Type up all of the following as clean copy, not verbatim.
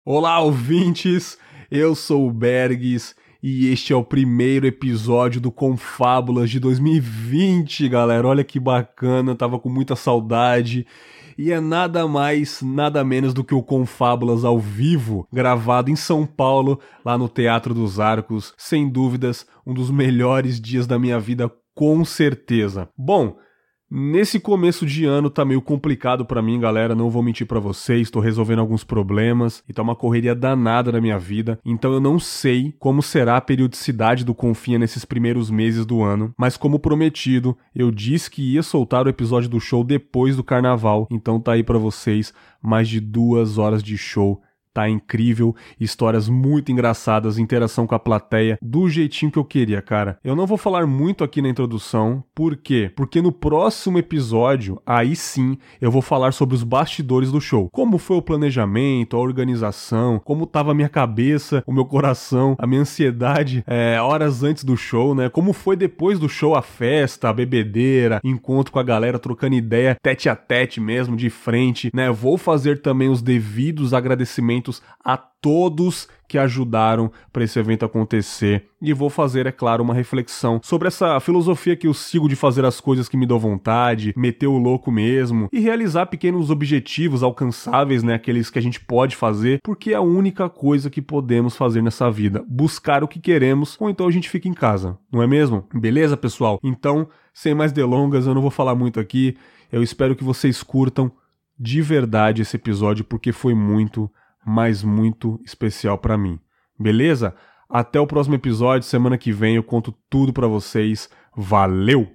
Olá, ouvintes! Eu sou o Bergs e este é o primeiro episódio do Confábulas de 2020, galera. Olha que bacana, tava com muita saudade. E é nada mais, nada menos do que o Confábulas ao vivo, gravado em São Paulo, lá no Teatro dos Arcos. Sem dúvidas, um dos melhores dias da minha vida, com certeza. Bom, nesse começo de ano tá meio complicado pra mim, galera, não vou mentir pra vocês, tô resolvendo alguns problemas e tá uma correria danada na minha vida, então eu não sei como será a periodicidade do Confinha nesses primeiros meses do ano, mas como prometido, eu disse que ia soltar o episódio do show depois do carnaval, então tá aí pra vocês mais de 2 horas de show. Tá incrível, histórias muito engraçadas, interação com a plateia, do jeitinho que eu queria, cara. Eu não vou falar muito aqui na introdução, por quê? Porque no próximo episódio, aí sim, eu vou falar sobre os bastidores do show. Como foi o planejamento, a organização, como tava a minha cabeça, o meu coração, a minha ansiedade, horas antes do show, né? Como foi depois do show a festa, a bebedeira, encontro com a galera, trocando ideia, tete a tete mesmo, de frente, né? Vou fazer também os devidos agradecimentos a todos que ajudaram para esse evento acontecer e vou fazer, é claro, uma reflexão sobre essa filosofia que eu sigo de fazer as coisas que me dão vontade, meter o louco mesmo e realizar pequenos objetivos alcançáveis, né, aqueles que a gente pode fazer, porque é a única coisa que podemos fazer nessa vida, buscar o que queremos ou então a gente fica em casa, não é mesmo? Beleza, pessoal? Então, sem mais delongas, eu não vou falar muito aqui, eu espero que vocês curtam de verdade esse episódio porque foi muito, mas muito especial pra mim. Beleza? Até o próximo episódio, semana que vem eu conto tudo pra vocês. Valeu!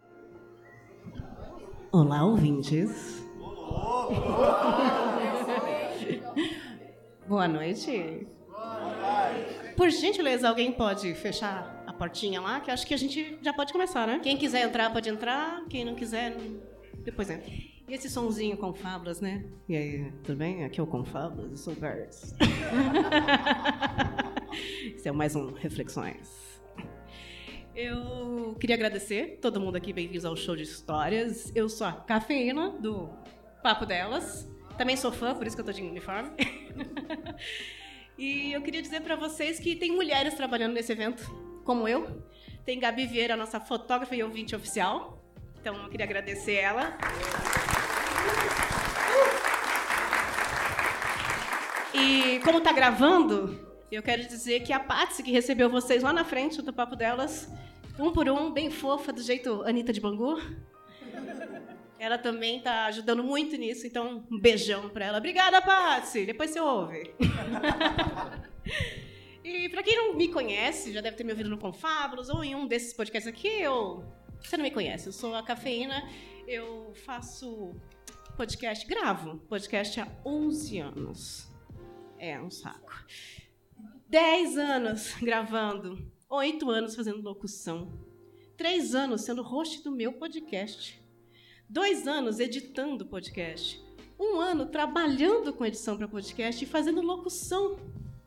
Olá, ouvintes. Boa noite. Por gentileza, alguém pode fechar a portinha lá, que acho que a gente já pode começar, né? Quem quiser entrar, pode entrar. Quem não quiser, depois entra. E esse sonzinho Confábulas, né? E aí, tudo bem? Aqui é o Confábulas, eu sou o Bergs. Esse é mais um Reflexões. Eu queria agradecer todo mundo aqui, bem-vindos ao show de histórias. Eu sou a Cafeína, do Papo Delas. Também sou fã, por isso que eu tô de uniforme. E eu queria dizer pra vocês que tem mulheres trabalhando nesse evento, como eu. Tem Gabi Vieira, nossa fotógrafa e ouvinte oficial. Então, eu queria agradecer ela. E como está gravando, eu quero dizer que a Patsy, que recebeu vocês lá na frente do Papo Delas, um por um, bem fofa, do jeito Anitta de Bangu, ela também está ajudando muito nisso, então um beijão para ela. Obrigada, Patsy! Depois você ouve. E para quem não me conhece, já deve ter me ouvido no Confábulos ou em um desses podcasts aqui, você não me conhece, eu sou a Cafeína, eu faço podcast, gravo podcast há 11 anos. É um saco. 10 anos gravando, 8 anos fazendo locução, 3 anos sendo host do meu podcast, 2 anos editando podcast, 1 ano trabalhando com edição para podcast e fazendo locução.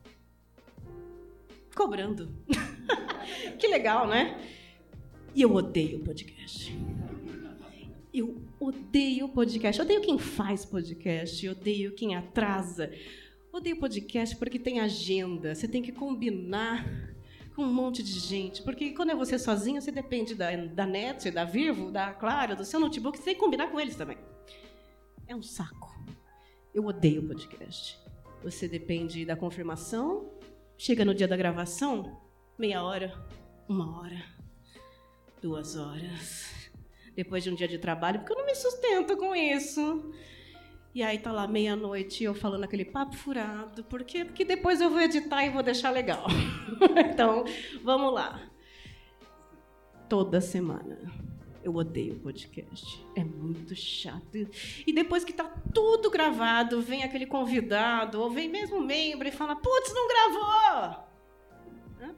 Cobrando. Que legal, né? E eu odeio podcast. Eu odeio podcast. Odeio quem faz podcast. Odeio quem atrasa. Odeio podcast porque tem agenda. Você tem que combinar com um monte de gente. Porque quando é você sozinho, você depende da NET, da Vivo, da Claro, do seu notebook. Você tem que combinar com eles também. É um saco. Eu odeio podcast. Você depende da confirmação. Chega no dia da gravação, meia hora, 1 hora, 2 horas. Depois de um dia de trabalho, porque eu não me sustento com isso. E aí tá lá meia-noite eu falando aquele papo furado. Por quê? Porque depois eu vou editar e vou deixar legal. Então, vamos lá. Toda semana. Eu odeio podcast. É muito chato. E depois que tá tudo gravado, vem aquele convidado, ou vem mesmo membro e fala, putz, não gravou! Hã?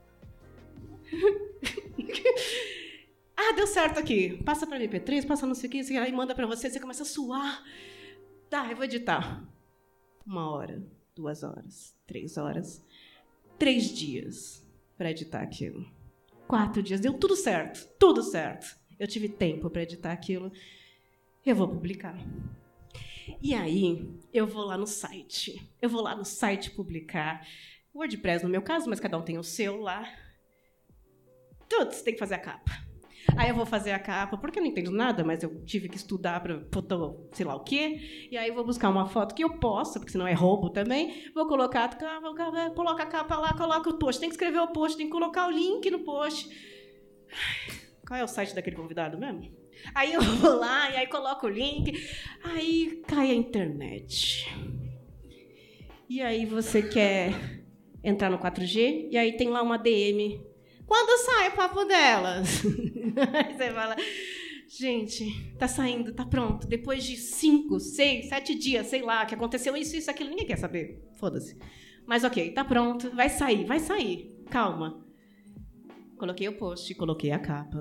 Ah, deu certo aqui. Passa para MP3, passa não sei o que, aí manda para você começa a suar. Tá, eu vou editar. 1 hora, 2 horas, 3 horas. 3 dias para editar aquilo. 4 dias, deu tudo certo, tudo certo. Eu tive tempo para editar aquilo. Eu vou publicar. E aí, eu vou lá no site. Publicar. WordPress no meu caso, mas cada um tem o seu lá. Tudo, tem que fazer a capa. Aí eu vou fazer a capa, porque eu não entendo nada, mas eu tive que estudar para foto, sei lá o quê. E aí eu vou buscar uma foto que eu possa, porque senão é roubo também. Vou colocar, coloca a capa lá, coloca o post. Tem que escrever o post, tem que colocar o link no post. Qual é o site daquele convidado mesmo? Aí eu vou lá e aí coloco o link. Aí cai a internet. E aí você quer entrar no 4G, e aí tem lá uma DM. Quando sai o papo delas? Aí você fala, gente, tá saindo, tá pronto. Depois de 5, 6, 7 dias, sei lá, que aconteceu isso, aquilo, ninguém quer saber. Foda-se. Mas ok, tá pronto, vai sair. Calma. Coloquei o post, coloquei a capa.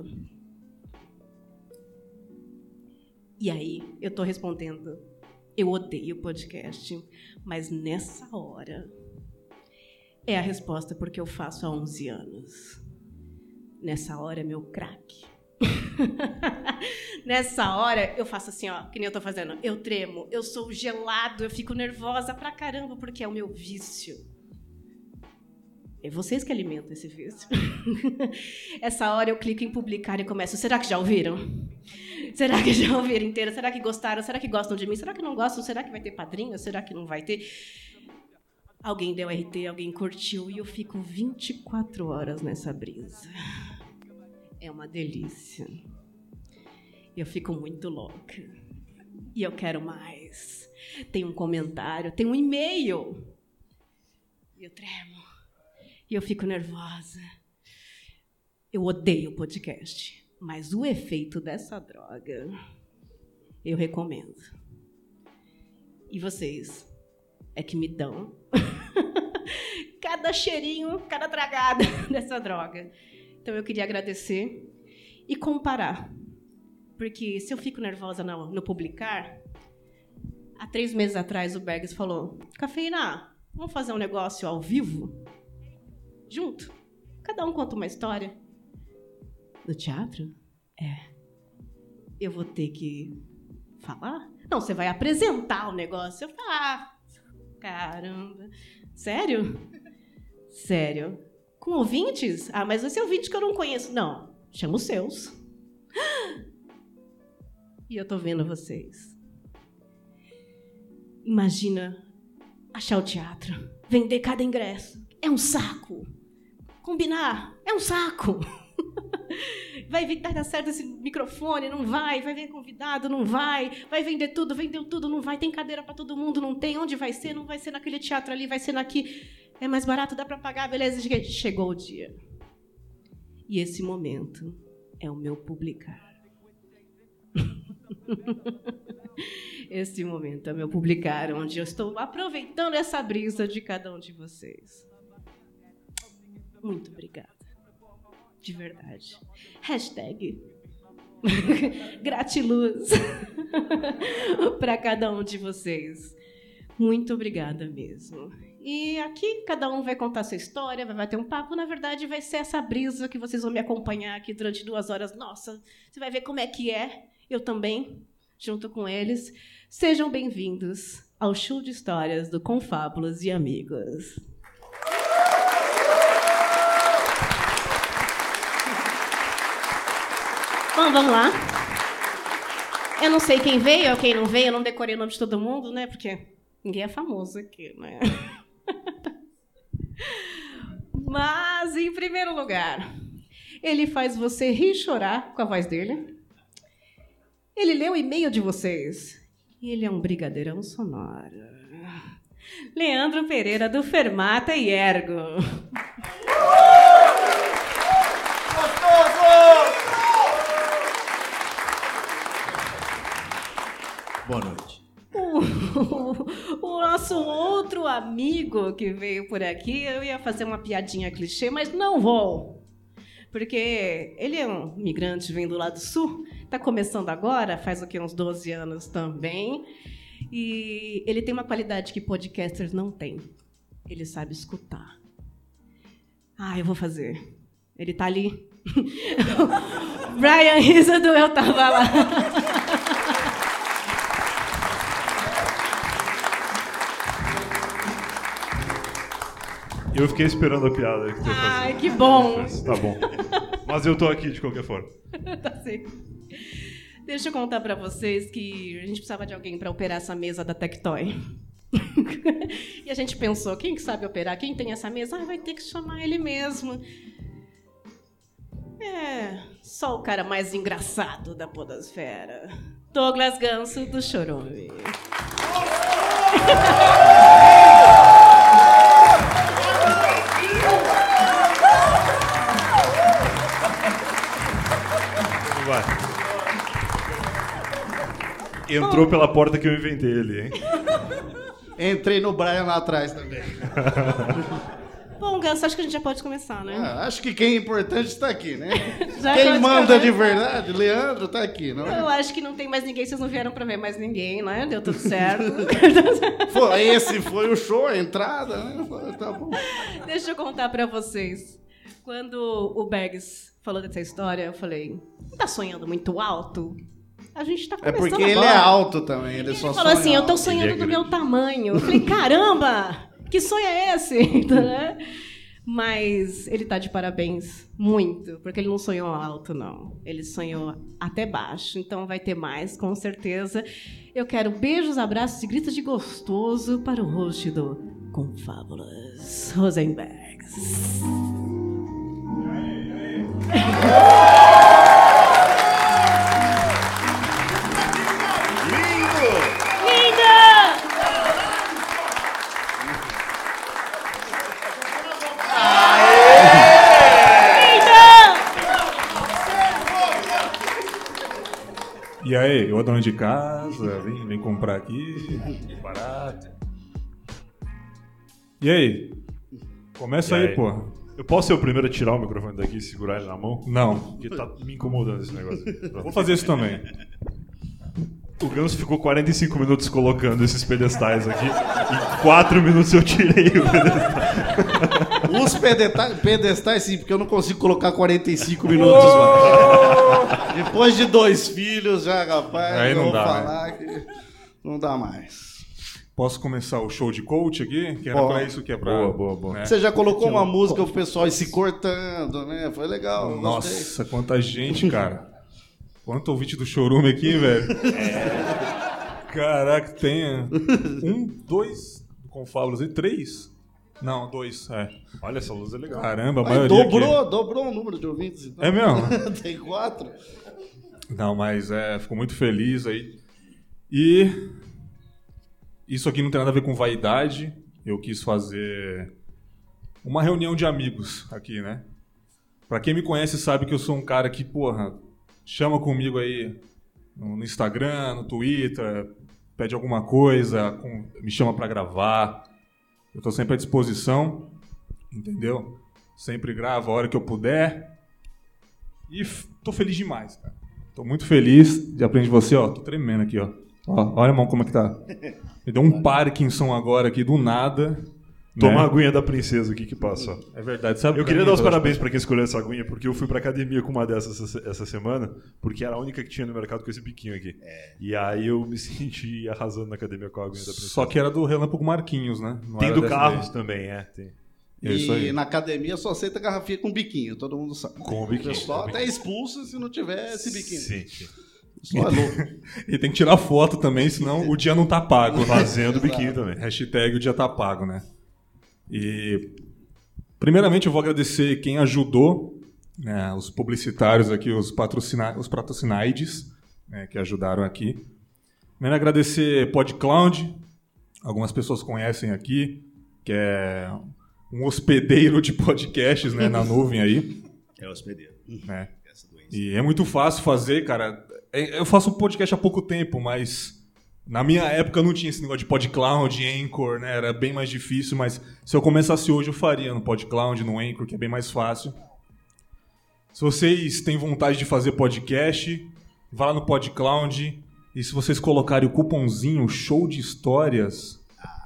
E aí, eu tô respondendo, eu odeio podcast, mas nessa hora é a resposta porque eu faço há 11 anos. Nessa hora é meu craque. Nessa hora eu faço assim, ó, que nem eu tô fazendo. Eu tremo, eu sou gelado, eu fico nervosa pra caramba, porque é o meu vício. É vocês que alimentam esse vício. Essa hora eu clico em publicar e começo. Será que já ouviram? Será que já ouviram inteira? Será que gostaram? Será que gostam de mim? Será que não gostam? Será que vai ter padrinho? Será que não vai ter? Alguém deu RT, alguém curtiu, e eu fico 24 horas nessa brisa. É uma delícia. Eu fico muito louca. E eu quero mais. Tem um comentário, tem um e-mail. E eu tremo. E eu fico nervosa. Eu odeio podcast. Mas o efeito dessa droga, eu recomendo. E vocês? É que me dão cada cheirinho, cada tragada dessa droga. Então, eu queria agradecer e comparar. Porque se eu fico nervosa no publicar, há 3 meses atrás o Bergs falou, Cafeína, vamos fazer um negócio ao vivo? Junto? Cada um conta uma história. No teatro? Eu vou ter que falar? Não, você vai apresentar o negócio. Eu falo, caramba. Sério? Sério? Com ouvintes? Mas esse é ouvinte que eu não conheço. Não, chama os seus. E eu tô vendo vocês. Imagina achar o teatro, vender cada ingresso. É um saco. Combinar, é um saco. Vai dar certo esse microfone, não vai. Vai vir convidado, não vai. Vai vender tudo, vendeu tudo, não vai. Tem cadeira para todo mundo, não tem. Onde vai ser? Não vai ser naquele teatro ali, vai ser naqui. É mais barato, dá para pagar, beleza. Chegou o dia. E esse momento é o meu publicar. Esse momento é o meu publicar, onde eu estou aproveitando essa brisa de cada um de vocês. Muito obrigada. De verdade. Hashtag gratiluz para cada um de vocês. Muito obrigada mesmo. E aqui cada um vai contar sua história, vai bater um papo. Na verdade, vai ser essa brisa que vocês vão me acompanhar aqui durante 2 horas. Nossa, você vai ver como é que é. Eu também, junto com eles. Sejam bem-vindos ao show de histórias do Confábulas e Amigos. Bom, vamos lá. Eu não sei quem veio ou quem não veio, eu não decorei o nome de todo mundo, né? Porque ninguém é famoso aqui, né? Mas, em primeiro lugar, ele faz você rir e chorar com a voz dele. Ele lê o e-mail de vocês. E ele é um brigadeirão sonoro. Leandro Pereira, do Fermata e Ergo. Boa noite. O nosso outro amigo que veio por aqui, eu ia fazer uma piadinha clichê, mas não vou. Porque ele é um migrante vindo lá do sul, está começando agora, faz o quê? Uns 12 anos também. E ele tem uma qualidade que podcasters não têm. Ele sabe escutar. Eu vou fazer. Ele está ali. Brian Risa do Eu Tava Lá. Eu fiquei esperando a piada que tu ia fazer. Ai, que bom. Tá bom. Mas eu tô aqui de qualquer forma. Tá certo. Deixa eu contar pra vocês que a gente precisava de alguém pra operar essa mesa da Tectoy. E a gente pensou, quem que sabe operar? Quem tem essa mesa? Vai ter que chamar ele mesmo. Só o cara mais engraçado da podosfera. Douglas Ganso, do Chorume. Vai. Entrou pela porta que eu inventei ele, hein? Entrei no Brian lá atrás também. Bom, Ganso, acho que a gente já pode começar, né? Acho que quem é importante está aqui, né? Já Quem pode manda começar. de verdade, Leandro, tá aqui, não é? Eu acho que não tem mais ninguém, vocês não vieram pra ver mais ninguém, né? Deu tudo certo. Esse foi o show, a entrada, né? Tá bom. Deixa eu contar pra vocês. Quando o Bergs falou dessa história, eu falei, não tá sonhando muito alto? A gente tá É começando porque ele agora. é alto também, ele só Ele falou assim, eu tô alto. sonhando Ele é do meu tamanho. Eu falei, caramba, que sonho é esse? Né? Mas ele tá de parabéns muito, porque ele não sonhou alto, não. Ele sonhou até baixo, então vai ter mais, com certeza. Eu quero beijos, abraços e gritos de gostoso para o host do Confábulas, Rosenbergs. E aí, eu dona de casa, vem comprar aqui, barato. E aí? Começa E aí, aí? porra. Eu posso ser o primeiro a tirar o microfone daqui e segurar ele na mão? Não, Porque tá me incomodando esse negócio. vou fazer isso também. O Ganso ficou 45 minutos colocando esses pedestais aqui. Em 4 minutos eu tirei o pedestal. Os pedestais, sim, porque eu não consigo colocar 45 minutos mais. Depois de 2 filhos, já, rapaz, Aí eu não vou dá, falar que não dá mais. Posso começar o show de coach aqui? Que era Pode. pra isso que é pra... Boa. né? Você já colocou uma música pro pessoal ir se cortando, né? Foi legal. eu gostei. Nossa, quanta gente, cara. Quanto ouvinte do Chorume aqui, velho. Caraca, tem 1, 2 Confábulas e 3. Não, 2, Olha, essa luz é legal. Caramba, a Mas maioria aqui. dobrou o número de ouvintes. Então. É mesmo? Tem 4. Não, mas fico muito feliz aí. E isso aqui não tem nada a ver com vaidade. Eu quis fazer uma reunião de amigos aqui, né? Pra quem me conhece sabe que eu sou um cara que, porra, chama comigo aí no Instagram, no Twitter, pede alguma coisa, me chama pra gravar. Eu tô sempre à disposição, entendeu? Sempre gravo a hora que eu puder. E tô feliz demais, cara. Tô muito feliz de aprender de você, ó. Tô tremendo aqui, ó. Olha, irmão, como é que tá. Me deu um Parkinson agora aqui, do nada. Toma né? a aguinha da princesa aqui que passa. Ó. É verdade, sabe? Eu pra queria mim, dar os pelas parabéns pra quem escolheu essa aguinha, porque eu fui pra academia com uma dessas essa semana, porque era a única que tinha no mercado com esse biquinho aqui. E aí eu me senti arrasando na academia com a aguinha da princesa. Só que era do Relâmpago Marquinhos, né? Não tem era do dessa Carros daí. também, tem. É isso aí. E na academia só aceita garrafinha com biquinho, todo mundo sabe. Com o biquinho. O pessoal até expulsa se não tiver esse biquinho. Sim. Só é louco. E tem que tirar foto também, senão o dia não tá pago. Fazendo biquinho também. Hashtag o dia tá pago, né? E primeiramente eu vou agradecer quem ajudou, né, os publicitários aqui, os patrocinaides, né, que ajudaram aqui. Primeiro agradecer PodCloud, algumas pessoas conhecem aqui, que é um hospedeiro de podcasts, né, na nuvem aí. É hospedeiro. Né? E é muito fácil fazer, cara. Eu faço podcast há pouco tempo, mas na minha época não tinha esse negócio de PodCloud, Anchor, né? Era bem mais difícil, mas se eu começasse hoje eu faria no PodCloud, no Anchor, que é bem mais fácil. Se vocês têm vontade de fazer podcast, vá lá no PodCloud e se vocês colocarem o cupomzinho Show de Histórias,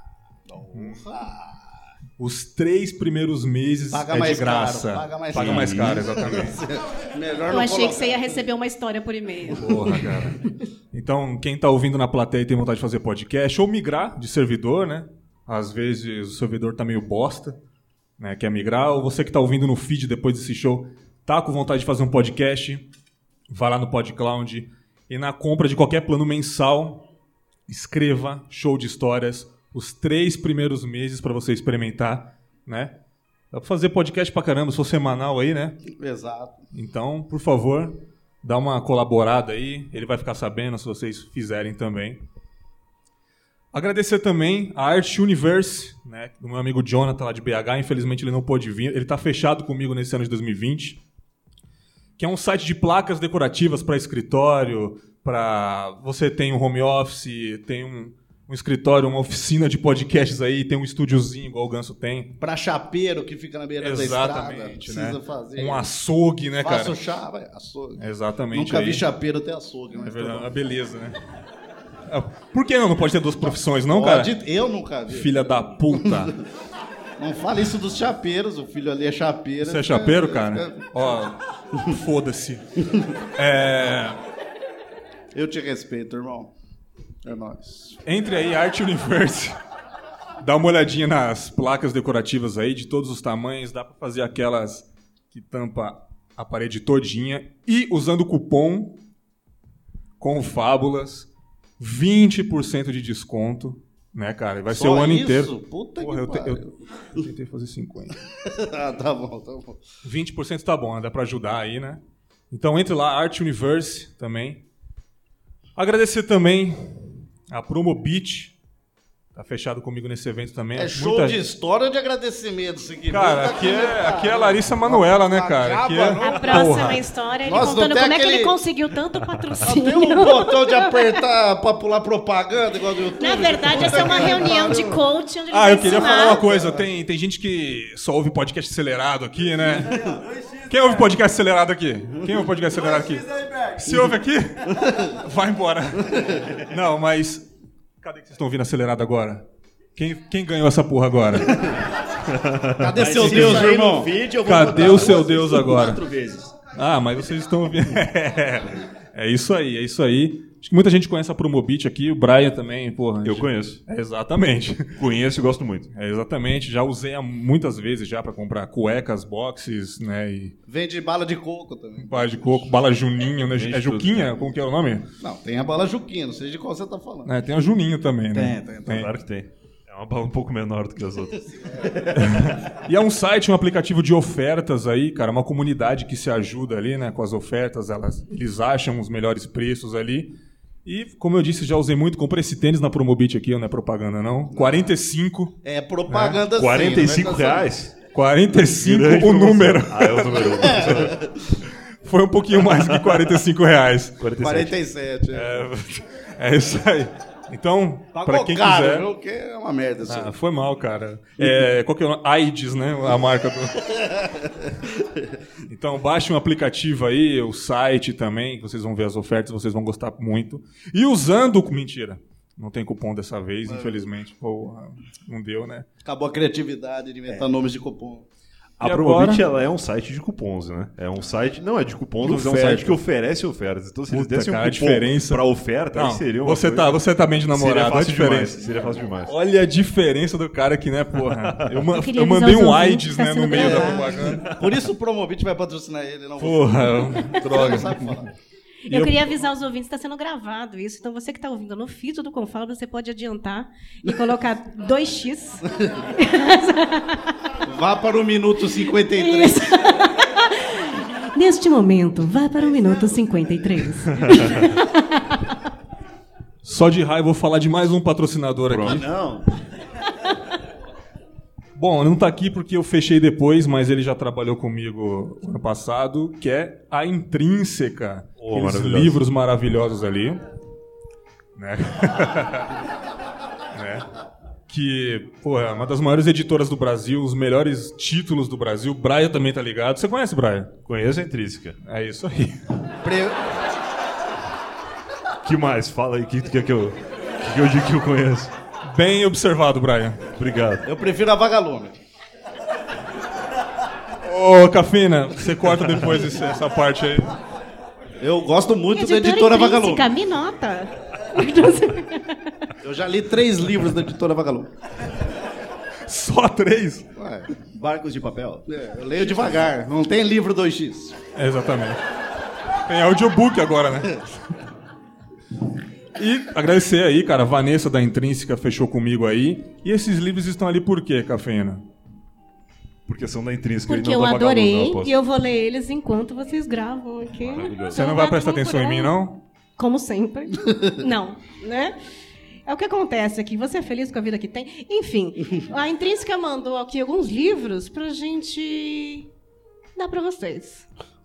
os 3 primeiros meses Paga é mais de graça. caro, paga mais caro, exatamente. Melhor Eu não achei que colocar. você ia receber uma história por e-mail. Porra, cara. Então, quem tá ouvindo na plateia e tem vontade de fazer podcast, ou migrar de servidor, né? Às vezes o servidor tá meio bosta. né, quer migrar, ou você que está ouvindo no feed depois desse show, tá com vontade de fazer um podcast, vá lá no PodCloud e na compra de qualquer plano mensal, escreva Show de Histórias os 3 primeiros meses para você experimentar, né? Dá pra fazer podcast pra caramba, sou semanal aí, né? Exato. Então, por favor, dá uma colaborada aí, ele vai ficar sabendo se vocês fizerem também. Agradecer também a Art Universe, né, do meu amigo Jonathan lá de BH, infelizmente ele não pôde vir, ele tá fechado comigo nesse ano de 2020, que é um site de placas decorativas para escritório, para você tem um home office, tem um escritório, uma oficina de podcasts aí, tem um estúdiozinho igual o Ganso tem. Pra chapeiro que fica na beira Exatamente, da estrada, precisa fazer. Um açougue, né, cara? Faço açougue. Exatamente. Nunca vi aí. chapeiro ter açougue. Mas É verdade, uma beleza, né? Por que não? Não pode ter 2 profissões, não, pode, cara? eu nunca vi. Filha da puta. Não fala isso dos chapeiros, o filho ali é chapeiro. Você é chapeiro, cara? Ó, foda-se. Eu te respeito, irmão. É nóis. Entre aí, Art Universe. Dá uma olhadinha nas placas decorativas aí, de todos os tamanhos. Dá pra fazer aquelas que tampa a parede todinha. E usando o cupom Confábulas, 20% de desconto. Né, cara? Vai ser o ano inteiro. Puta Porra, que pariu. eu tentei fazer 50. Ah, tá bom. 20% tá bom, né? Dá pra ajudar aí, né? Então entre lá, Art Universe também. Agradecer também a Promobit. Tá fechado comigo nesse evento também. É show de história ou de agradecimento isso aqui? Cara, aqui é a Larissa Manoela, né, cara? Aqui é... A próxima Porra. história, ele Nossa, contando não tem como é que aquele- ele conseguiu tanto Tem patrocínio. um botão de apertar pra pular propaganda igual do YouTube. Na verdade, essa é uma reunião de coach onde ele Ah, vai eu queria ensinar. falar uma coisa. Tem gente que só ouve podcast acelerado aqui, né? Quem ouve podcast acelerado aqui? Quem ouve podcast acelerado aqui? Se ouve aqui? Vai embora. Não, mas... Cadê que vocês estão ouvindo acelerado agora? Quem ganhou essa porra agora? Cadê Mas seu se Deus, sair irmão? no vídeo, eu vou Cadê botar o seu vocês Deus agora? 4 vezes. Ah, mas vocês estão ouvindo. É isso aí, é isso aí. Acho que muita gente conhece a Promobit aqui, o Brian também, porra. Eu conheço. Exatamente. Conheço e gosto muito. Exatamente. Já usei muitas vezes já para comprar cuecas, boxes, né? E Vende bala de coco também. bala de coco, bala Juninho, né? Vende É Juquinha? Como que é o nome? Não, tem a bala Juquinha, não sei de qual você tá falando. É, tem a Juninho também, né? Tem. Claro que tem. É uma bala um pouco menor do que as outras. E é um site, um aplicativo de ofertas aí, cara, uma comunidade que se ajuda ali, né, com as ofertas, eles acham os melhores preços ali. E, como eu disse, já usei muito, comprei esse tênis na Promobit aqui, não é propaganda não, 45, É propaganda sim. 45 não é reais? 45 Grande o promoção. número. Ah, é o número. Foi um pouquinho mais que 45 reais. 47. É isso aí. Então, Pagou pra quem caro, quiser... viu? Que é uma merda isso. Ah, foi mal, cara. Qual que é o nome? AIDS, né? A marca do... Então, baixe um aplicativo aí, o site também, que vocês vão ver as ofertas, vocês vão gostar muito. E usando... Mentira. Não tem cupom dessa vez, infelizmente. Porra, não deu, né? Acabou a criatividade de inventar nomes de cupom. A E Promobit, agora? ela é um site de cupons, né? É um site... Não é de cupons, De mas é um oferta. site que oferece ofertas. Então, se eles Puta, dessem cara, a um cupom diferença- pra oferta, aí Não, seria uma você coisa... tá bem de Seria namorado, olha a fácil demais. diferença. Seria fácil demais. Olha a diferença do cara aqui, né, porra? Eu queria eu avisar mandei os um ouvintes AIDS, que tá né, no sendo meio da gravado. propaganda. Por isso o Promobit vai patrocinar ele. Não Porra, Você droga. não sabe falar. Eu queria avisar os ouvintes que está sendo gravado isso. Então, você que está ouvindo no feed do Confábulo, você pode adiantar e colocar 2x. Vá para o minuto 53. Isso. Neste momento, vá para o minuto 53. Só de raiva, vou falar de mais um patrocinador aqui. Não. Bom, não tá aqui porque eu fechei depois, mas ele já trabalhou comigo ano passado, que é a Intrínseca. Oh, Aqueles maravilhoso. livros maravilhosos ali. Né? Né? Que, pô, é uma das maiores editoras do Brasil, os melhores títulos do Brasil. Braia também tá ligado. Você conhece Braia? Conheço a Intrínseca. É isso aí. Que mais? Fala aí, que eu digo que eu conheço. Bem observado, Braia. Obrigado. Eu prefiro a Vagalume. Ô, Cafina, você corta depois essa parte aí. Eu gosto muito da editora Vagalume. Intrínseca, me nota. Eu já li 3 livros da editora Vagalume. Só 3? Ué, Barcos de papel. eu leio devagar, não tem livro 2x. Exatamente. Tem audiobook agora, né? E agradecer aí, cara, a Vanessa da Intrínseca fechou comigo aí. E esses livros estão ali por quê, Cafeína? Porque são da Intrínseca Porque e não eu da Vagalume, adorei eu aposto. e eu vou ler eles enquanto vocês gravam aqui. Você não vai prestar atenção em mim, não? Como sempre. Não, né? É o que acontece aqui. Você é feliz com a vida que tem? Enfim, a Intrínseca mandou aqui alguns livros pra gente dar pra vocês.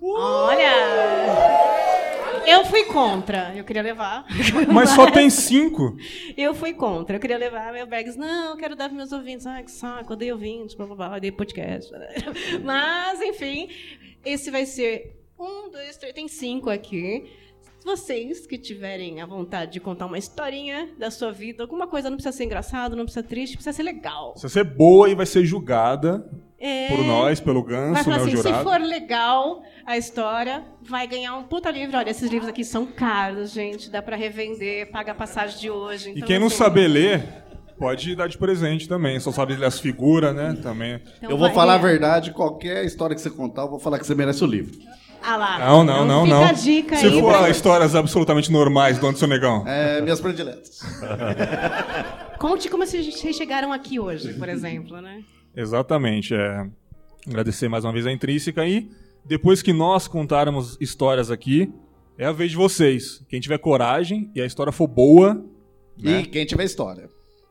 Olha! Eu fui contra. Eu queria levar. Mas só tem 5. Eu fui contra. Eu queria levar meu bags. Não, eu quero dar para meus ouvintes. Ai, que saco, odeio ouvintes, blá, blá, blá, odeio podcast. Mas, enfim, esse vai ser 1, 2, 3, tem 5 aqui. Vocês que tiverem a vontade de contar uma historinha da sua vida, alguma coisa, não precisa ser engraçado, não precisa ser triste, precisa ser legal. Se você é boa e vai ser julgada por nós, pelo Vai Ganso, falar né, o assim, jurado. se for legal a história, vai ganhar um puta livro. Olha, esses livros aqui são caros, gente. Dá pra revender, paga a passagem de hoje. E Então, quem não assim, saber ler, pode dar de presente também. Só sabe ler as figuras, né? Também. então Eu vou vai falar a ler. verdade, qualquer história que você contar, eu vou falar que você merece o livro. Ah lá. Não. Fica a dica Se aí. for pra- histórias absolutamente normais do Anderson Negão. Minhas prediletas. Conte como vocês chegaram aqui hoje, por exemplo, né? Exatamente. Agradecer mais uma vez a Intrínseca e depois que nós contarmos histórias aqui, é a vez de vocês. Quem tiver coragem e a história for boa, né? E quem tiver história.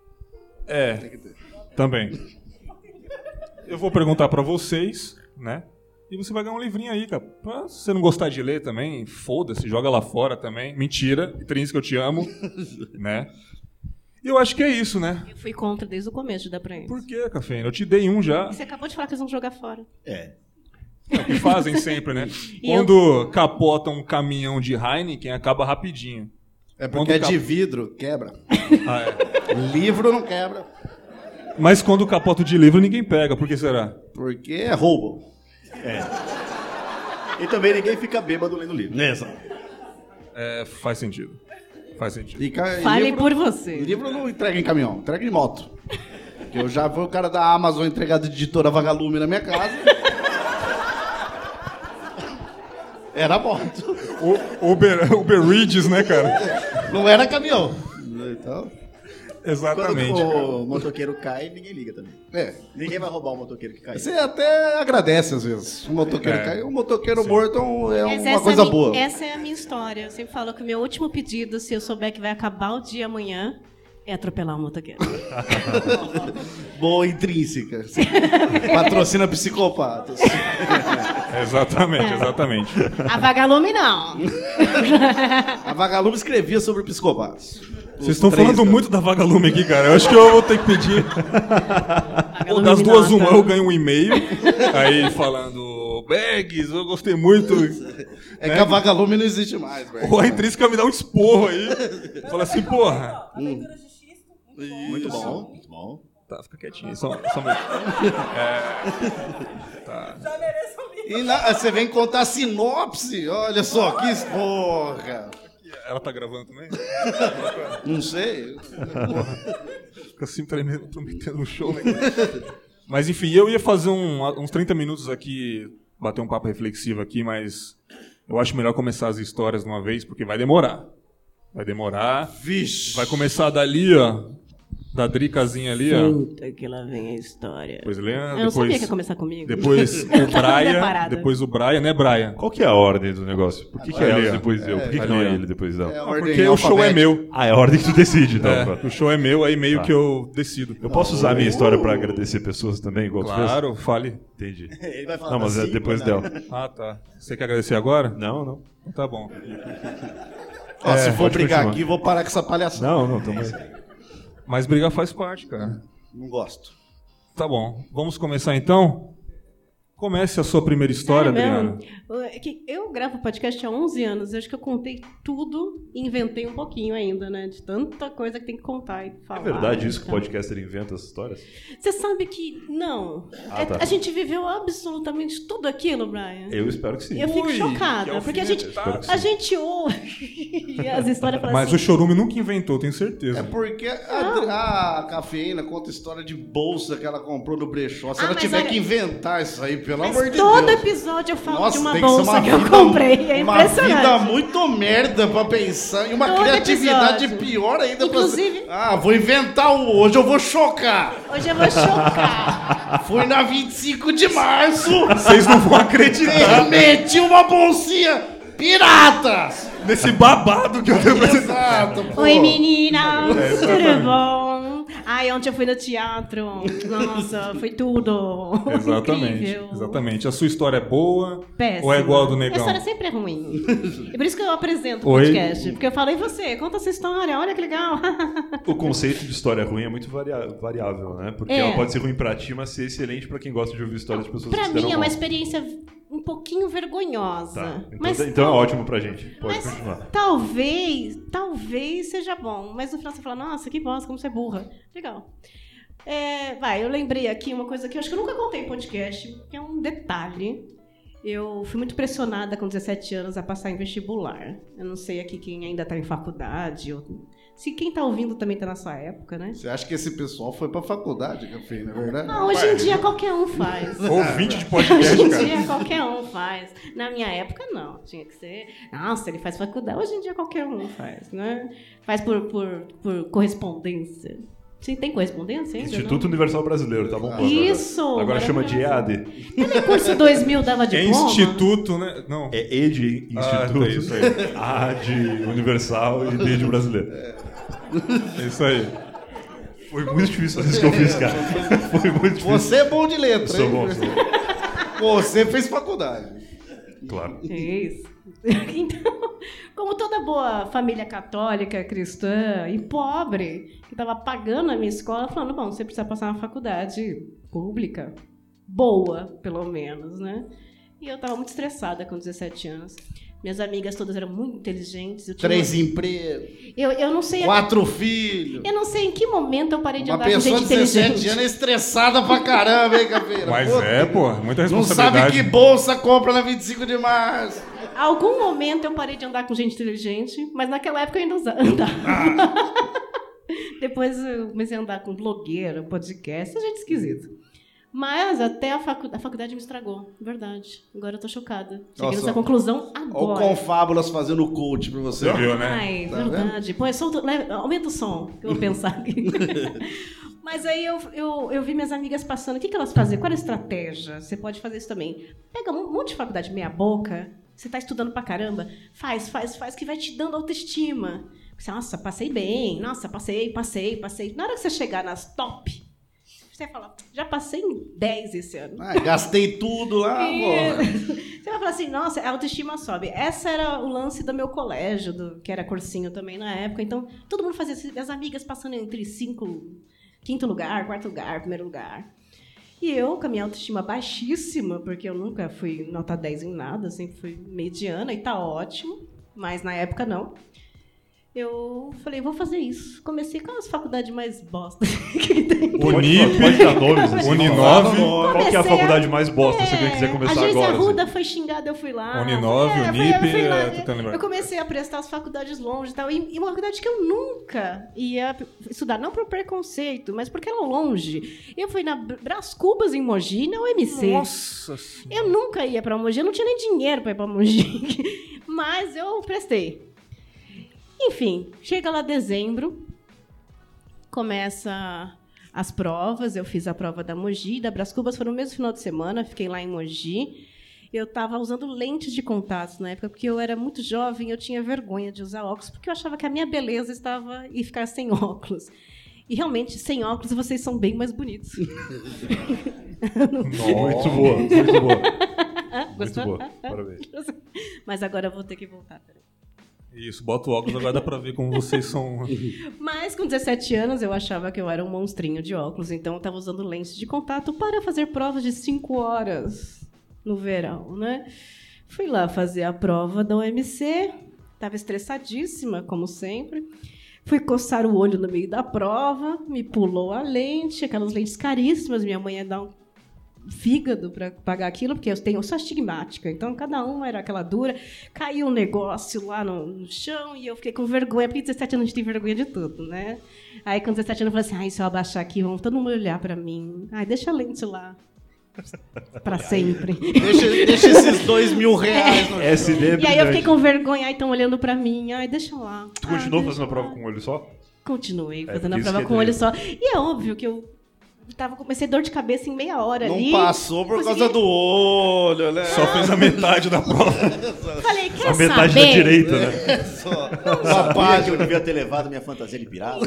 Também. Eu vou perguntar pra vocês, né? E você vai ganhar um livrinho aí, cara. Se você não gostar de ler também, foda-se, joga lá fora também. Mentira, Intrínseca, eu te amo, né? E eu acho que é isso, né? Eu fui contra desde o começo de dar pra eles. Por que, Cafeína? Eu te dei um já. Você acabou de falar que eles vão jogar fora. É. É o que fazem sempre, né? E Quando capota um caminhão de Heineken, acaba rapidinho. É porque Quando é de vidro, quebra. Ah, é. Livro não quebra, Mas quando capota de livro, ninguém pega. Por que será? porque é roubo. E também ninguém fica bêbado lendo livro. Exato. Faz sentido. Faz sentido. Fale livro, por você. livro não entrega em caminhão, entrega em moto. Porque eu já fui o cara da Amazon entregar de editora Vagalume na minha casa. Era moto. Uber Eats, né, cara? Não era caminhão. Então, Exatamente. Quando o motoqueiro cai, ninguém liga também. é. Ninguém vai roubar o motoqueiro que caiu. Você até agradece às vezes. O motoqueiro cai. O motoqueiro morto é Mas uma coisa é boa. Essa é a minha história. Eu sempre falo que o meu último pedido, se eu souber que vai acabar o dia amanhã, é atropelar um motoqueiro. Boa intrínseca. Patrocina psicopatas. Exatamente. A Vagalume não. A Vagalume escrevia sobre psicopatas. Vocês estão Três, falando cara. muito da Vagalume aqui, cara. Eu acho que eu vou ter que pedir. Ou Vagalume das me duas, nota. uma, eu ganho um e-mail. Aí falando, Bags, eu gostei muito. É que a Vagalume não existe mais, velho. Ou a Intrínseca me dá um esporro aí. Fala assim, porra. Muito bom, muito bom. Tá, fica quietinho. Só um minuto. E você vem contar sinopse. Olha só, que porra. Ela tá gravando também? Não sei. Fica assim prometendo um show, né? Mas enfim, eu ia fazer uns 30 minutos aqui, bater um papo reflexivo aqui, mas eu acho melhor começar as histórias de uma vez, porque vai demorar. Vai demorar. Vixe. Vai começar dali, ó. Da dricazinha ali, ó. Puta que lá vem a história. Depois Leandro, Eu não sabia que ia depois... começar comigo. Depois o Tava Brian, preparada. depois o Brian, né, Brian? Qual que é a ordem do negócio? Por que, que é Ali, ela ó. depois eu? Por que, que não ali, é ó. ele depois dela? É a Ah, ordem porque o show é alfabética. meu. Ah, é a ordem que tu decide, então. É, o show é meu, aí meio que eu decido. Eu posso usar a minha história pra agradecer pessoas também, igual tu Claro, fale. fez? Entendi. Ele vai falar Não, mas é assim, depois quando- dela. Ah, tá. Você quer agradecer agora? Não. Então tá bom. Ó, se for pode brigar continuar. aqui, vou parar com essa palhaçada. Não, também. Mas brigar faz parte, cara. Não gosto. Tá bom. Vamos começar então Comece a sua primeira história, Adriana. Eu gravo podcast há 11 anos. Eu acho que eu contei tudo e inventei um pouquinho ainda, né? De tanta coisa que tem que contar e falar. É verdade isso que o então. podcaster inventa as histórias? Você sabe que não. Tá. A gente viveu absolutamente tudo aquilo, Brian. Eu espero que sim. Eu fico Ui, chocada, que porque a alfinetada. gente ouve as histórias falam Mas assim. o Chorume nunca inventou, tenho certeza. É porque a Cafeína conta história de bolsa que ela comprou no brechó. Se ela mas tiver olha- que inventar isso aí, pelo Mas amor de todo Deus. episódio eu falo Nossa, de uma tem que ser bolsa que eu vida- comprei. É uma impressionante. vida muito merda pra pensar. E uma Todo criatividade episódio. pior ainda Inclusive- vou inventar hoje eu vou chocar. Hoje eu vou chocar. Fui na 25 de março. Vocês não vão acreditar e meti uma bolsinha pirata. nesse babado que eu tenho pra você. Exato, pô. Oi, meninas. Tudo bom? Ai, ontem eu fui no teatro. Nossa, foi tudo. Exatamente, Incrível. exatamente. A sua história é boa Péssima. ou é igual a do Minha Negão? história sempre é ruim. E por isso que eu apresento o Oi? podcast. Porque eu falo, e você? Conta essa história, olha que legal. O conceito de história ruim é muito variável, né? Porque É. ela pode ser ruim pra ti, mas ser excelente pra quem gosta de ouvir histórias de pessoas Pra que se mim deram é uma mal. experiência um pouquinho vergonhosa. Tá. Então, Mas então é ótimo pra gente. Pode Mas continuar. talvez seja bom. Mas no final você fala, nossa, que bosta, como você é burra. Legal. Eu lembrei aqui uma coisa que eu acho que eu nunca contei em podcast, que é um detalhe. Eu fui muito pressionada com 17 anos a passar em vestibular. Eu não sei aqui quem ainda está em faculdade, ou se quem está ouvindo também está nessa época, né? Você acha que esse pessoal foi pra faculdade, Cafeína, é verdade? Ah, hoje em dia qualquer um faz. Ouvinte de podcast, Hoje em cara. dia qualquer um faz. Na minha época, não. Tinha que ser. Nossa, ele faz faculdade. Hoje em dia qualquer um faz, né? Faz por correspondência. Você tem correspondência ainda? Instituto não? Universal Brasileiro, tá bom? Isso! Agora chama de maravilhoso. EAD. Também curso 2000 dava É diploma? instituto, né? Não. É E de Instituto, tá, isso aí. A de Universal e D de Brasileiro. É isso aí. Foi muito difícil fazer isso que eu fiz, cara. Foi muito difícil. Você é bom de letra, Sou hein? bom, sou bom. Você fez faculdade. Claro. Isso. Então, como toda boa família católica, cristã e pobre, que estava pagando a minha escola, falando, bom, você precisa passar uma faculdade pública, boa, pelo menos, né? E eu estava muito estressada com 17 anos. Minhas amigas todas eram muito inteligentes. Eu tinha 3 empregos, eu não sei... 4 filhos. Eu não sei em que momento eu parei de Uma andar com pessoa gente de 17 inteligente. anos é estressada pra caramba, hein, Cafeína? Mas Puta, pô, muita não responsabilidade. sabe que bolsa compra na 25 de março. Algum momento eu parei de andar com gente inteligente, mas naquela época eu ainda andava. Depois eu comecei a andar com blogueiro, podcast, gente esquisita. Mas até a faculdade me estragou, verdade. Agora eu tô chocada. Cheguei Nossa, nessa conclusão Olha o agora. Confábulas fazendo coach pra você. Você viu, né? Ai, Tá verdade. Pô, aumenta o som, que eu vou pensar aqui. Mas aí eu vi minhas amigas passando. O que elas fazem? Qual era a estratégia? Você pode fazer isso também. Pega um monte de faculdade meia boca. Você está estudando pra caramba. Faz, que vai te dando autoestima. Você, nossa, passei bem. Nossa, passei. Na hora que você chegar nas top, você fala, já passei em 10 esse ano. Ah, gastei tudo lá, porra. Você vai falar assim, nossa, a autoestima sobe. Essa era o lance do meu colégio, que era cursinho também na época. Então, todo mundo fazia assim, as amigas passando entre 5º lugar, 4º lugar, 1º lugar. E eu, com a minha autoestima baixíssima, porque eu nunca fui nota 10 em nada, sempre fui mediana e tá ótimo, mas na época não. Eu falei, vou fazer isso. Comecei com as faculdades mais bosta que tem. Unip, Pode dar nomes. Assim, Uninove. Qual que é a Comecei faculdade mais bosta, se alguém quiser começar a Geise agora? Arruda assim? foi xingada, eu fui lá. Uninove, Unip, eu fui lá. tentando lembrar. Eu comecei a prestar as faculdades longe e tal. E uma faculdade que eu nunca ia estudar, não por preconceito, mas porque era longe. Eu fui na Brás Cubas, em Mogi, na UMC. Nossa senhora. Eu nunca ia pra Mogi, eu não tinha nem dinheiro pra ir pra Mogi. Mas eu prestei. Enfim, chega lá dezembro, começa as provas, eu fiz a prova da Mogi, da Brás Cubas, foi no mesmo final de semana, fiquei lá em Mogi. Eu estava usando lentes de contato na época, porque eu era muito jovem, eu tinha vergonha de usar óculos, porque eu achava que a minha beleza estava em ficar sem óculos. E realmente, sem óculos, vocês são bem mais bonitos. Muito boa, muito boa. Muito Gostou? boa, parabéns. Mas agora eu vou ter que voltar, peraí. Isso, bota o óculos, agora dá pra ver como vocês são. Mas com 17 anos eu achava que eu era um monstrinho de óculos, então eu estava usando lentes de contato para fazer provas de 5 horas. no verão, né? Fui lá fazer a prova da OMC, estava estressadíssima, como sempre. Fui coçar o olho no meio da prova, me pulou a lente, aquelas lentes caríssimas, minha mãe ia dar um fígado para pagar aquilo, porque eu sou astigmática, então cada uma era aquela dura. Caiu um negócio lá no chão e eu fiquei com vergonha, porque 17 anos a gente tem vergonha de tudo, né? Aí com 17 anos eu falei assim, se eu abaixar aqui, vão todo mundo olhar para mim. Deixa a lente lá. Para sempre. Deixa esses R$2.000 no SD E aí eu fiquei com vergonha, aí estão olhando pra mim, deixa lá. Tu continuou fazendo a prova com um olho só? Continuei fazendo a prova com um olho só. E é óbvio que eu comecei dor de cabeça em meia hora ali. Não passou por causa do olho, né? Só fez a metade da prova. Falei, quer A metade saber? da direita, né? Sabia que eu devia ter levado minha fantasia de pirata.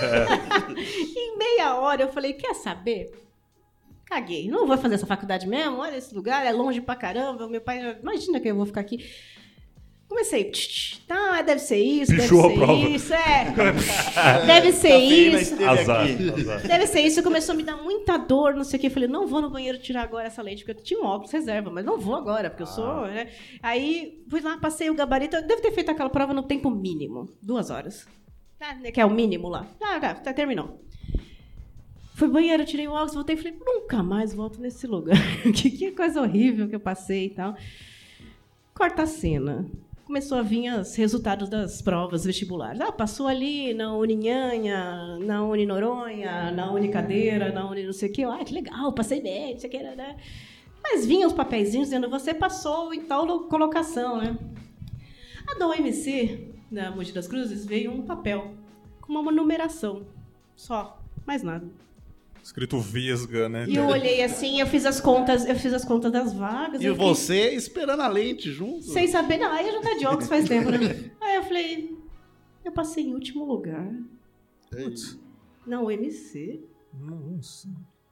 Em meia hora eu falei, quer saber? Caguei, não vou fazer essa faculdade mesmo, olha esse lugar, é longe pra caramba, meu pai, imagina que eu vou ficar aqui. Comecei, deve ser isso, Pichou deve ser isso, deve ser isso, Azar. deve ser isso, começou a me dar muita dor, não sei o que, eu falei, não vou no banheiro tirar agora essa lente, porque eu tinha um óculos reserva, mas não vou agora, porque eu sou, né? Aí, fui lá, passei o gabarito, eu devo ter feito aquela prova no tempo mínimo, 2 horas, que é o mínimo lá, terminou. Fui ao banheiro, tirei o óculos, voltei e falei, nunca mais volto nesse lugar. que coisa horrível que eu passei e tal. Corta a cena. Começou a vir os resultados das provas vestibulares. Passou ali na Uninhanha, na Uninoronha, na Unicadeira, na Uni não sei o quê. Que legal, passei bem, não sei o que, né? Mas vinham os papeizinhos dizendo, você passou em tal colocação, né? A da OMC, da Mogi das Cruzes, veio um papel com uma numeração só, mais nada. Escrito Vesga, né? E eu olhei assim, eu fiz as contas das vagas. E você esperando a lente junto? Sem saber, não, aí eu já tá de óculos faz tempo, né? Aí eu falei, eu passei em último lugar. Putz. Na UMC. Nossa.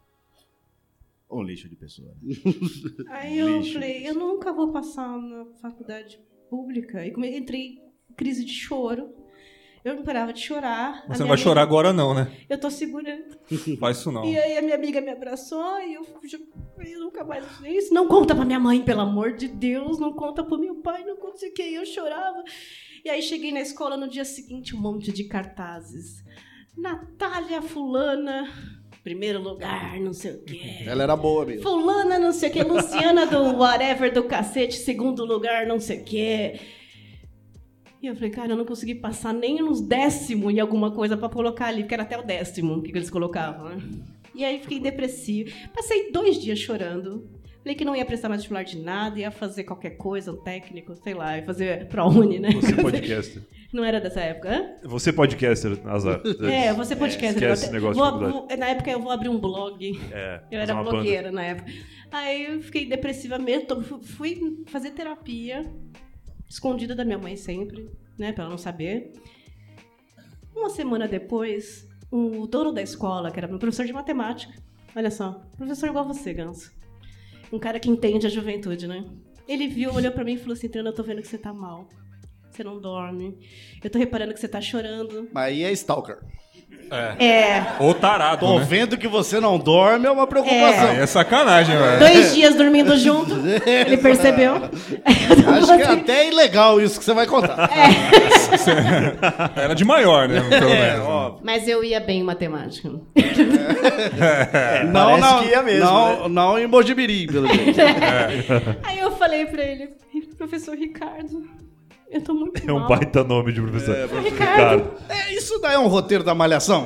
Um lixo de pessoa. Aí eu falei, eu nunca vou passar na faculdade pública. E entrei em crise de choro. Eu não parava de chorar. Mas você não vai chorar agora não, né? Eu tô segurando. Faz isso não. E aí a minha amiga me abraçou e eu nunca mais fiz isso. Não conta pra minha mãe, pelo amor de Deus. Não conta pro meu pai, não conta o que. Eu chorava. E aí cheguei na escola no dia seguinte, um monte de cartazes. Natália fulana, primeiro lugar, não sei o quê. Ela era boa mesmo. Fulana, não sei o quê. Luciana do whatever do cacete, segundo lugar, não sei o quê. E eu falei, cara, eu não consegui passar nem nos 10º em alguma coisa pra colocar ali, porque era até o 10º que eles colocavam, né? E aí fiquei depressiva. Passei 2 dias chorando. Falei que não ia prestar mais vestibular de nada, ia fazer qualquer coisa, um técnico, sei lá, ia fazer ProUni, né? Você podcaster. Não era dessa época, hã? Você podcaster, azar. Você podcaster. Esquece esse negócio de faculdade. Na época eu vou abrir um blog. Eu era blogueira na época. Aí eu fiquei depressiva mesmo, fui fazer terapia. Escondida da minha mãe sempre, né, pra ela não saber. Uma semana depois, o dono da escola, que era meu professor de matemática, olha só, professor igual você, Ganso, um cara que entende a juventude, né? Ele viu, olhou pra mim e falou assim, Triana, eu tô vendo que você tá mal, você não dorme, eu tô reparando que você tá chorando. Mas aí é stalker. Ou tarado, Tô né? vendo que você não dorme, é uma preocupação. Aí é sacanagem, velho. 2 dias dormindo junto, ele percebeu. Acho que é até ilegal isso que você vai contar. Era de maior, né? Pelo menos. Óbvio. Mas eu ia bem em matemática. Parece que ia mesmo, né? Não em Mojimirim, pelo jeito. Aí eu falei pra ele, professor Ricardo, eu tô muito É um mal. baita nome de professor. Ricardo. Isso daí é um roteiro da Malhação?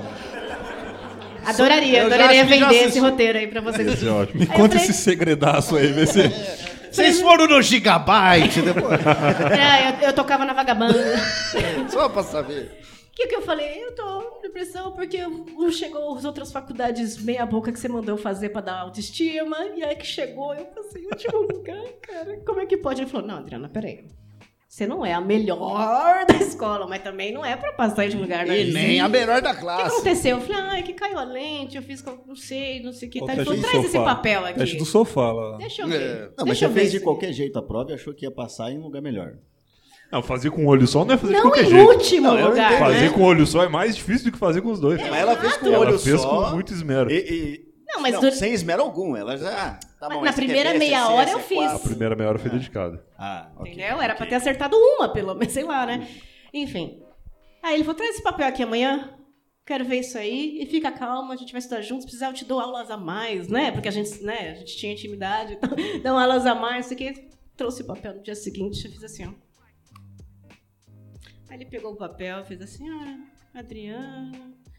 Adoraria Eu já vender assisti. esse roteiro aí pra vocês. Isso é ótimo. Me conta esse segredaço aí, vê se... Vocês foram no Gigabyte depois? Eu tocava na Vagabanda. Só pra saber. O que eu falei? Eu tô com depressão porque não chegou as outras faculdades meia boca que você mandou eu fazer pra dar autoestima. E aí que chegou, eu passei em último lugar, cara. Como é que pode? Ele falou, não, Adriana, peraí. Você não é a melhor da escola, mas também não é pra passar em lugar, né? E nem a melhor da O que classe. aconteceu? Eu falei, que caiu a lente, eu fiz, não sei o que. Tá. Ele falou, Teste do traz esse sofá. papel aqui. Teste do sofá lá. Deixa eu ver. Não, mas Deixa eu você ver fez de se- qualquer jeito a prova e achou que ia passar em um lugar melhor. Não, fazer com o olho só não é fazer de Não qualquer em jeito. último Não, eu lugar, entendo. Fazer né? com o olho só é mais difícil do que fazer com os dois. Mas ela fez com o Ela olho fez só. com muito esmero. Não, mas Não, sem esmero algum. Ela já... Tá bom, Na esse aqui é primeira 10, meia esse hora é eu fiz. 4. A primeira meia hora foi dedicada. Ah, ok. Entendeu? Era pra ter acertado uma, pelo menos, sei lá, né? Enfim. Aí ele falou, traz esse papel aqui amanhã, quero ver isso aí, e fica calma, a gente vai estudar juntos, se precisar eu te dou aulas a mais, né? Porque a gente tinha intimidade, então, dão aulas a mais, isso aqui. Trouxe o papel no dia seguinte, eu fiz assim, ó. Aí ele pegou o papel, fez assim, Adriana,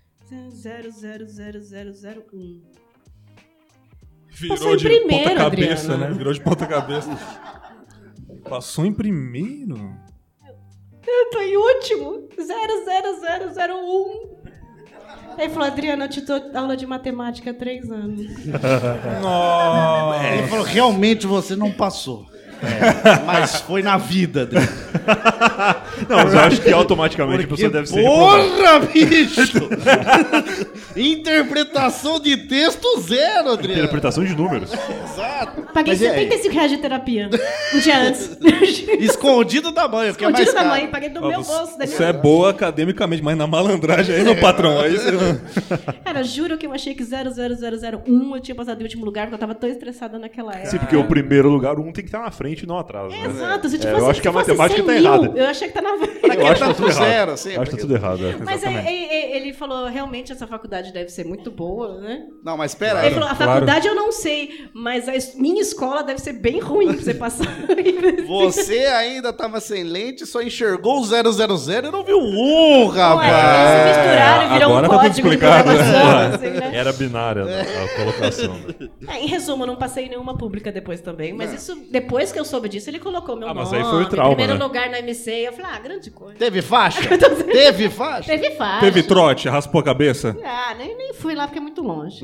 000001. Virou de primeiro, ponta cabeça, Adriano. né? Virou de ponta cabeça. Passou em primeiro? Eu tô em último, 00001. Aí ele falou, Adriana, eu te dou aula de matemática há 3 anos. Nossa! Ele falou, realmente você não passou. Mas foi na vida, Adriano. Não, mas eu acho que automaticamente a pessoa deve ser reprovada. Porra, bicho! Interpretação de texto zero, Adriano. Interpretação de números. Exato. Paguei Mas e aí? R$75 de terapia, um dia antes. Escondido da mãe, que é mais Escondido da caro. mãe, paguei do meu bolso. Da Você minha... é boa academicamente, mas na malandragem aí, meu patrão. Aí você... Cara, juro que eu achei que 00001 eu tinha passado em último lugar, porque eu tava tão estressada naquela época. Sim, porque o primeiro lugar, um tem que estar na frente e não atrás. Né? Exato, se É, tivesse, eu acho que a se fosse matemática 100 tá mil, errada. eu achei que tá na Pra frente. que Eu acho que tá tanto tudo zero, errado. assim? Eu acho que tá tudo errado. Mas ele falou, realmente essa faculdade deve ser muito boa, né? Não, mas espera Ele aí. falou, a faculdade eu não sei, mas a minha escola deve ser bem ruim pra você passar. Você ainda tava sem lente, só enxergou o 000 e não viu o Ué, rapaz. se misturaram e virou agora um tá tudo código de explicado, né? programação, assim, né? Era binária a colocação. Em resumo, eu não passei em nenhuma pública depois também, mas isso, depois que eu soube disso, ele colocou meu nome, mas aí foi o trauma, primeiro né? lugar na MC, eu falei, grande coisa. Teve faixa? Teve faixa? Teve faixa. Teve trote, raspou a cabeça? Nem fui lá porque é muito longe.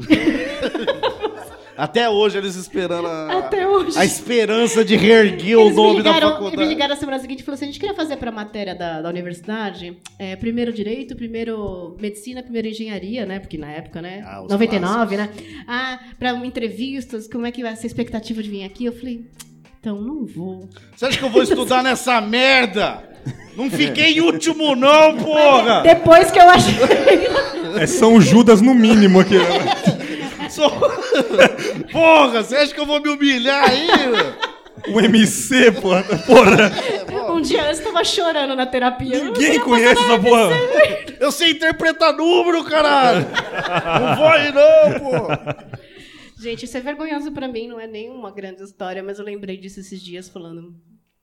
Até hoje eles esperando Até hoje. a esperança de reerguer o Eles nome da me faculdade. ligaram a semana seguinte e falaram assim, a gente queria fazer pra matéria da universidade, primeiro direito, primeiro medicina, primeiro engenharia, né? Porque na época, né? Ah, os 99, né? Pra entrevistas, como é que vai ser a expectativa de vir aqui? Eu falei, então não vou. Você acha que eu vou estudar nessa merda? Não fiquei em último não, porra! Depois que eu achei... É São Judas no mínimo aqui. Porra, você acha que eu vou me humilhar aí? O MC, porra. Um dia antes eu tava chorando na terapia. Ninguém conhece essa porra. Eu sei interpretar número, caralho! Não vou aí não, porra! Gente, isso é vergonhoso pra mim, não é nenhuma grande história, mas eu lembrei disso esses dias falando,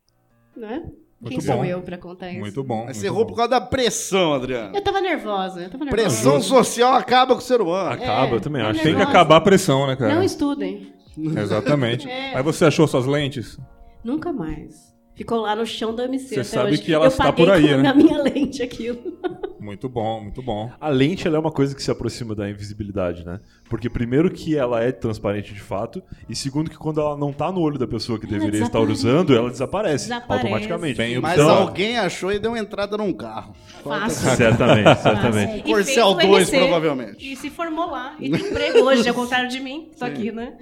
né? Quem Muito sou bom. eu pra contar isso? Muito bom. Mas muito você errou bom. por causa da pressão, Adriano. Eu tava nervosa. Pressão social acaba com o ser humano. Acaba, eu também acho. Tem que nervosa. acabar a pressão, né, cara? Não estudem. Exatamente. É. Mas você achou suas lentes? Nunca mais. Ficou lá no chão da MC Você até sabe hoje. que ela eu está paguei por aí, com né? a minha lente aquilo. Muito bom, muito bom. A lente ela é uma coisa que se aproxima da invisibilidade, né? Porque primeiro que ela é transparente de fato, e segundo que quando ela não tá no olho da pessoa que Ela deveria estar desaparece. usando, ela desaparece, Desaparece. automaticamente. Bem Mas Então- alguém achou e deu entrada num carro. Fácil. Certamente, certamente. E Corcel fez o 2, MC, provavelmente. E se formou lá. E tem emprego hoje, ao contrário de mim. Tô aqui, né?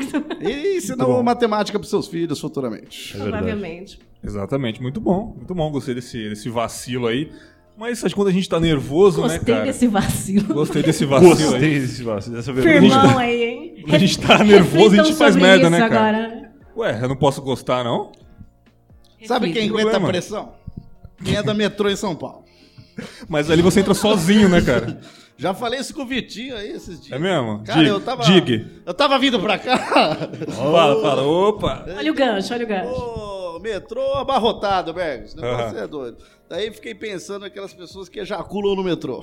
E ensinou matemática pros seus filhos futuramente. verdade. Provavelmente. Exatamente, muito bom. Muito bom, gostei desse vacilo aí. Mas acho que quando a gente tá nervoso, né, Gostei cara? desse vacilo. Gostei desse vacilo aí. Gostei desse vacilo, dessa vergonha. Firmão aí, hein? Quando a gente tá nervoso, a gente Reflitam faz sobre merda, isso né, cara? agora. Ué, eu não posso gostar, não? Sabe quem Reflitam. aguenta a problema. pressão? Quem é da metrô em São Paulo. Mas ali você entra sozinho, né, cara? Já falei isso com o Vitinho aí esses dias. É mesmo? Cara, eu tava... Dig. Eu tava vindo pra cá. Fala, opa. Olha o gancho, olha o gancho. Ô, metrô abarrotado, Bergs. O negócio Aham. é doido. Daí fiquei pensando naquelas pessoas que ejaculam no metrô.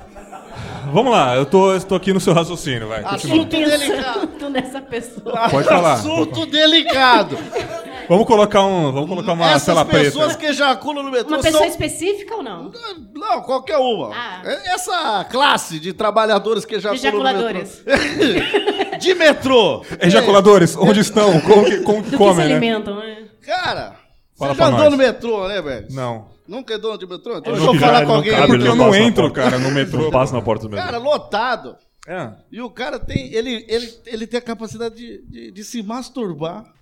Vamos lá, eu tô aqui no seu raciocínio, vai. continua. Assunto delicado. Pensando nessa pessoa. Pode falar. Assunto delicado. Vamos colocar uma Essas tela pessoas preta. que ejaculam no metrô Uma pessoa são... específica ou não? Não, qualquer uma. Ah. Essa classe de trabalhadores que ejaculam Ejaculadores. no metrô. De metrô. Ejaculadores, onde estão? Como que Do que se comem, né? alimentam, né? Cara, Fala você já pra andou nós. no metrô, né, Bergs? Não. Nunca andou de metrô? Então Eu deixa eu não- falar ele com não alguém. cabe, aí. Porque ele eu não não passa na entro, porta. cara, no metrô. Não passa na porta do metrô. Cara, lotado. É. E o cara tem... Ele tem a capacidade de se masturbar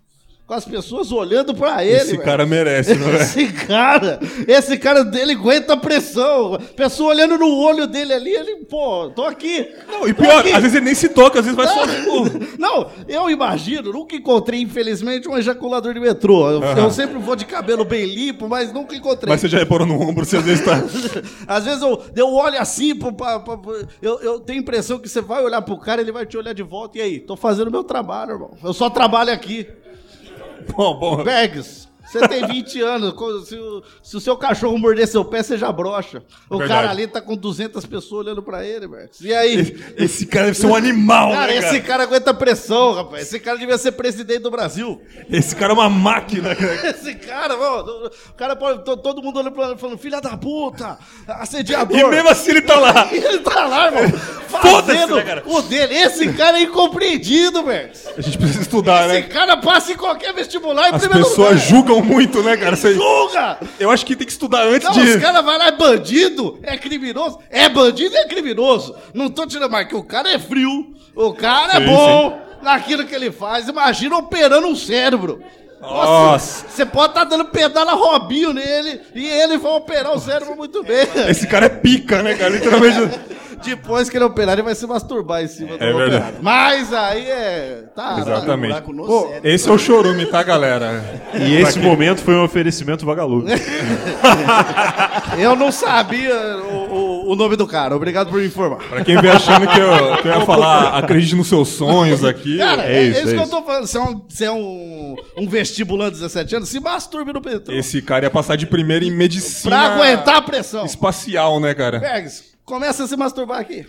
com as pessoas olhando pra ele. Esse cara merece, não é? Esse cara dele aguenta a pressão. Pessoa olhando no olho dele ali, ele, pô, tô aqui. Não, e pior, às vezes ele nem se toca, às vezes vai só... Não, eu imagino, nunca encontrei, infelizmente, um ejaculador de metrô. Eu sempre vou de cabelo bem limpo, mas nunca encontrei. Mas você já reparou no ombro, você às vezes tá... Às vezes eu olho assim, eu tenho a impressão que você vai olhar pro cara, ele vai te olhar de volta. E aí, tô fazendo meu trabalho, irmão. Eu só trabalho aqui. Bom. Bergs, você tem 20 anos. Se o seu cachorro morder seu pé, você já brocha. O cara ali tá com 200 pessoas olhando pra ele, Bergs. E aí? Esse cara deve ser um animal, cara, né, esse cara aguenta pressão, rapaz. Esse cara devia ser presidente do Brasil. Esse cara é uma máquina, cara. Esse cara, mano, o cara pode... Todo mundo olhando pra ele falando, filha da puta, assediador. E mesmo assim ele tá lá. Ele tá lá, irmão. Foda-se, né, cara? O dele. Esse cara é incompreendido, Bergs. A gente precisa estudar, Esse né? cara passa em qualquer vestibular em As primeiro pessoas lugar. julgam muito, né, cara? Julga! Eu acho que tem que estudar antes Não, de... os caras vão lá, é bandido, é criminoso. É bandido, é criminoso. Não tô tirando mais que o cara é frio, o cara é bom naquilo que ele faz. Imagina operando um cérebro. Nossa. Você pode estar dando pedala Robinho nele e ele vai operar o cérebro muito bem. Esse cara é pica, né, cara? Literalmente... Depois que ele operar, ele vai se masturbar em cima do verdade. operado. Mas aí é... Tá, Exatamente. Pô, Esse é o chorume, tá, galera? E esse momento foi um oferecimento vagalume. Eu não sabia o nome do cara. Obrigado por me informar. Pra quem vem achando que eu ia falar, acredite nos seus sonhos aqui. Cara, É isso, que é eu isso. tô falando. Você é um vestibulando de 17 anos, se masturbe no metrô. Esse cara ia passar de primeira em medicina... Pra aguentar a pressão. espacial, né, cara? Bergs, começa a se masturbar aqui.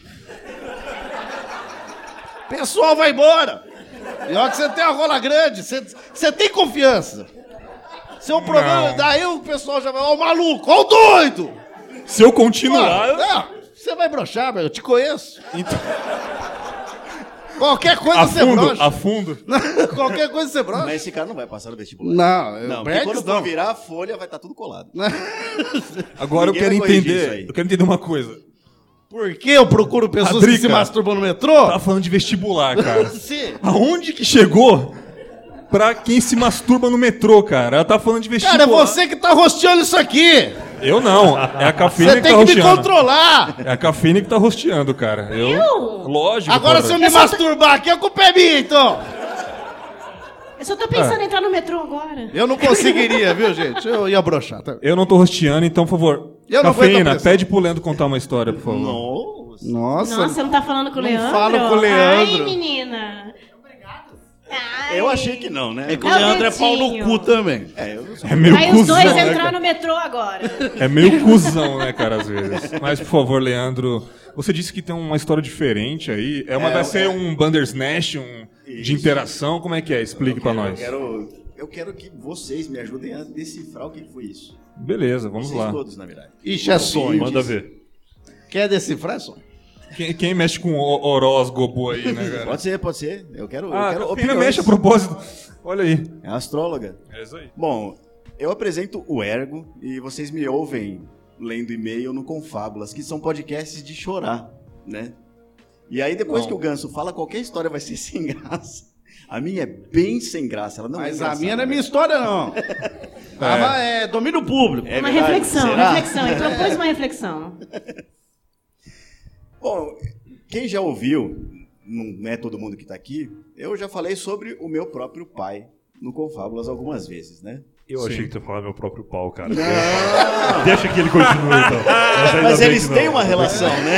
Pessoal vai embora. E olha que você tem uma rola grande, você tem confiança. Seu problema, Não. daí o pessoal já vai, ó o maluco, ó o doido. Se eu continuar... Não, você vai broxar, meu, eu te conheço. Então, Qualquer coisa você broxa. a fundo. Qualquer coisa você broxa. Mas esse cara não vai passar no vestibular. Não, Porque quando for virar a folha, vai estar tudo colado. Agora Ninguém eu quero vai corrigir isso entender. aí. Eu quero entender uma coisa. Por que eu procuro pessoas Adrica, que se masturbam no metrô? Tá falando de vestibular, cara. Sim. Aonde que chegou pra quem se masturba no metrô, cara? Ela tá falando de vestibular. Cara, é você que tá rosteando isso aqui. Eu não. É a cafeína Você que tem tá que me rosteando. controlar. É a cafeína que tá rosteando, cara. Lógico. Agora, cara. se eu me masturbar aqui, a culpa é minha, então. Eu só tô pensando em entrar no metrô agora. Eu não conseguiria, viu, gente? Eu ia broxar. Tá? Eu não tô rosteando, então, por favor. Eu não aguento a Cafeína, pressão. pede pro Leandro contar uma história, por favor. Nossa. Nossa, você não tá falando com o Não Leandro? falo com o Leandro. Ai, menina. Ai. Eu achei que não, né? É que o É o Leandro é pau no dedinho. cu também. É meio Aí cuzão, os dois né, entraram cara? no metrô agora. É meio cuzão, né, cara, às vezes. Mas, por favor, Leandro, você disse que tem uma história diferente aí. Vai ser um Bandersnatch, de interação. Como é que é? Explique pra nós. Eu quero que vocês me ajudem a decifrar o que foi isso. Beleza, vamos Vocês lá. todos, na verdade. Ixi, é sonho. Manda ver. Quer decifrar, é sonho? Quem mexe com horóscopo aí, né, cara? Pode ser, pode ser. Eu quero Ah, a opiniões. Cafeína mexe a propósito. Olha aí. É astróloga. É isso aí. Bom, eu apresento o Ergo e vocês me ouvem lendo e-mail no Confábulas, que são podcasts de chorar, né? E aí depois que o Ganso fala, qualquer história vai ser sem graça. A minha é bem sem graça, ela não é Mas a engraçada, minha não é né? minha história, não. É domínio público. É Uma verdade? reflexão, Será? reflexão. Ele propôs uma reflexão. Bom, quem já ouviu, não é todo mundo que está aqui, eu já falei sobre o meu próprio pai no Confábulas algumas vezes, né? Eu achei que tu ia falar meu próprio pau, cara. Deixa que ele continue, então. ainda Mas bem eles que têm não. uma relação, né?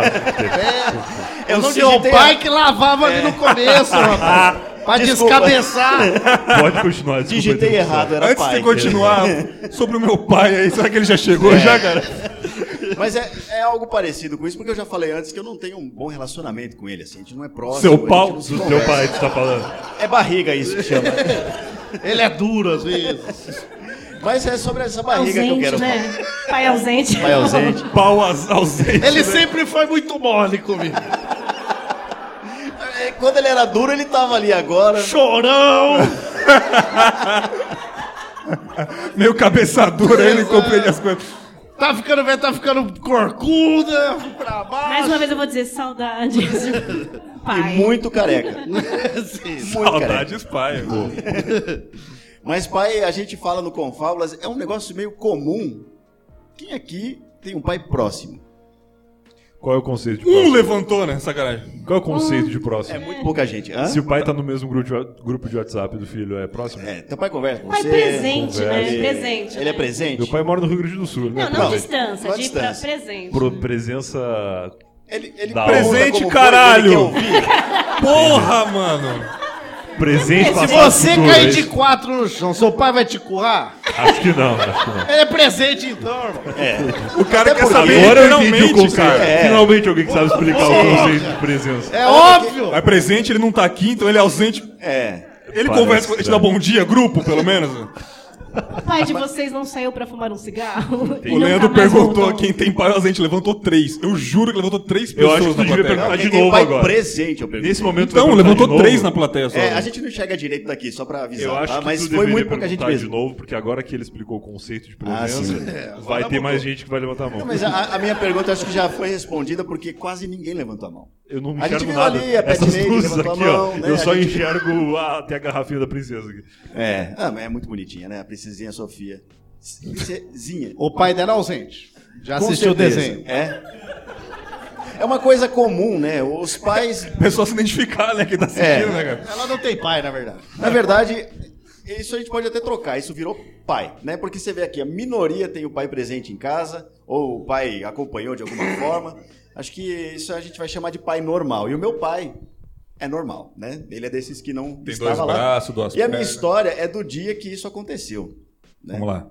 Eu O não seu digitei pai que lavava ali no começo, rapaz. Pra Desculpa. descabeçar. Pode continuar. desculpa, Digitei interrupção. errado, era Antes pai. de continuar sobre o meu pai aí, será que ele já chegou já, cara? Mas é algo parecido com isso, porque eu já falei antes que eu não tenho um bom relacionamento com ele, assim, a gente não é próximo. Seu a gente pau? não se Do teu conversa. pai que tu tá falando. É barriga isso que chama. Ele é duro às vezes. Mas é sobre essa barriga que eu Ausente, quero né? falar. Pai ausente. Pai ausente. Pau ausente. Ele sempre foi muito mole comigo. Quando ele era duro, ele tava ali agora. Chorão. Meio cabeça dura, ele compreende as coisas. Tá ficando velho, tá ficando corcunda. Pra baixo. Mais uma vez eu vou dizer saudades. pai. E muito careca. Sim. Saudades, pai. Mas pai, a gente fala no Confábulas, é um negócio meio comum. Quem aqui tem um pai próximo? Qual é o conceito de próximo? Levantou, né? Sacanagem. Qual é o conceito de próximo? É muito pouca gente. Hã? Se o pai tá no mesmo grupo de WhatsApp do filho, é próximo? Teu pai conversa com Pai você. presente, né? Ele- Presente. Ele é né? presente? Meu pai mora no Rio Grande do Sul, né? Não, distância, Qual a de distância? presente. Presença... Ele Dá. pergunta Presente, como foi, caralho! ele quer ouvir. Porra, mano! Presente Se passado você futuro, cair é de isso? 4 no chão, seu pai vai te currar? Acho que não, acho que não. Ele é presente então, irmão. O cara quer saber Agora eu entendi o literalmente, conceito. cara. Finalmente alguém que sabe explicar o conceito de presença. É óbvio. É presente, ele não tá aqui, então ele é ausente. Ele Parece conversa, a gente que dá é. bom dia, grupo, pelo menos. O pai de vocês não saiu pra fumar um cigarro? O Leandro perguntou quem tem pai ausente, levantou 3. Eu juro que levantou 3 Eu pessoas acho que tu na devia plateia. perguntar Quem de tem um novo pai agora. presente, eu pergunto. Nesse momento Então, tu vai perguntar levantou de 3 novo. na plateia só. A gente não enxerga direito daqui, só pra avisar, Eu acho tá? que Mas tu foi deveria muito pouca gente perguntar de mesmo. novo, porque agora que ele explicou o conceito de Ah, presença, sim. vai ter mais gente que vai levantar a mão. Não, mas a minha pergunta acho que já foi respondida porque quase ninguém levantou a mão. Eu não A gente enxergo viu nada. ali, a Pet Essas Lady luzes levantou a aqui, mão, ó. né? Eu A só gente- enxergo até a garrafinha da princesa aqui. É muito bonitinha, né? A princesinha Sofia. Princesinha. O pai dela é ausente. Já Com assistiu o certeza. desenho. É uma coisa comum, né? Os pais... A pessoa se identificar, né? Quem tá assistindo, né, cara? Ela não tem pai, na verdade. Na verdade, isso a gente pode até trocar. Isso virou pai, né? Porque você vê aqui, a minoria tem o pai presente em casa, ou o pai acompanhou de alguma forma. Acho que isso a gente vai chamar de pai normal. E o meu pai é normal, né? Ele é desses que não Tem estava 2 lá. braços, 2 E a minha pernas. história é do dia que isso aconteceu. Né? Vamos lá.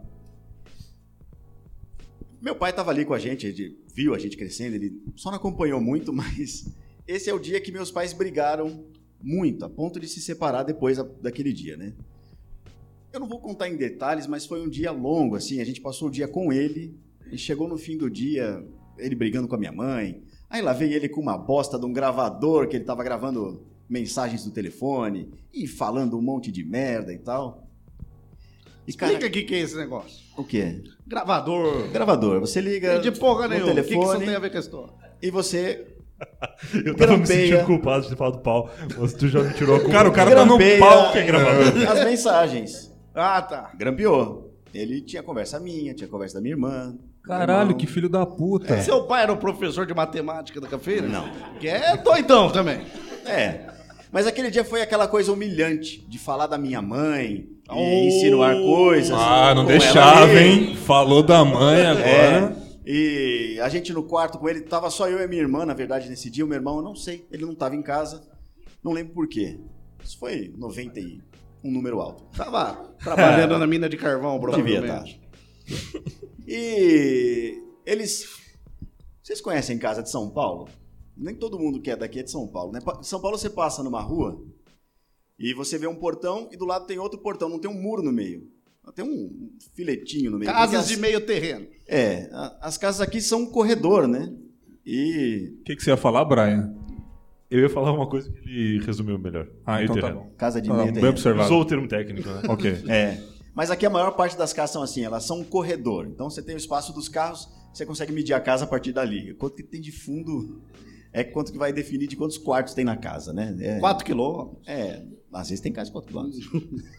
Meu pai estava ali com a gente, ele viu a gente crescendo, ele só não acompanhou muito, mas esse é o dia que meus pais brigaram muito, a ponto de se separar depois daquele dia, né? Eu não vou contar em detalhes, mas foi um dia longo, assim, a gente passou o dia com ele, e chegou no fim do dia, ele brigando com a minha mãe, aí lá veio ele com uma bosta de um gravador, que ele estava gravando mensagens do telefone, e falando um monte de merda e tal. E, Explica o que é esse negócio. o quê? Gravador. Gravador, você liga De porra no nenhuma. O que isso telefone tem a ver com a história? e você Eu tava me Grampeia. sentindo culpado de ter falado pau, mas tu já me tirou a culpa. Cara, o cara tá no Grampeia. pau. Que é gravador. as mensagens. Ah, tá. Grampeou. Ele tinha conversa minha, tinha conversa da minha irmã. Caralho, irmão. que filho da puta. Seu pai era o professor de matemática da cafeira? Não. Que é doidão também. É. Mas aquele dia foi aquela coisa humilhante de falar da minha mãe e insinuar coisas. Ah, não com ela deixava, ali. hein? Falou da mãe agora. E a gente no quarto com ele, tava só eu e minha irmã, na verdade, nesse dia. O meu irmão, eu não sei, ele não tava em casa. Não lembro por quê. Isso foi 90 e um número alto. Tava trabalhando na mina de carvão, Devia provavelmente. estar. E eles... Vocês conhecem Casa de São Paulo? Nem todo mundo que é daqui é de São Paulo, né? São Paulo você passa numa rua e você vê um portão e do lado tem outro portão, não tem um muro no meio. Tem um filetinho no meio. Casas Porque de meio terreno. as casas aqui são um corredor, né? E O que você ia falar, Brian? Eu ia falar uma coisa que ele resumiu melhor. Ah, Meio então tá terreno. bom. casa de Tá meio bem terreno. observado. Usou o termo técnico, né? Ok. Mas aqui a maior parte das casas são assim, elas são um corredor. Então você tem o espaço dos carros, você consegue medir a casa a partir dali. Quanto que tem de fundo é quanto que vai definir de quantos quartos tem na casa, né? 4 quilômetros. Às vezes tem casa de 4 quilômetros.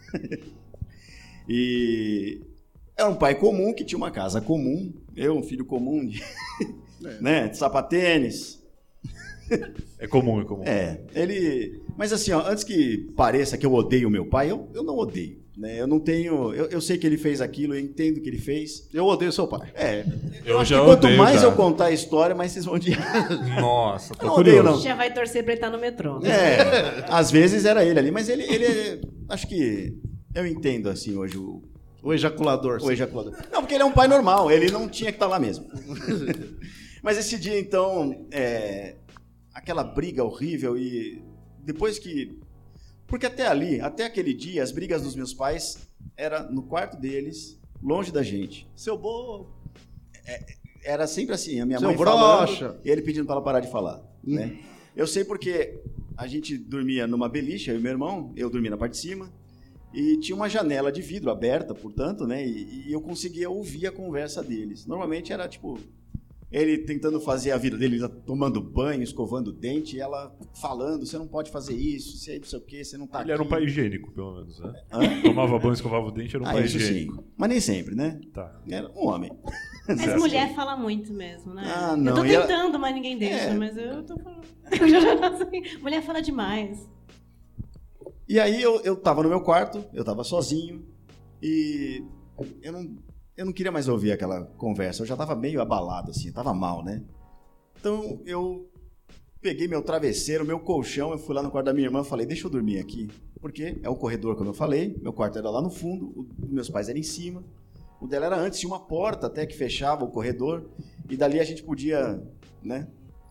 E era um pai comum que tinha uma casa comum, eu, um filho comum, né, de sapatênis. É comum, é comum. Mas assim, ó, antes que pareça que eu odeio meu pai, eu não odeio. Né? Eu não tenho. Eu sei que ele fez aquilo, eu entendo que ele fez. Eu odeio seu pai. Eu Acho já que quanto odeio, mais já. eu contar a história, mais vocês vão odiar. Nossa, tô Eu não odeio, curioso. não. Já vai torcer pra ele estar no metrô. Às vezes era ele ali, mas ele acho que eu entendo assim hoje O ejaculador. o ejaculador. Não, porque ele é um pai normal, ele não tinha que estar lá mesmo. Mas esse dia, então, aquela briga horrível e depois que... Porque até aquele dia, as brigas dos meus pais era no quarto deles, longe da gente. Seu bobo. Era sempre assim, a minha Seu mãe broxa. falando e ele pedindo para ela parar de falar. Né? Eu sei porque a gente dormia numa beliche, eu e meu irmão, eu dormia na parte de cima, e tinha uma janela de vidro aberta, portanto, né? E eu conseguia ouvir a conversa deles. Normalmente era tipo Ele tentando fazer a vida dele, tomando banho, escovando o dente, e ela falando, você não pode fazer isso, você não sei o quê, você não tá Ele aqui. era um pai higiênico, pelo menos, né? Tomava banho, escovava o dente, era um pai isso higiênico. sim. Mas nem sempre, né? Tá. Era um homem. Mas mulher fala muito mesmo, né? Ah, não. Eu tô E ela- tentando, mas ninguém deixa. É. Mas eu tô falando. Eu já sei. Mulher fala demais. E aí eu tava no meu quarto, eu tava sozinho, e eu não queria mais ouvir aquela conversa, eu já tava meio abalado, assim, eu tava mal, né? Então eu peguei meu travesseiro, meu colchão, eu fui lá no quarto da minha irmã e falei, deixa eu dormir aqui, porque é o corredor, como eu falei, meu quarto era lá no fundo, o dos meus pais era em cima, o dela era antes, tinha uma porta até que fechava o corredor, e dali a gente podia, né,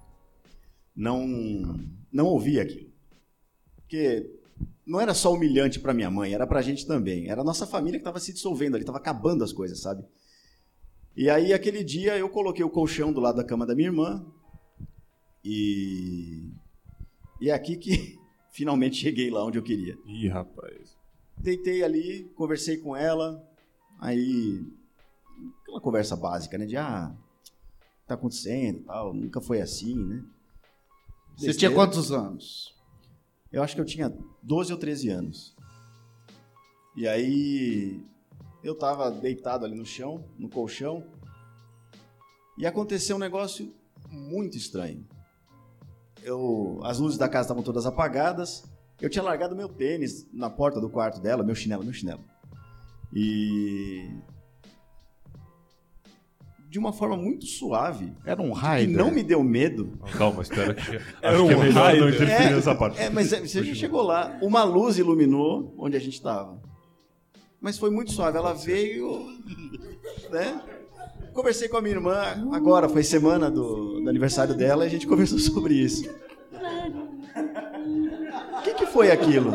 não ouvir aquilo. Porque não era só humilhante pra minha mãe, era pra gente também. Era a nossa família que tava se dissolvendo ali, tava acabando as coisas, sabe? E aí, aquele dia, eu coloquei o colchão do lado da cama da minha irmã e é aqui que finalmente cheguei lá onde eu queria. Ih, rapaz. Deitei ali, conversei com ela, aí aquela conversa básica, né? De, tá acontecendo e tal, nunca foi assim, né? Você tinha quantos anos? Eu acho que eu tinha 12 ou 13 anos. E aí eu tava deitado ali no chão, no colchão, e aconteceu um negócio muito estranho. As luzes da casa estavam todas apagadas, eu tinha largado meu tênis na porta do quarto dela, meu chinelo. E de uma forma muito suave, Era um que raio. não me deu medo. Calma, espera que... Era Acho que é um melhor raio, não interferir nessa parte. Mas você já chegou lá, uma luz iluminou onde a gente estava. Mas foi muito suave, ela veio, né? Conversei com a minha irmã, agora foi semana do aniversário dela, e a gente conversou sobre isso. O que foi aquilo?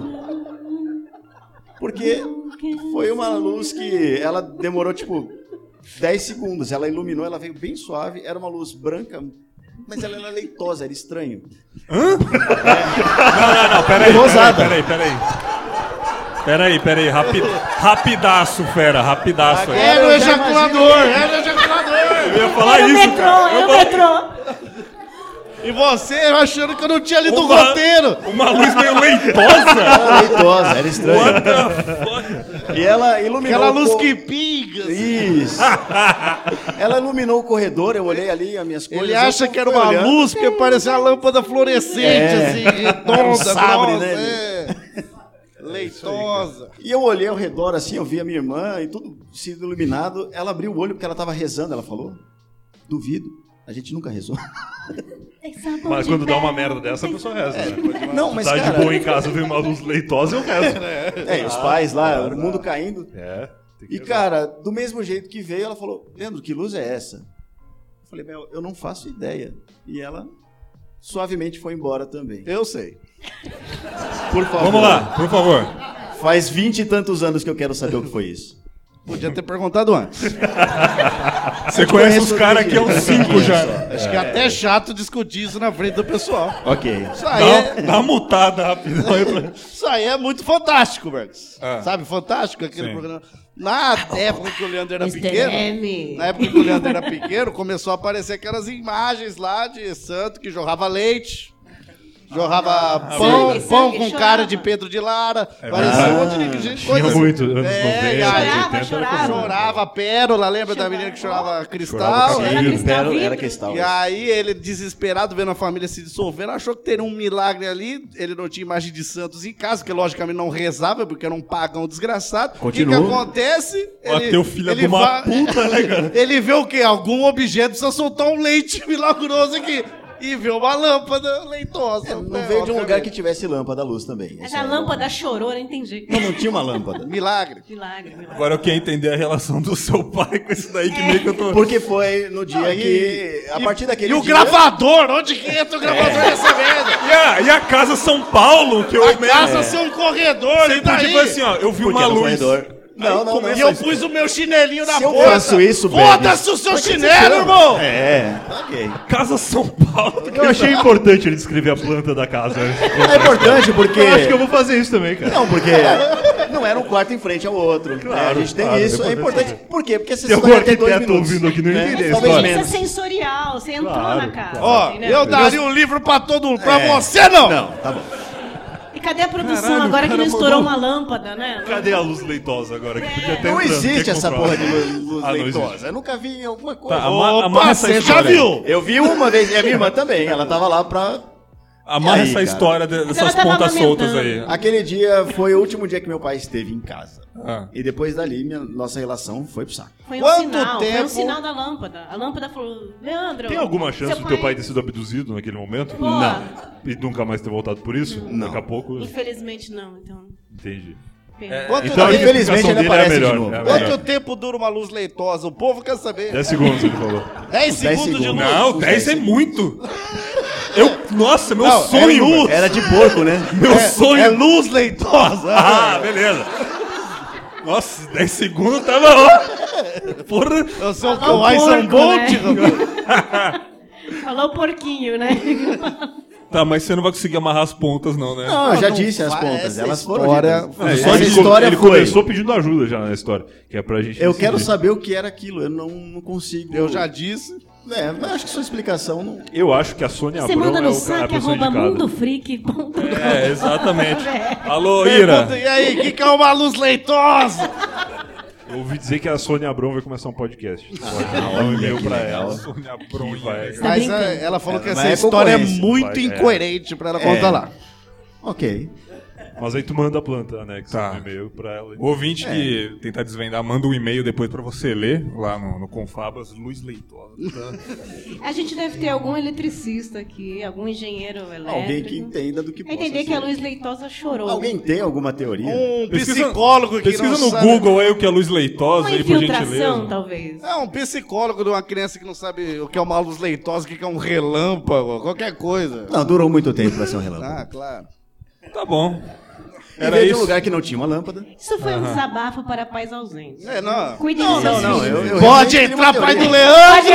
Porque foi uma luz que ela demorou, 10 segundos. Ela iluminou, ela veio bem suave, era uma luz branca, mas ela era leitosa, era estranho. Não, peraí. Rosada. Peraí. Rapidaço, fera, rapidaço. Era o ejaculador, Eu ia falar Era o isso, metrô, cara. era o metrô. E você achando que eu não tinha lido o roteiro. Uma luz meio leitosa. Era leitosa, era estranho. E ela iluminou. Aquela luz que pinga. Isso. Ela iluminou o corredor, eu olhei ali as minhas coisas. Ele acha que era uma olhando. luz porque parecia uma lâmpada fluorescente, assim, redonda, Um sabre, grossa, né? Leitosa. E eu olhei ao redor assim, eu vi a minha irmã e tudo sido iluminado. Ela abriu o olho porque ela estava rezando, ela falou: duvido, a gente nunca rezou. Mas quando dá uma merda dessa, a pessoa reza, né? Não, mas Tá cara, de boa em casa, vem uma luz leitosa, eu rezo. e os pais lá, o mundo caindo. Tem que E rezar. cara, do mesmo jeito que veio, ela falou: Leandro, que luz é essa? Eu falei: eu não faço ideia. E ela suavemente foi embora também. Eu sei. Por favor. Vamos lá, por favor. Faz 20 e tantos anos que eu quero saber o que foi isso. Podia ter perguntado antes. Você conhece os caras aqui há uns 5 já. Acho que é até chato discutir isso na frente do pessoal. Ok. Dá uma mutada rapidão aí pra... Isso aí é muito fantástico, Marcos. Ah. Sabe, fantástico aquele Sim. programa. Na época que o Leandro era Mr. pequeno, M. na época que o Leandro era pequeno, começou a aparecer aquelas imagens lá de santo que jorrava leite, jorrava pão sangue, com chorava. cara de Pedro de Lara, parecia um monte de gente. Tinha Coisa muito, anos 90, e aí, 80, chorava. chorava pérola, lembra da menina que chorava cristal? Chorava Era cristal Era vivo. cristal. E aí ele, desesperado, vendo a família se dissolvendo, achou que teria um milagre ali. Ele não tinha imagem de santos em casa, porque logicamente não rezava, porque era um pagão desgraçado. Continua. O que acontece? Bateu filha de uma puta, né, cara? Ele vê o quê? Algum objeto precisa soltar um leite milagroso aqui. E vê uma lâmpada leitosa. Não veio de um lugar que tivesse lâmpada à luz também. Mas a lâmpada chorou, eu não entendi. Não tinha uma lâmpada. Milagre. Milagre. Agora eu quero entender a relação do seu pai com isso daí que meio que eu tô... Porque foi no dia que... A partir daquele E o dia... gravador? Onde que entra o gravador nessa merda? E a Casa São Paulo, que eu... A casa ser um corredor, Você e daí? tipo assim, ó, eu vi Porque uma era um luz. corredor. Não. E eu pus o meu chinelinho na Se eu porta. faço isso, Foda-se o seu chinelo, irmão! Ok. Casa São Paulo. Eu achei importante ele descrever a planta da casa. É importante porque... Eu acho que eu vou fazer isso também, cara. Não, porque não era um quarto em frente ao outro. Claro, a gente tem claro, isso, é é importante. Por quê? Porque essa Tem algum história tem 2 arquiteto minutos. ouvindo aqui, não entendeu a Talvez história. menos. Isso é sensorial, você entrou na casa. Ó, entendeu? eu daria um livro pra todo mundo. Pra você, não! Não, tá bom. E cadê a produção Caralho, agora o que cara não estourou mandou- uma lâmpada, né? Cadê a luz leitosa agora? Que podia ter Não entrando, existe quer essa comprar? porra de luz Ah, não leitosa. existe. Eu nunca vi em alguma coisa. Tá, amarra essa Você já história. viu? Eu vi uma vez, e a minha irmã também. Ela tava lá pra... Amarra E aí, essa cara? história ela dessas tava pontas soltas aí. amamentando. Aquele dia foi o último dia que meu pai esteve em casa. Ah. E depois dali, nossa relação foi pro saco. Foi um Quanto sinal, foi tempo? um sinal da lâmpada. A lâmpada falou, Leandro... Tem alguma chance seu do teu pai ter sido abduzido naquele momento? Pô, E nunca mais ter voltado por isso? Não. Daqui a pouco. Infelizmente não, então... Entendi. pena. Quanto, Então a Infelizmente, explicação ele dele é a aparece de melhor. novo. é a melhor. quanto tempo dura uma luz leitosa? O povo quer saber. 10 segundos, ele falou. 10 segundos de segundos. luz. Não, 10 é muito. Nossa, meu Não, sonho. é luz. Era de porco, né? Meu sonho. É luz leitosa. Ah, beleza. Nossa, 10 segundos tava, ó. Porra. Eu sou o que Falou o Einstein porco, Bolt, né? rapaz. Falou porquinho, né? Tá, mas você não vai conseguir amarrar as pontas, não, né? Não, eu já não disse as faz pontas. essa Elas foram história. ditas. É, Essa ele história ele foi... começou pedindo ajuda já na história. Que é pra gente. Eu decidir. quero saber o que era aquilo. Eu não consigo... Eu já disse. É, mas acho que sua explicação não... Eu acho que a Sônia Você Abrão manda é no a saque, pessoa arroba indicada. mundofreak.com. É, exatamente. Alô, Ira. Pergunta, e aí, o que é uma luz leitosa? Eu ouvi dizer que a Sônia Abrão vai começar um podcast. Dá um e-mail pra ela. Sônia Que Bronha. vai- Tá Mas brincando. ela falou que Mas essa é história é concorrência. muito Vai, incoerente pra ela contar lá. Ok. Mas aí tu manda a planta anexa Tá. no e-mail pra ela. O ouvinte que tentar desvendar, manda um e-mail depois pra você ler lá no Confabas, Luiz Leitosa. Tá? A gente deve ter algum eletricista aqui, algum engenheiro elétrico. Alguém que entenda do que possa Entender que ser. a luz leitosa chorou. Alguém tem alguma teoria? Um Pesquisa- psicólogo que Pesquisa não no sabe... Google aí o que é Luz Leitosa Uma aí, por infiltração, gentileza. talvez. É um psicólogo de uma criança que não sabe o que é uma luz leitosa, o que é um relâmpago, qualquer coisa. Não, durou muito tempo pra ser um relâmpago. Ah, claro. Tá bom. E Era veio de um isso. lugar que não tinha uma lâmpada. Isso foi um desabafo para pais ausentes. É, não. Cuidem dos seus filhos. eu Pode realmente queria uma entrar, pai teoria. do Leandro!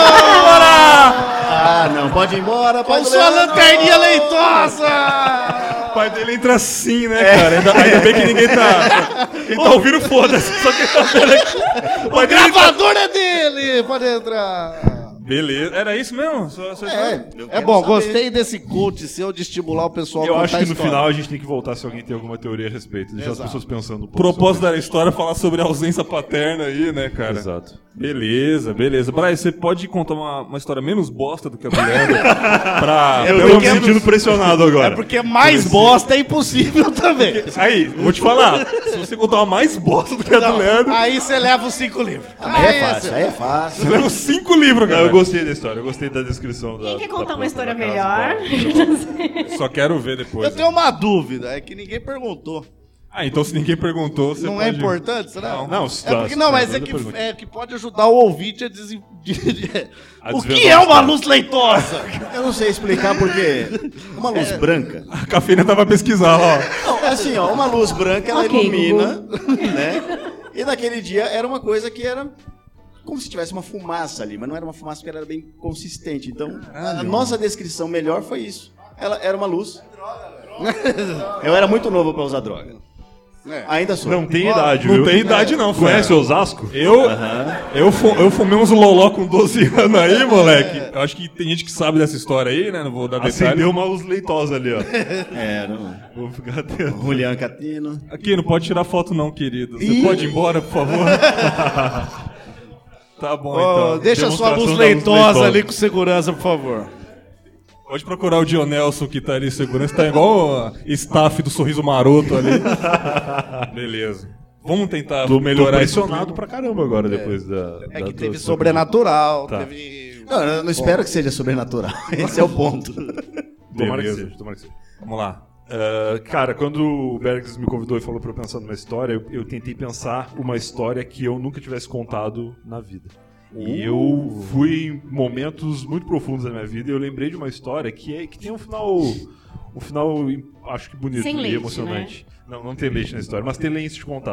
Ah, não, pode ir embora, pai Com do sua Leandro. lanterninha leitosa! O pai dele entra assim, né, cara? Ainda bem que ninguém tá. Quem tá ouvindo, foda-se. Só quem tá vendo aqui. O pai O dele entra... gravador é dele! Pode entrar. Beleza. Era isso mesmo? Só É, eu É quero bom, saber. gostei desse coach seu de estimular o pessoal a Eu contar acho que no história. final a gente tem que voltar se alguém tem alguma teoria a respeito. Deixar Exato. as pessoas pensando um O pouco. propósito da história é falar sobre a ausência paterna aí, né, cara? Exato. Beleza, beleza. Braz, você pode contar uma história menos bosta do que a do Leandro? pra Eu pelo tô me menos- sentindo pressionado agora. É porque mais bosta é impossível também. Aí, vou te falar. Se você contar uma mais bosta do que a do Não, Leandro, aí você leva os 5 livros. Aí é fácil, aí é fácil. você leva 5 livros, Não, cara. eu gostei da história, eu gostei da descrição da. Quem quer da contar uma planta história da casa, melhor? Só quero ver depois. Eu tenho uma dúvida, é que ninguém perguntou. Ah, então se ninguém perguntou, você Não pode... é importante, será? Não, se É tá- porque se não, tá, mas é manda que, pergunta. é que pode ajudar o ouvinte a A O desvendar que é a uma história. luz leitosa? Eu não sei explicar porque uma luz branca. A cafeína tava pesquisar lá, ó. Não, assim, ó, uma luz branca ela Ok, ilumina, né? E naquele dia era uma coisa que era como se tivesse uma fumaça ali, mas não era uma fumaça porque ela era bem consistente. Então, a nossa descrição melhor foi isso. Ela era uma luz. Eu era muito novo pra usar droga. Ainda sou. Não tem idade, Não viu? tem idade não, Conhece Osasco? Eu fumei uns loló com 12 anos aí, moleque. Eu acho que tem gente que sabe dessa história aí, né? Não vou dar detalhes. Acendeu uma luz leitosa ali, ó. É, não. Vou ficar atento. Julian Catino. Aqui, não pode tirar foto não, querido. Você pode ir embora, por favor? Tá bom, então. Deixa a sua Demonstração luz da luz leitosa leitosa. ali com segurança, por favor. Pode procurar o Dionelson que tá ali segurança. Tá igual o staff do Sorriso Maroto ali. Beleza. Vamos tentar Tô melhorar isso. pressionado pra caramba agora, depois da... É da que teve tua- sobrenatural, Tá. teve... Não, eu não espero que seja sobrenatural. Esse é o ponto. Tomara que Beleza. seja, tomara que seja. Vamos lá. Cara, quando o Bergs me convidou e falou pra eu pensar numa história, eu tentei pensar uma história que eu nunca tivesse contado na vida. E eu fui em momentos muito profundos da minha vida e eu lembrei de uma história que tem um final acho que bonito Sem e leite, emocionante. Não tem leite na história, mas tem lenço de contato.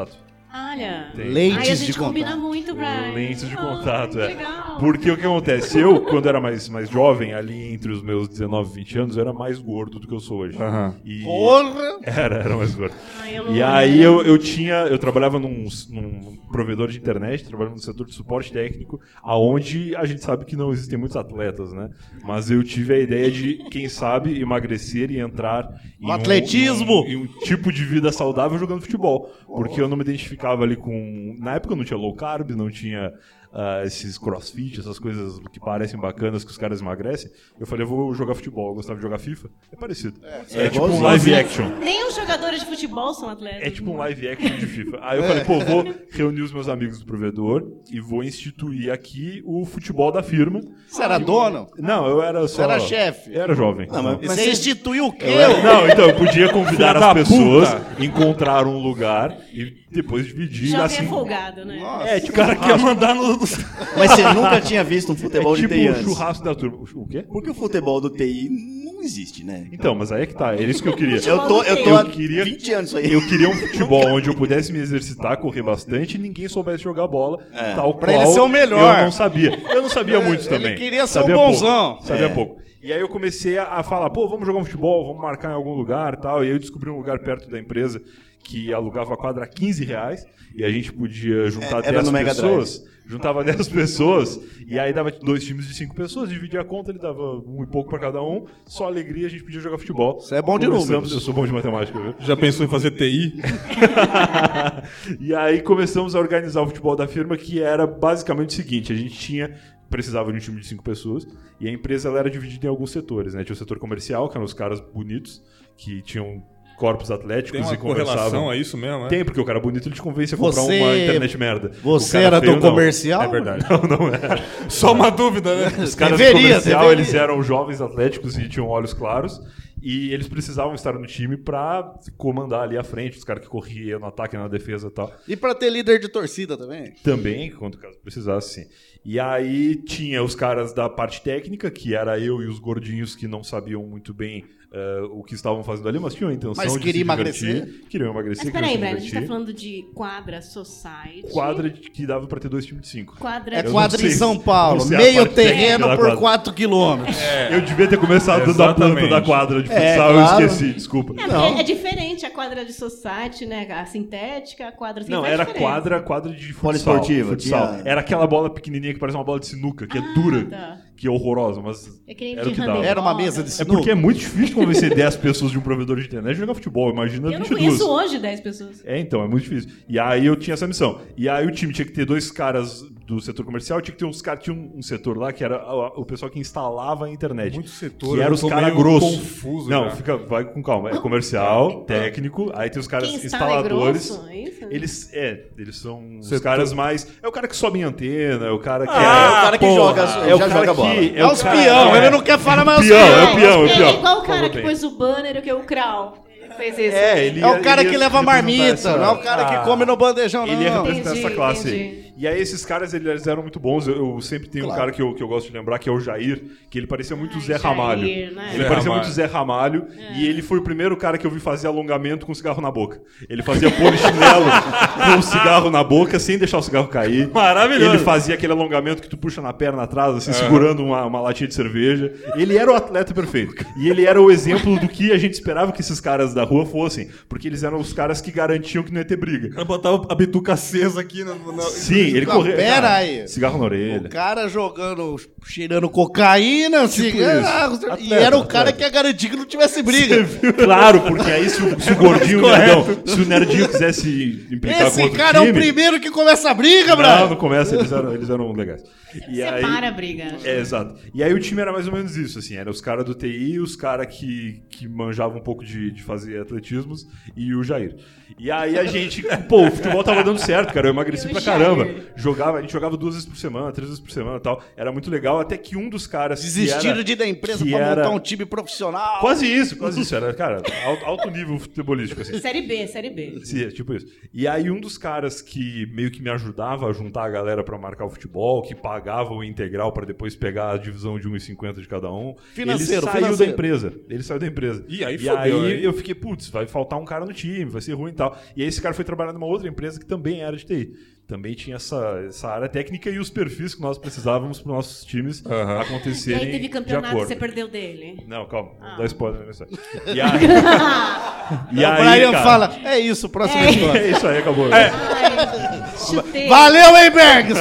Olha. Tem. Aí a Lentes gente de combina contato. muito pra... Lentes de Oh, contato, que é. legal. Porque o que acontece? Eu, quando era mais jovem, ali entre os meus 19 e 20 anos, eu era mais gordo do que eu sou hoje. Aham. E Porra! era mais gordo. Ai, eu não E aí eu trabalhava num provedor de internet, trabalhava no setor de suporte técnico, aonde a gente sabe que não existem muitos atletas, né? Mas eu tive a ideia de, quem sabe, emagrecer e entrar No atletismo! em um tipo de vida saudável jogando futebol. Porque eu não me identificava ali com... Na época não tinha low carb, não tinha esses crossfit, essas coisas que parecem bacanas que os caras emagrecem. Eu falei, eu vou jogar futebol. Eu gostava de jogar FIFA. É parecido. É tipo um live action. Nem os jogadores de futebol são atletas. É tipo um live action de FIFA. Aí eu falei, pô, vou reunir os meus amigos do provedor e vou instituir aqui o futebol da firma. Você era dono? Não, eu era só... Você era chefe? Eu era jovem. Não, mas Você instituiu o quê? Não, então eu podia convidar Filha da as pessoas, puta. encontrar um lugar e depois dividir Jovem assim. é folgado, né? É, tipo, O cara quer mandar no... Mas você nunca tinha visto um futebol tipo de TI o antes. churrasco da turma. O quê? Porque o futebol do TI não existe, né? Então, mas aí é que tá, era isso que eu queria. Eu tô Eu há queria- 20 anos isso aí. Eu queria um futebol onde eu pudesse me exercitar, correr bastante e ninguém soubesse jogar bola, tal Pra qual ele ser o melhor. eu não sabia. Eu não sabia muito Ele também. queria ser Sabia o bonzão. pouco, sabia pouco. E aí eu comecei a falar, pô, vamos jogar um futebol, vamos marcar em algum lugar e tal. E aí eu descobri um lugar perto da empresa que alugava a quadra a R$15 e a gente podia juntar Era 10 no Mega pessoas. Juntava 10 pessoas e aí dava 2 times de 5 pessoas, dividia a conta, ele dava 1 e pouco pra cada um, só alegria, a gente podia jogar futebol. Você é bom de Começamos- números. Eu sou bom de matemática, viu? Já pensou em fazer TI? E aí começamos a organizar o futebol da firma, que era basicamente o seguinte, a gente precisava de um time de 5 pessoas, e a empresa ela era dividida em alguns setores, né? Tinha o setor comercial, que eram os caras bonitos, que tinham corpos atléticos Tem uma e conversavam. correlação a isso mesmo, né? Tem, porque o cara bonito ele te convence a comprar Você- uma internet merda. Você O cara era feio, do não. comercial? É verdade. Não era. Só uma dúvida, né? Os caras Deveria, do comercial, deveria. eles eram jovens atléticos e tinham olhos claros. E eles precisavam estar no time pra comandar ali à frente, os caras que corriam no ataque, na defesa e tal. E pra ter líder de torcida também? Também, quando o caso precisasse, sim. E aí tinha os caras da parte técnica, que era eu e os gordinhos que não sabiam muito bem o que estavam fazendo ali, mas tinham a intenção Mas de queria se emagrecer? divertir. Queriam emagrecer, Mas queriam peraí, se Brian, a gente tá divertir. falando de quadra society. Quadra que dava pra ter 2 times de 5. Quadra É Eu quadra não sei em São se- Paulo, não sei a meio parte técnica terreno da por quadra. 4 quilômetros. Eu devia ter começado dando a planta Exatamente. da quadra de futsal, claro. eu esqueci, desculpa. É, porque é diferente a quadra de society, né? A sintética, a quadra Não, faz era diferença. quadra de futsal. Poliesportiva, futsal. tinha- Era aquela bola pequenininha que parece uma bola de sinuca, que é dura, tá. que é horrorosa, mas É que nem era o de que dava. handebol, Era uma mesa de né? É porque é muito difícil convencer 10 pessoas de um provedor de internet a jogar futebol, imagina Eu não 22. conheço hoje 10 pessoas. É, então, é muito difícil. E aí eu tinha essa missão. E aí o time tinha que ter 2 caras do setor comercial, tinha que ter uns caras, tinha um setor lá que era o pessoal que instalava a internet. Muito setor, que era eu os tô caras meio grossos. confuso Não, já. vai com calma. É comercial, técnico, aí tem os caras Quem instala é instaladores. grosso, é isso? Eles são os Setor- caras mais. É o cara que sobe em antena, é o cara que É o cara que joga, é o já cara joga bola. que. É os cara- peão, é. ele não quer falar mais os Peão, peão. é o peão, É pior. igual o cara Falou que bem. pôs o banner, que é o Krau. Ele fez isso. Ele É o cara ia que leva a representar marmita, essa- não é o cara que come no bandejão, não. Ele ia representar Entendi, essa classe entendi. aí. E aí esses caras, eles eram muito bons. Eu sempre tenho um cara que eu gosto de lembrar, que é o Jair, que ele parecia muito o Zé Jair, Ramalho. né? Ele Zé parecia Ramalho. muito o Zé Ramalho. E ele foi o primeiro cara que eu vi fazer alongamento com cigarro na boca. Ele fazia polichinelo com o cigarro na boca, sem deixar o cigarro cair. Maravilhoso. Ele fazia aquele alongamento que tu puxa na perna atrás, assim, segurando uma latinha de cerveja. Ele era o atleta perfeito. E ele era o exemplo do que a gente esperava que esses caras da rua fossem. Porque eles eram os caras que garantiam que não ia ter briga. O cara botava a bituca acesa aqui na... Sim, ele Não, corria. pera cara, aí. Cigarro na O orelha. cara jogando, cheirando cocaína, cigarro, isso. e Atleta, era o cara atleta. que ia garantir que não tivesse briga. Claro, porque aí se o gordinho, o nerdão, se o nerdinho quisesse implicar com Esse outro cara é time... o primeiro que começa a briga, Não, Brian. não começa, eles eram legais. E aí, Separa a briga. acho. exato. E aí o time era mais ou menos isso, assim, era os caras do TI, os caras que manjavam um pouco de fazer atletismos e o Jair. E aí a gente, pô, o futebol tava dando certo, cara, eu emagreci E o pra Jair. caramba. A gente jogava 2 vezes por semana, 3 vezes por semana e tal. Era muito legal, até que um dos caras... Desistiram de ir da empresa pra montar um time profissional. Quase isso. Era, cara, alto nível futebolístico, assim. Série B. Sim, é tipo isso. E aí um dos caras que meio que me ajudava a juntar a galera pra marcar o futebol, que pagava o integral pra depois pegar a divisão de 1,50 de cada um, ele saiu da empresa. E aí eu fiquei, putz, vai faltar um cara no time, vai ser ruim e tal. E aí esse cara foi trabalhar numa outra empresa que também era de TI. Também tinha essa área técnica e os perfis que nós precisávamos para os nossos times acontecerem. E aí teve de campeonato acordo. Você perdeu dele? Não, calma, não dá spoiler nessa. E aí, o Brian fala, é isso, próxima história. É isso aí, acabou. Chutei. Valeu, hein, Bergs,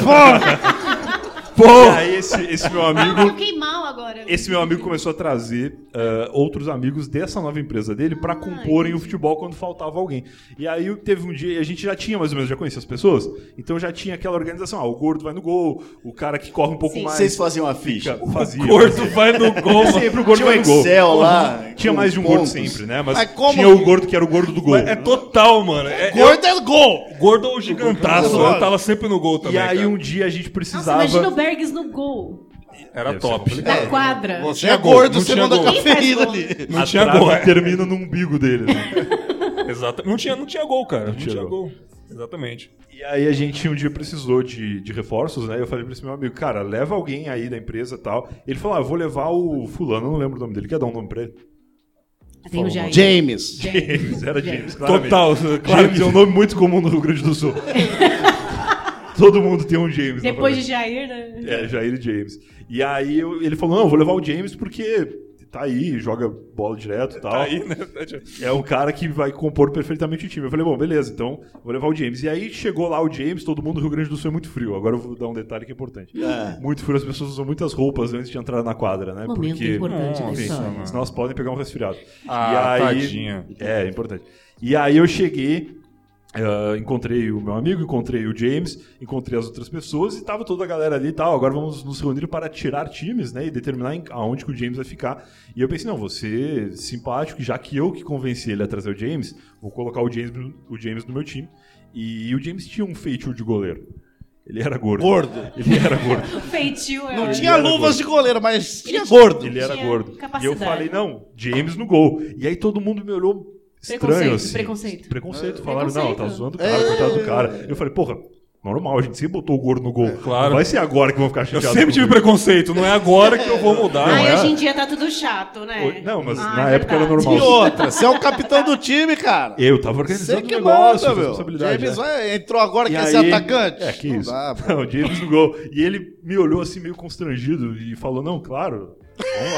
E aí esse meu amigo... Eu fiquei mal agora. Esse meu amigo começou a trazer outros amigos dessa nova empresa dele pra comporem o futebol quando faltava alguém. E aí teve um dia, e a gente já tinha mais ou menos, já conhecia as pessoas, então já tinha aquela organização, o gordo vai no gol, o cara que corre um pouco mais... Vocês faziam a ficha? Fazia. O gordo vai no gol. Sempre o gordo vai no gol. Excel lá. Tinha mais de um gordo sempre, né? Mas como tinha o gordo que era o gordo do gol. É total, mano. Gordo é gol! Gordo ou gigantaço. Eu tava sempre no gol também, E aí cara. um dia a gente Nossa, precisava... imagina o Bergs no gol. Era Deve ser top. complicado. Na quadra. Você é gordo, não você tinha manda gol. cafeína Quem faz ali. Não A tinha trave gol. termina no umbigo dele. Assim. Exato. Não tinha gol, cara. Não tinha tinha gol. gol. Exatamente. E aí a gente um dia precisou de reforços, né? Eu falei pra esse meu amigo, cara, leva alguém aí da empresa e tal. Ele falou, eu vou levar o fulano, eu não lembro o nome dele. Quer dar um nome pra ele? Tem o Jair. James. James, era James, claramente. Total. Claro James é um nome muito comum no Rio Grande do Sul. Todo mundo tem um James. Depois de Jair, né? Jair e James. E aí ele falou, não, eu vou levar o James porque tá aí, joga bola direto e tal. Tá aí, né? É um cara que vai compor perfeitamente o time. Eu falei, bom, beleza, então vou levar o James. E aí chegou lá o James, todo mundo no Rio Grande do Sul é muito frio. Agora eu vou dar um detalhe que é importante. Muito frio, as pessoas usam muitas roupas antes de entrar na quadra, né? Momento importante da enfim, história. senão elas podem pegar um resfriado. Ah, e aí, tadinha. É importante. E aí eu cheguei... encontrei o meu amigo, encontrei o James, encontrei as outras pessoas e tava toda a galera ali e tal. Agora vamos nos reunir para tirar times, né? E determinar aonde que o James vai ficar. E eu pensei, não, vou ser simpático, já que eu que convenci ele a trazer o James, vou colocar o James no meu time. E o James tinha um feitio de goleiro. Ele era gordo. Ele era gordo. O feitio é Não ótimo. tinha luvas de goleiro, mas tinha gordo. Ele era Tinha gordo. capacidade. E eu falei, não, James no gol. E aí todo mundo me olhou estranho, assim. Preconceito. Falaram, não, tá Preconceito. zoando o cara, coitado do cara. Eu falei, porra, normal, a gente sempre botou o gordo no gol. Claro. Não vai ser agora que vão ficar Eu chateados. sempre tive comigo. preconceito. Não é agora que eu vou mudar. Ai, não é? hoje em dia tá tudo chato, né? Não, mas Ah, na é época era verdade. normal. E outra, você é o capitão do time, cara. Eu tava Você organizando o que negócio, manda, meu. responsabilidade. James né? entrou agora, E quer ser aí- atacante? É, que Não isso. dá, pô. Não, o James no gol. E ele me olhou assim meio constrangido e falou, não, claro, vamos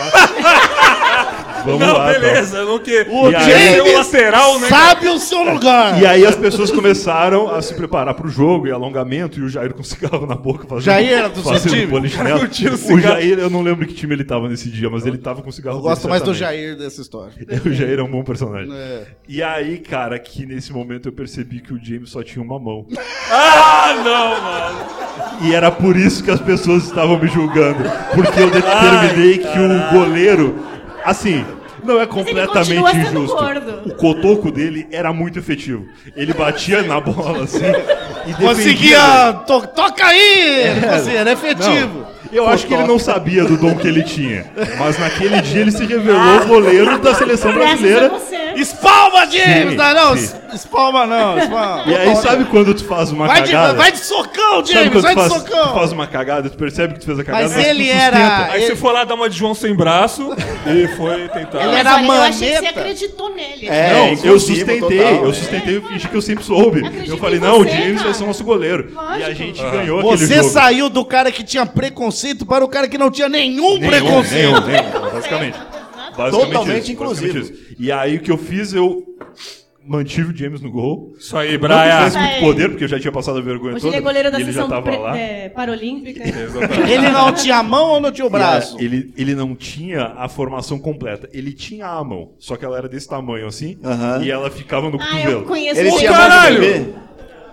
lá. Vamos Não, lá. beleza. Não que... O E aí- Esse é o James lateral, né? sabe o seu lugar. E aí as pessoas começaram a se preparar pro jogo e alongamento, e o Jair com cigarro na boca fazendo, Jair era do seu fazendo time? polichinelo. Curtiu o O cigarro. Jair, eu não lembro que time ele tava nesse dia, mas ele tava com cigarro Eu gosto dele, mais do certamente. Jair dessa história. O Jair é um bom personagem. É. E aí, cara, que nesse momento eu percebi que o James só tinha uma mão. Ah, não, mano. E era por isso que as pessoas estavam me julgando. Porque eu determinei que o goleiro, assim, não é completamente continua sendo injusto. gordo. O cotoco dele era muito efetivo. Ele batia na bola assim e defendia. Conseguia... Toca aí! Era efetivo. Não, eu acho que ele não sabia do dom que ele tinha. Mas naquele dia ele se revelou goleiro da seleção Graças a brasileira. você. Espalma, James! Sim, não, sim. espalma não. Espalma. E aí, sabe quando tu faz uma Vai de, cagada? vai de socão, Sabe James! quando Vai de tu socão! faz uma cagada, tu percebe que tu fez a cagada, Mas tu ele sustenta. era... Aí você foi lá dar uma de João sem braço e foi tentar. Ele Mas era olha, eu achei que você maneta. acreditou nele. É, Não, eu inclusive, sustentei, total, eu é. sustentei, eu fingi que eu sempre soube. Acredito Eu falei, em não, o você, James vai cara. ser o nosso goleiro. Lógico. E a gente ganhou aquele Você jogo. saiu do cara que tinha preconceito para o cara que não tinha nenhum Nenhum, preconceito. basicamente. Totalmente isso, inclusivo. basicamente isso. E aí o que eu fiz, eu mantive o James no gol. Isso aí, Não Brian. tivesse Isso muito aí. poder, porque eu já tinha passado a vergonha Hoje toda. ele é goleiro da e ele já seleção tava lá. paralímpica. Ele não tinha mão ou não tinha o braço? Ele não tinha a formação completa. Ele tinha a mão, só que ela era desse tamanho assim, Aham. e ela ficava no Ah, eu cotovelo. conheço Ele esse tinha cara. mais de bebê?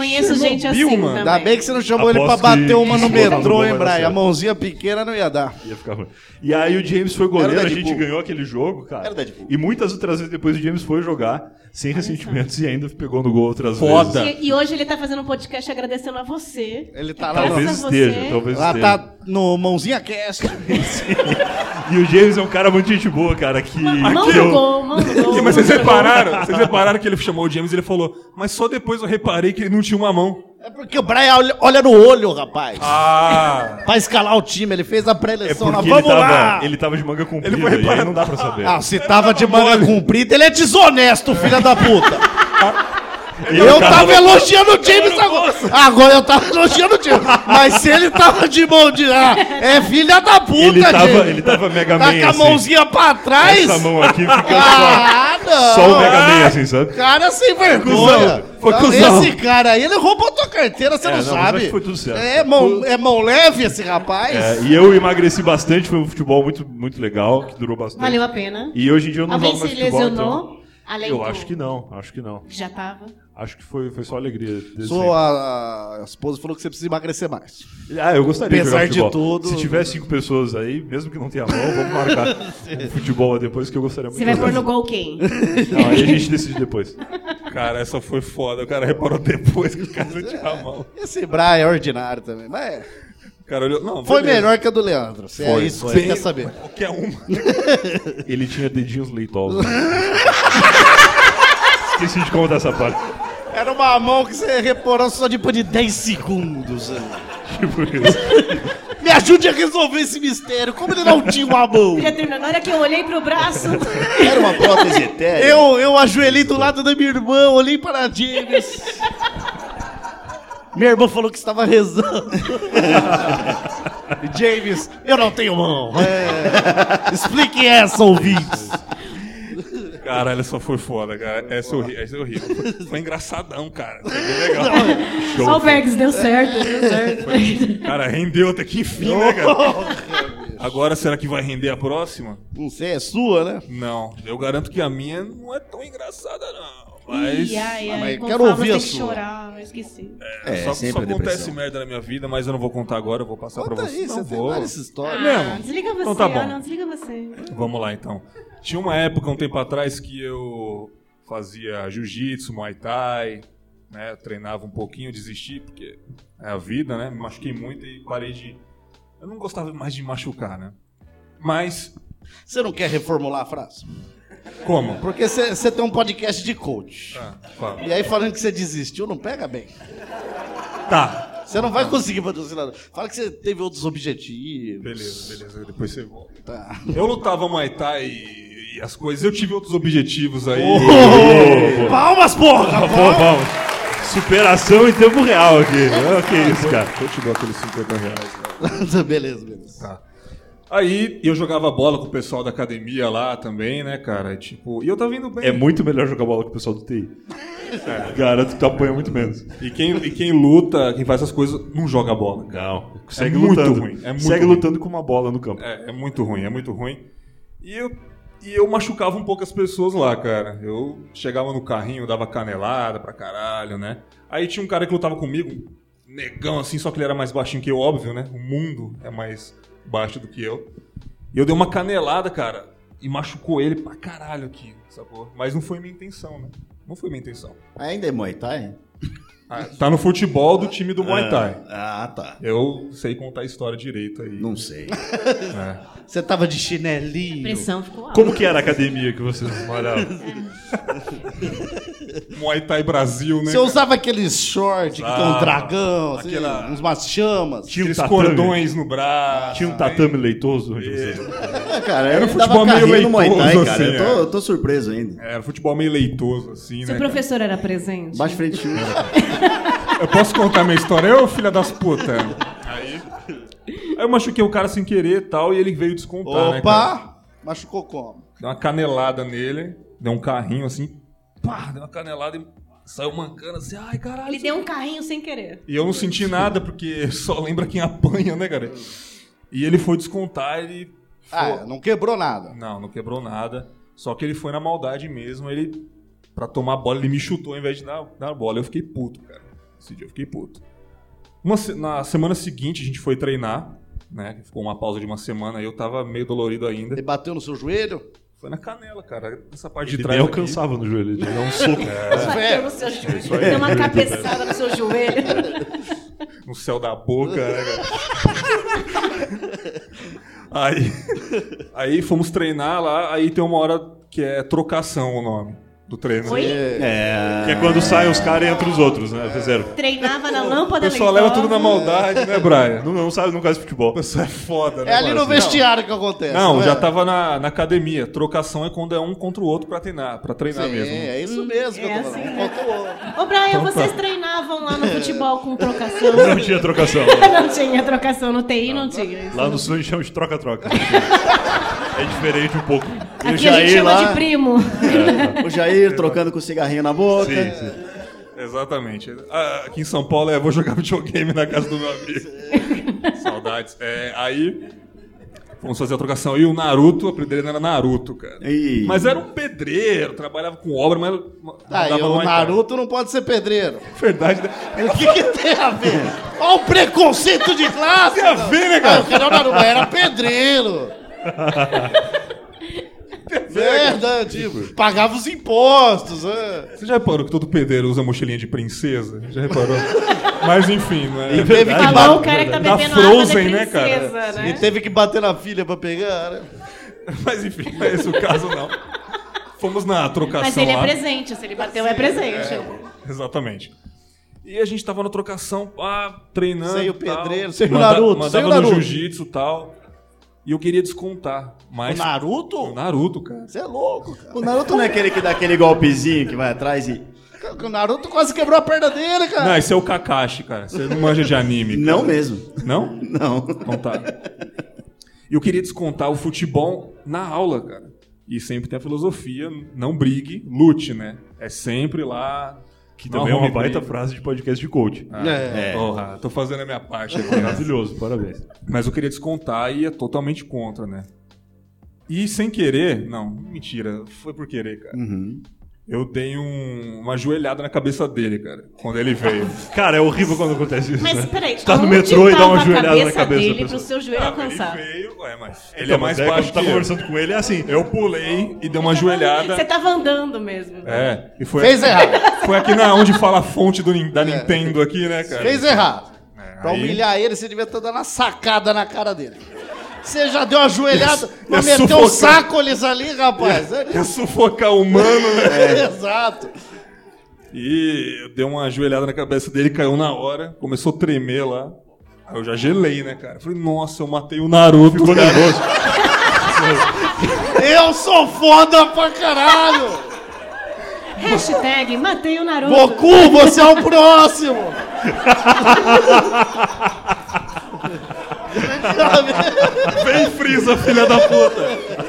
Conheço gente assim mano. também. Ainda bem que você não chamou ele pra Aposto bater uma no que esse metrô, botão hein, não vai dar Brian? A certo. mãozinha pequena não ia dar. Ia ficar ruim. E aí o James foi goleiro, Era a o gente Deadpool. ganhou aquele jogo, cara. Era o Deadpool. E muitas outras vezes depois o James foi jogar sem ressentimentos e ainda pegou no gol outras Foda. vezes. E hoje ele tá fazendo um podcast agradecendo a você. Ele tá lá, Talvez Graças a esteja, você. talvez lá esteja. tá no Mãozinha Cast. E o James é um cara muito gente boa, cara, que... Mão que no eu- gol, mão no gol. Mas vocês repararam que ele chamou o James e ele falou, mas só depois eu reparei que ele não tinha uma mão. É porque o Brian olha no olho, rapaz. Ah! Pra escalar o time, ele fez a É pré-eleição lá. porque Vamos lá! ele tava de manga comprida, Ele foi e aí reparar- não dá pra saber. Ah, se tava de manga comprida, ele é desonesto, filha da puta. Ele Eu tava- tava elogiando o James agora. Agora eu tava elogiando o James. Mas se ele tava de mão de... Ah, é filha da puta, ele tava Mega Tá Man, com a assim. mãozinha pra trás. Essa mão aqui fica Ah, não. só o Mega Man, assim, sabe? Cara sem vergonha. Cusão. Foi Não, cuzão. esse cara aí, ele roubou tua carteira, você não Não, mas sabe. acho que foi tudo certo. É mão leve esse rapaz? É, e eu emagreci bastante, foi um futebol muito, muito legal, que durou bastante. Valeu a pena. E hoje em dia eu não Alguém jogo mais se futebol, lesionou? então... Além Eu do... acho que não. que já tava. Acho que foi só alegria. desde A esposa falou que você precisa emagrecer mais. sempre. Ah, eu gostaria Apesar de jogar de futebol. tudo- Se tiver 5 pessoas aí, mesmo que não tenha mão, vamos marcar um futebol depois que eu gostaria muito Você vai de pôr jogar. no gol quem? Não, aí a gente decide depois. Cara, essa foi foda. O cara reparou depois que o cara não tinha a mão. Esse Brian é ordinário também. Mas O cara olhou... Não, foi beleza. melhor que a do Leandro. Se é Foi, isso que foi. você quer saber. Qualquer uma. Ele tinha dedinhos leitosos. Esqueci de contar essa parte. Era uma mão que você reparou só depois de 10 segundos. Tipo isso. Me ajude a resolver esse mistério. Como ele não tinha uma mão? Na hora que eu olhei pro braço... Era uma prótese etérea. Eu ajoelhei do lado da minha irmã, olhei para a James. Minha irmã falou que estava rezando. James, eu não tenho mão. Explique essa, ouvintes. Caralho, essa foi foda, cara. Essa é horrível. Foi engraçadão, cara. Foi bem legal. Só o Bergs deu certo, deu certo. Cara, rendeu até que enfim, né, cara? Agora, será que vai render a próxima? Não sei, é sua, né? Não. Eu garanto que a minha não é tão engraçada, não. Mas... Mas com quero Fábulas ouvir a tem que sua. chorar, eu esqueci. só sempre acontece depressão. merda na minha vida, mas eu não vou contar agora, eu vou passar pra Conta você. aí, Não você tem vou. várias histórias. Ah, desliga você, Então tá bom. não, desliga você. Vamos lá, então. Tinha uma época, um tempo atrás, que eu fazia jiu-jitsu, muay thai, né? Treinava um pouquinho, desisti, porque é a vida, né? Me machuquei muito e parei de... Eu não gostava mais de machucar, né? Mas, Você não quer reformular a frase? como? Porque você tem um podcast de coach. Ah, fala. E aí falando que você desistiu, não pega bem. Tá, Você não vai conseguir patrocinar. Fala que você teve outros objetivos. beleza, depois você volta. Tá. Eu lutava muay thai e as coisas, eu tive outros objetivos aí. Palmas, porra! Pô, vamos. Superação em tempo real aqui. Ah, que isso, cara. Eu te dou aqueles 50 reais. Né? Beleza. Tá. Aí eu jogava bola com o pessoal da academia lá também, né, cara? Tipo, e eu tava indo bem. É muito melhor jogar bola com o pessoal do TI. Garanto que tu apanha muito menos. E quem luta, quem faz essas coisas, não joga bola. Não. Segue muito lutando. ruim, é muito Segue ruim. lutando com uma bola no campo. É muito ruim, é muito ruim. E eu machucava um pouco as pessoas lá, cara. Eu chegava no carrinho, dava canelada pra caralho, né? Aí tinha um cara que lutava comigo, um negão assim, só que ele era mais baixinho que eu, óbvio, né? O mundo é mais baixo do que eu. E eu dei uma canelada, cara, e machucou ele pra caralho aqui, sacou? Mas não foi minha intenção, né? Não foi minha intenção. Ainda é Muay Thai? Ah, tá no futebol do time do Muay Thai. Ah, tá. Eu sei contar a história direito aí. Não sei. né? Você tava de chinelinho. A pressão ficou alta. Como que era a academia que vocês malhavam? Muay Thai Brasil, né? Você usava aqueles shorts que tem um Usava. dragão, assim, Aquela- umas chamas. Tinha um Aqueles tatame. cordões no braço. Tinha um tatame leitoso? onde É. vocês- Ah, cara, Era um ele dava futebol meio carrinho no Muay Thai, leitoso, cara. assim, Eu tô surpreso ainda. Era futebol meio leitoso, assim, Seu né? professor era presente? Baixo frente chute. Eu posso contar minha história? Ô, filha das putas. Aí eu machuquei o cara sem querer e tal, e ele veio descontar, né, cara? Opa! Machucou como? Deu uma canelada nele, deu um carrinho assim, pá, deu uma canelada e saiu mancando assim, ai, caralho. Ele deu um carrinho sem querer. E eu não senti nada, porque só lembra quem apanha, né, cara? E ele foi descontar, ele... Não quebrou nada. Não quebrou nada. Só que ele foi na maldade mesmo. Ele, pra tomar a bola, ele me chutou ao invés de dar a bola. Eu fiquei puto, cara. Esse dia eu fiquei puto. Na semana seguinte a gente foi treinar, né? Ficou uma pausa de uma semana e eu tava meio dolorido ainda. Ele bateu no seu joelho? Foi na canela, cara. Essa parte Ele de trás nem aqui. alcançava no joelho, ele deu um soco. Bateu no seu joelho. Deu uma cabeçada no seu joelho. No céu da boca, né, cara? Aí fomos treinar lá, aí tem uma hora que é trocação o nome do treino. Oi? Que é quando saem os caras entre os outros, né? Fizeram. Treinava na O lâmpada pessoal leva tudo na maldade, né, Brian? Não sabe, não gosta de futebol. O pessoal é foda, né? É ali no Não. vestiário que acontece. Não, é? já tava na academia. Trocação é quando é um contra o outro pra treinar Sim, mesmo. é isso mesmo que eu tô falando. assim, Um contra o outro. Ô, Brian, vocês treinavam lá no futebol com trocação? Não tinha trocação. Não tinha trocação, no TI não tinha. Isso Lá não. no sul a gente chama de troca-troca. É diferente um pouco. E o Aqui a gente Jair chama lá, de primo. o Jair trocando com o cigarrinho na boca. Sim. Exatamente. Aqui em São Paulo vou jogar videogame na casa do meu amigo. Saudades. Aí fomos fazer a trocação. E o Naruto, o apelido dele era Naruto, cara. Ih. Mas era um pedreiro, trabalhava com obra, mas Aí dava o no Naruto não pode ser pedreiro. iPad. Verdade, né? O que tem a ver? Olha o preconceito de classe. Tem a ver, né, cara? Ah, o cara Naruto era pedreiro. Verdade. Pagava os impostos. Você já reparou que todo pedreiro usa mochilinha de princesa? Já reparou? Mas enfim, não é? E teve que Falou bater. o cara que tá Da bebendo água Frozen, da né, cara? princesa, né? E teve que bater na filha pra pegar, né? Mas enfim, não é esse o caso, não. Fomos na trocação Mas ele lá. é presente, se ele bateu é presente. Exatamente. E a gente tava na trocação, treinando. Sem o tal. pedreiro, sem o Naruto, Mandava sem o no Naruto. jiu-jitsu e tal. E eu queria descontar. Mas O Naruto? O Naruto, cara. Você é louco, cara. O Naruto não é aquele que dá aquele golpezinho que vai atrás e... O Naruto quase quebrou a perna dele, cara. Não, esse é o Kakashi, cara. Você não manja de anime. Cara. Não mesmo. Não? Não. Então tá. E eu queria descontar o futebol na aula, cara. E sempre tem a filosofia, não brigue, lute, né? É sempre lá... Que não também é uma arrume baita briga. frase de podcast de coach. Porra, tô fazendo a minha parte aqui. Maravilhoso, parabéns. Mas eu queria descontar e ia totalmente contra, né? E sem querer... Não, mentira. Foi por querer, cara. Eu dei uma joelhada na cabeça dele, cara. Quando ele veio. Cara, é horrível quando acontece isso, Mas né? peraí, Você tá no aonde metrô e dá uma tava a joelhada na cabeça da dele pessoa. pro seu joelho alcançar? Ele veio... mas ele Então, é mais mas baixo quando tá que eu. conversando com ele, é assim. Eu pulei e dei uma joelhada. Você tava andando mesmo. E foi, Fez errado. foi aqui onde fala a fonte da Nintendo aqui, né, cara? Fez errado. Pra aí- humilhar ele, você devia estar dando uma sacada na cara dele. Você já deu uma joelhada, Ia mas meteu sufocar. um saco ali, rapaz. Ia sufocar o humano, né? Exato. E eu dei uma joelhada na cabeça dele, caiu na hora, começou a tremer lá. Aí eu já gelei, né, cara? Falei, nossa, eu matei o Naruto. Ficou cara. nervoso. Eu sou foda pra caralho. Hashtag matei o Naruto. Goku, você é o próximo. Vem, Frieza, filha da puta.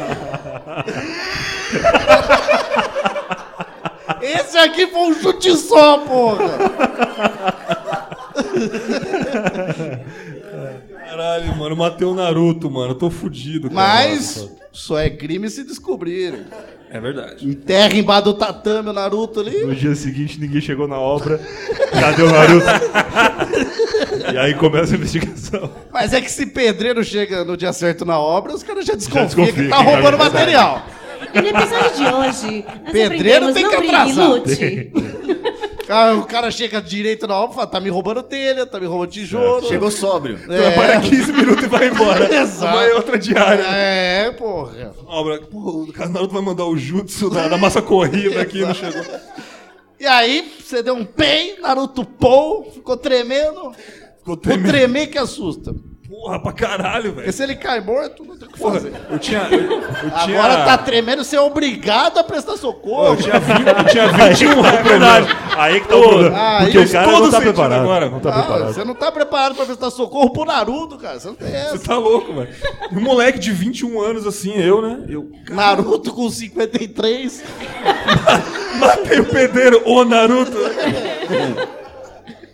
Esse aqui foi um chute só, porra. Caralho, mano, eu matei o Naruto, mano. Eu tô fudido, cara. Mas só é crime se descobrirem. É verdade. Enterra embaixo do tatame o Naruto ali. No dia seguinte, ninguém chegou na obra. Cadê o Naruto? E aí começa a investigação. Mas é que se pedreiro chega no dia certo na obra, os caras já desconfiam desconfia que tá que tá roubando verdade. material. E no episódio de hoje, nós Pedreiro aprendemos tem que não brigue, atrasar. lute. O cara chega direito na obra e fala, tá me roubando telha, tá me roubando tijolo. Chegou sóbrio. Trabalha 15 minutos e vai embora. Exato. Amanhã é outra diária. É, porra. Obra, porra, o Naruto vai mandar o jutsu da massa corrida aqui, não chegou. E aí, você deu um pei, Naruto Pou, ficou tremendo. Ficou O tremendo. tremer que assusta. Porra, pra caralho, Porque velho. se ele cai morto, não tem o que Porra, fazer. eu tinha... Agora tá tremendo, você é obrigado a prestar socorro. Eu tinha 21 anos. É verdade. Aí que tá o problema. Porque aí o cara todo não tá sentido preparado. agora. Não tá Ah, preparado. você não tá preparado pra prestar socorro pro Naruto, cara. Você não tem essa. Você tá louco, velho. Um moleque de 21 anos assim, eu, né? Eu Naruto com 53. matei o pedreiro, ô Naruto.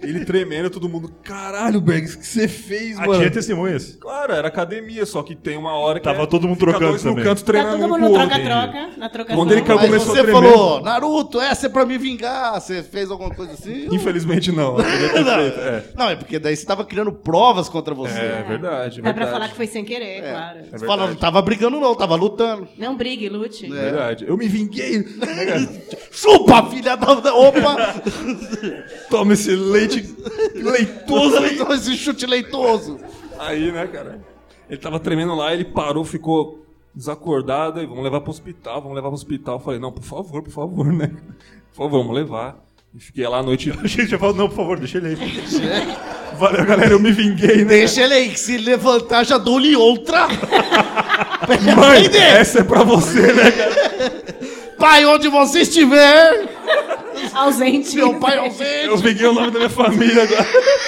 Ele tremendo, todo mundo, caralho, Bergs, o que você fez, mano? Tinha testemunhas. Claro, era academia, só que tem uma hora que Tava todo mundo fica trocando dois no também. canto Tá treinando todo um mundo com o no outro. troca-troca, na trocação. Quando ele caiu, Mas começou a você tremer. falou, Naruto, essa é pra me vingar. Você fez alguma coisa assim? Infelizmente não. Eu queria ter feito, Não, é porque daí você tava criando provas contra você. É verdade, Dá verdade. pra falar que foi sem querer, claro. Você fala, não tava brigando não, tava lutando. Não brigue, lute. Verdade. Eu me vinguei. Chupa, filha da... Opa! Toma esse leite leitoso aí. Toma esse chute leitoso. Aí, né, cara? Ele tava tremendo lá, ele parou, ficou desacordado. Aí, vamos levar pro hospital, Eu falei, não, por favor, né? Por favor, vamos levar. E fiquei lá à noite. A gente já falou, não, por favor, deixa ele aí. Valeu, galera, eu me vinguei, né? Deixa ele aí, que se levantar já dou-lhe outra. Mãe, essa é pra você, né, cara? Pai, onde você estiver. Ausente. Meu pai ausente. Eu peguei o nome da minha família agora.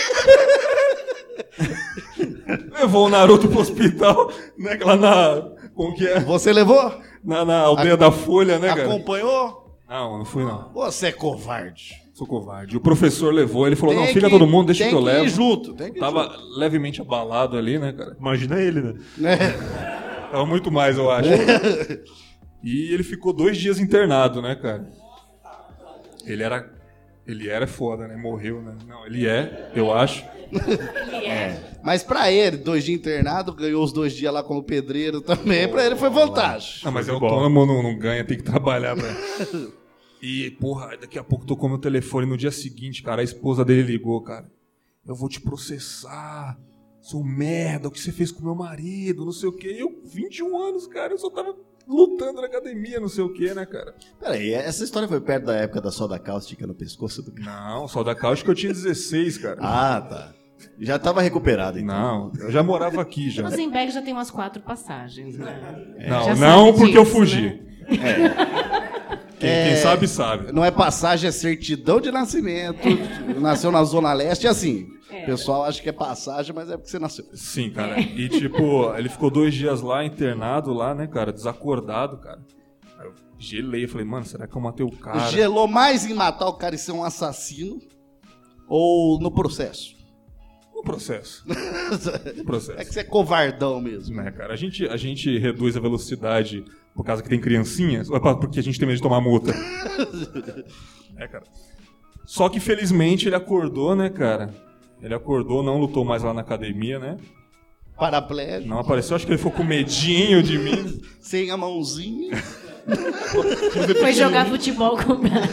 Levou o Naruto pro hospital, né? Lá na... Como que é? Você levou? Na aldeia da Folha, né, cara? Acompanhou? Não fui, não. Você é covarde. Sou covarde. O professor levou, ele falou, Tem não, fica que- todo mundo, deixa tem que eu que ir levo. junto, tem que ir Tava levemente abalado ali, né, cara? Imagina ele, né? Tava muito mais, eu acho. E ele ficou 2 dias internado, né, cara? Ele era foda, né? Morreu, né? Não, ele é, eu acho. Mas pra ele, 2 dias internado, ganhou os 2 dias lá como pedreiro também. Pra ele foi vantagem. Não, mas é Muito bom. autônomo, não ganha, tem que trabalhar, velho. E, porra, daqui a pouco tocou meu telefone. No dia seguinte, cara, a esposa dele ligou, cara. Eu vou te processar. Sou merda, o que você fez com meu marido, não sei o quê. E eu, 21 anos, cara, eu só tava lutando na academia, não sei o quê, né, cara? Peraí, essa história foi perto da época da soda cáustica no pescoço do cara. Não, só da cáustica eu tinha 16, cara. Ah, tá. Já tava recuperado, então. Não, eu já morava aqui já. O Rosenberg já tem umas 4 passagens, né? Não, Já não sabe porque eu disso, fugi. né? Quem sabe, sabe. Não é passagem, é certidão de nascimento. Nasceu na Zona Leste, é assim. O pessoal acha que é passagem, mas é porque você nasceu. Sim, cara. E tipo, ele ficou 2 dias lá, internado lá, né, cara? Desacordado, cara. Aí eu gelei, eu falei, mano, será que eu matei o cara? Gelou mais em matar o cara e ser um assassino ou no processo? No processo. No É que processo. você é covardão mesmo. Né, cara? A gente reduz a velocidade por causa que tem criancinhas ou é porque a gente tem medo de tomar multa? É, cara. Só que felizmente ele acordou, né, cara? Ele acordou, não lutou mais lá na academia, né? Paraplégico, Não apareceu, acho que ele ficou com medinho de mim. sem a mãozinha. Foi jogar futebol com o Brian.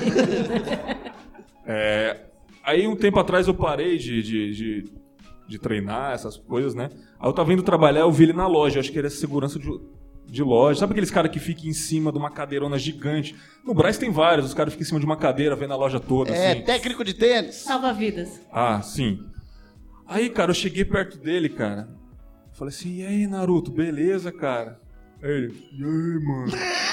Aí um tempo atrás eu parei de treinar, essas coisas, né? Aí eu tava indo trabalhar, eu vi ele na loja, acho que ele é segurança de loja. Sabe aqueles caras que ficam em cima de uma cadeirona gigante? No Brás tem vários, os caras ficam em cima de uma cadeira, vendo a loja toda, É, assim. técnico de tênis. Salva vidas. Ah, sim. Aí, cara, eu cheguei perto dele, cara. Falei assim, e aí, Naruto, beleza, cara? Aí ele, e aí, mano?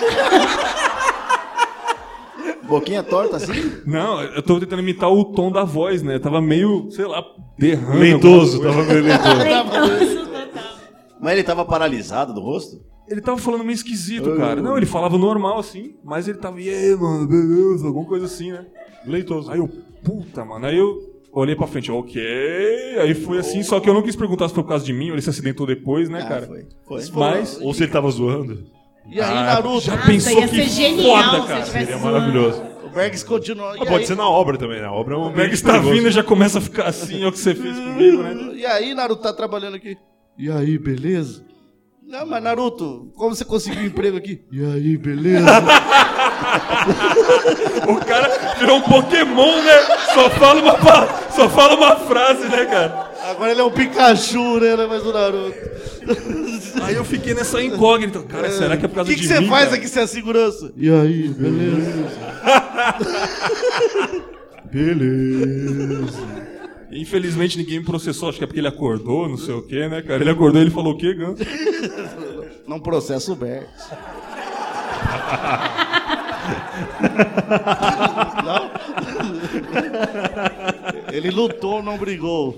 Boquinha torta assim? Não, eu tô tentando imitar o tom da voz, né? Tava meio, sei lá, berrando. Leitoso, alguma coisa. tava meio leitoso. Leitoso total. Mas ele tava paralisado do rosto? Ele tava falando meio esquisito, cara. Não, ele falava normal, assim, mas ele tava, e aí, mano, beleza, alguma coisa assim, né? Leitoso. Aí eu, puta, mano, aí eu olhei pra frente, ok, aí foi assim, só que eu não quis perguntar se foi por causa de mim, ou ele se acidentou depois, né, cara? Foi. Mas, Ou se ele tava zoando. E aí, Naruto? já Nossa, pensou ia que ser genial foda, se cara? eu tivesse Seria zoando. maravilhoso. O Bergs continua. E Pode aí- ser na obra também, né? A obra é um O ambiente Berg está perigoso. vindo e já começa a ficar assim, é o que você fez comigo, né? E aí, Naruto tá trabalhando aqui. E aí, beleza? Não, mas Naruto, como você conseguiu um emprego aqui? E aí, beleza? O cara virou um Pokémon, né? Só fala uma frase, né, cara? Agora ele é um Pikachu, né? Mas o Naruto. Aí eu fiquei nessa incógnita. Cara, será que é por O causa que de você mim, faz cara? aqui sem a segurança? E aí, beleza? Beleza. Infelizmente ninguém me processou, acho que é porque ele acordou, não sei o que, né, cara? Ele acordou e ele falou o quê, Gans? Não processa o Bergs. Não? Ele lutou, não brigou.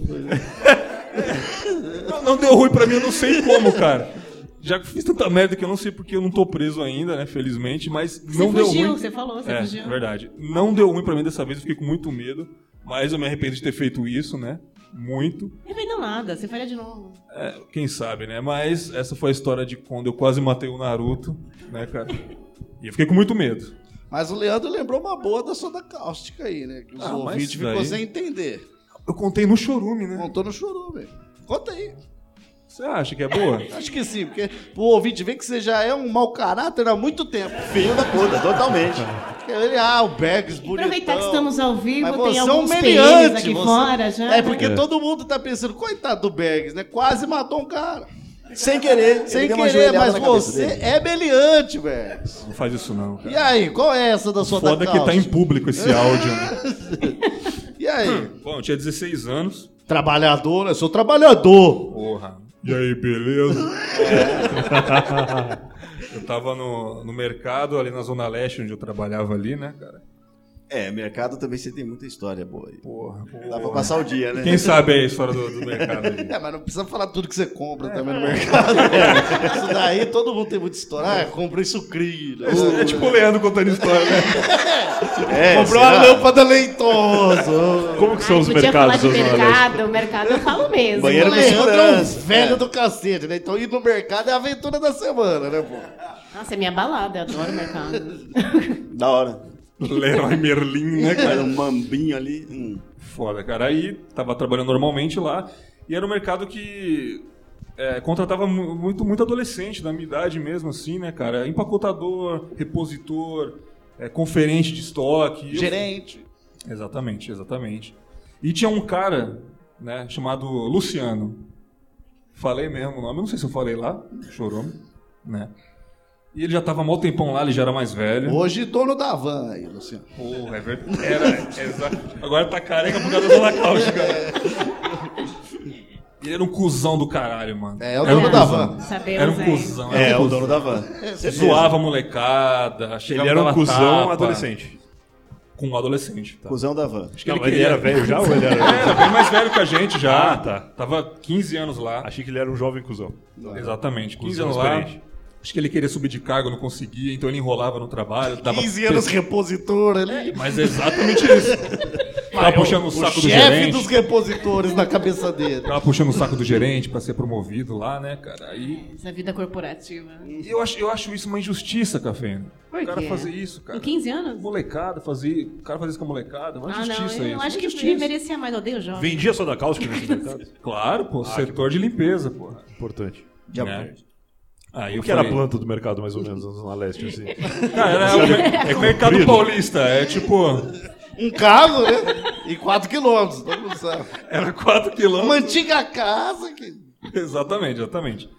Não deu ruim pra mim, eu não sei como, cara. Já fiz tanta merda que eu não sei porque eu não tô preso ainda, né, felizmente, mas Você não deu fugiu, ruim. você falou, você fugiu. Verdade. Não deu ruim pra mim dessa vez, eu fiquei com muito medo. Mas eu me arrependo de ter feito isso, né? Muito. Não arrependeu nada, você faria de novo. Quem sabe, né? Mas essa foi a história de quando eu quase matei o Naruto, né, cara? E eu fiquei com muito medo. Mas o Leandro lembrou uma boa da soda cáustica aí, né? Que os ouvintes ficou sem entender. Eu contei no chorume, né? Contou no chorume. Conta aí. Você acha que é boa? Acho que sim, porque o ouvinte vê que você já é um mau caráter há muito tempo. Filho da puta, totalmente. Ele, o Bergs, bonitão. Aproveitar que estamos ao vivo, Mas tem você alguns é um PMs meliante, aqui fora já. É porque todo mundo tá pensando, coitado do Bergs, né? Quase matou um cara. Sem querer. Sem ele deu uma querer, joelhada mas na cabeça você dele. é meliante, Bergs. Não faz isso não, cara. E aí, qual é essa da sua Foda que tá em público esse áudio, né? E aí? Bom, eu tinha 16 anos. Trabalhador, né? Sou trabalhador. Porra. E aí, beleza? Eu tava no mercado, ali na Zona Leste, onde eu trabalhava ali, né, cara? Mercado também você tem muita história boa aí. Porra. Dá pra passar o dia, né? Quem sabe aí a história do mercado ali? Mas não precisa falar tudo que você compra também no mercado. Isso daí, todo mundo tem muita história. Comprei sucrilho. É tipo o Leandro contando história, né? Comprou uma lâmpada leitosa. Como que são os Podia falar mercados de da Zona Leste? mercado, o mercado eu falo mesmo. Banheiro O com Leandro é um segurança. velho do cacete, né? Então ir no mercado é a aventura da semana, né, pô? Nossa, é minha balada, eu adoro o mercado. Da hora. Leroy Merlin, né, Cara, cara? um mambinho ali. Foda, cara. Aí, tava trabalhando normalmente lá. E era um mercado que contratava muito adolescente, da minha idade mesmo, assim, né, cara? Empacotador, repositor, conferente de estoque. Gerente. Exatamente. E tinha um cara, né, chamado Luciano. Falei mesmo o nome, eu não sei se eu falei lá, Chorume, né? E ele já tava há mó tempão lá, ele já era mais velho. Hoje, dono da van aí, Luciano. Porra, é verdade. Exato. Agora tá careca por causa da Zona Cáustica. Ele era um cuzão do caralho, mano. É o dono da van. Sabemos, Era um cuzão. O dono da van. Zoava a molecada. Ele era um cuzão adolescente. Com um adolescente, tá? Cuzão da van. Acho que Não, ele era velho já ou ele era... Era bem mais velho que a gente já. Ah, tá. Tava 15 anos lá. Achei que ele era um jovem cuzão. Exatamente. 15 Cuzão anos lá. experiente. Acho que ele queria subir de cargo, não conseguia, então ele enrolava no trabalho. Dava 15 anos repositor ali. Mas é exatamente isso. Tava puxando o saco do chefe gerente. dos repositores na cabeça dele. Tava puxando o saco do gerente pra ser promovido lá, né, cara? Aí. Essa vida corporativa. Eu acho isso uma injustiça, Café. Por O cara quê? fazer isso, cara. Com 15 anos? Molecada, o cara fazer isso com a molecada, uma Ah, injustiça não, isso. eu acho que Injustiça. merecia mais. Eu odeio jovem. Vendia soda cáustica nesse mercado? Claro, pô, setor de limpeza, pô. Importante. Né? Aí O que era a planta do mercado, mais ou menos, na Zona Leste, assim? Cara, era o mercado paulista, é tipo. Um carro, né? E 4 quilômetros, todo mundo sabe. Era 4 quilômetros. Uma antiga casa que... Exatamente.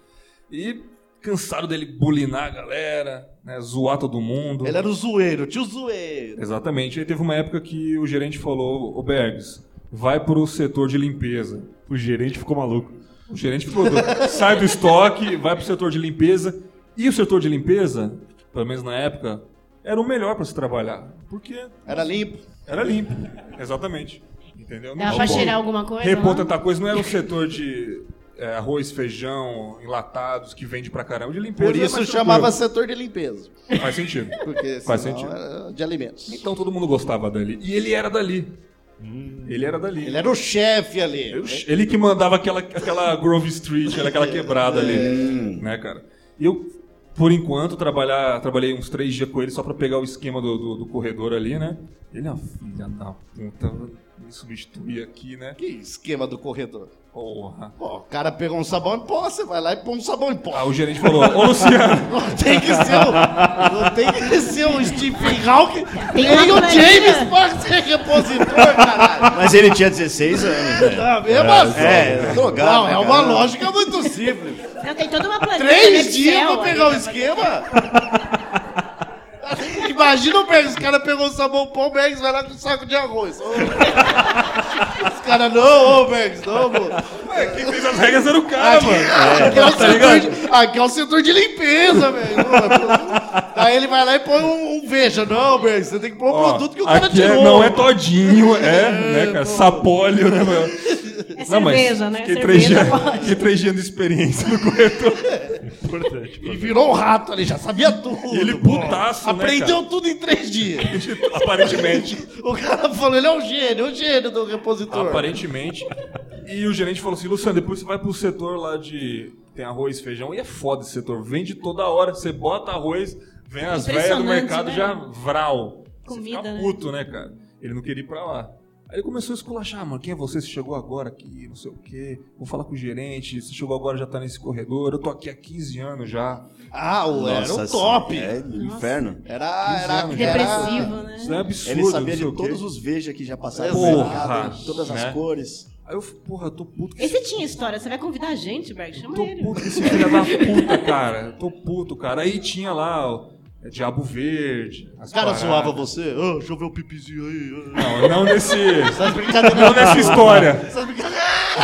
E cansado dele bulinar a galera, né, zoar todo mundo. Ele era o zoeiro, tio zoeiro. Exatamente. Aí teve uma época que o gerente falou: ô Bergs, vai pro setor de limpeza. O gerente ficou maluco. O gerente ficou sai do estoque, vai pro setor de limpeza. E o setor de limpeza, pelo menos na época, era o melhor para se trabalhar. Porque Era limpo. era limpo. Exatamente. Entendeu? Dava pra cheirar alguma coisa? Repor lá? tanta coisa. Não era um setor de arroz, feijão, enlatados, que vende pra caramba. De limpeza. Por é isso mais chamava tranquilo. setor de limpeza. Faz sentido. Porque Faz senão sentido. era de alimentos. Então todo mundo gostava dali. E ele era dali. Ele era dali. Ele era o chefe ali. Ele que mandava aquela Grove Street, aquela quebrada ali, né, cara? E eu, por enquanto, trabalhei uns 3 dias com ele só pra pegar o esquema do corredor ali, né? Ele é uma filha da puta, me substituir aqui, né? Que esquema do corredor. Porra. Pô, o cara pegou um sabão em pó, você vai lá e põe um sabão em pó. Ah, o gerente falou, ô Luciano, Não tem que ser o Stephen Hawking. Tem Nem uma o planilha. James pode ser repositor, caralho. Mas ele tinha 16 anos, velho. Tá mesmo assim. Drogado. Não, é pra uma caramba. lógica muito simples. Não, tem toda uma planilha. 3 no dias Excel pra aí, pegar o pra esquema? Imagina o Bergs, os caras pegou o sabão pó, o Bergs vai lá com um saco de arroz. Os caras, não, ô Bergs, não, pô. quem fez as regras era o cara, mano. Aqui é o setor de limpeza, velho. Aí ele vai lá e põe um veja. Não, Bergs, você tem que pôr um produto que o cara Aqui tirou. não é todinho, né, cara? Sapólio, né, mano? É cerveja, né? Fiquei Cerveja 3 pode. fiquei 3 dias de experiência no corretor. Importante. E virou um rato ali, já sabia tudo. E ele pô. putaço, né, Aprendeu tudo em 3 dias. Aparentemente. O cara falou, ele é um gênio do repositor. Aparentemente. E o gerente falou assim, Luciano, depois você vai pro setor lá de... Tem arroz, feijão, e é foda esse setor. Vende toda hora, você bota arroz, vem as velhas do mercado, né? já vral. Comida, você fica puto, né, cara? Ele não queria ir pra lá. Aí ele começou a esculachar, mano, quem é você? Você chegou agora aqui, não sei o quê. Vou falar com o gerente, você chegou agora, já tá nesse corredor. Eu tô aqui há 15 anos já. Ah, era o top. É inferno. Era Depressivo, né? Isso é absurdo, Ele sabia não sei de o quê. todos os Veja que já passaram Porra, no mercado, todas as né? cores. Aí eu, porra, eu tô puto. Esse tinha história, você vai convidar a gente, Berg? Chama Tô ele. puto com esse filho da puta, cara. Eu tô puto, cara. Aí tinha lá o Diabo Verde. O cara zoava você. Deixa eu ver o pipizinho aí. Não nesse. Essas brincadeiras. Não nessa história. Essas brincadeiras.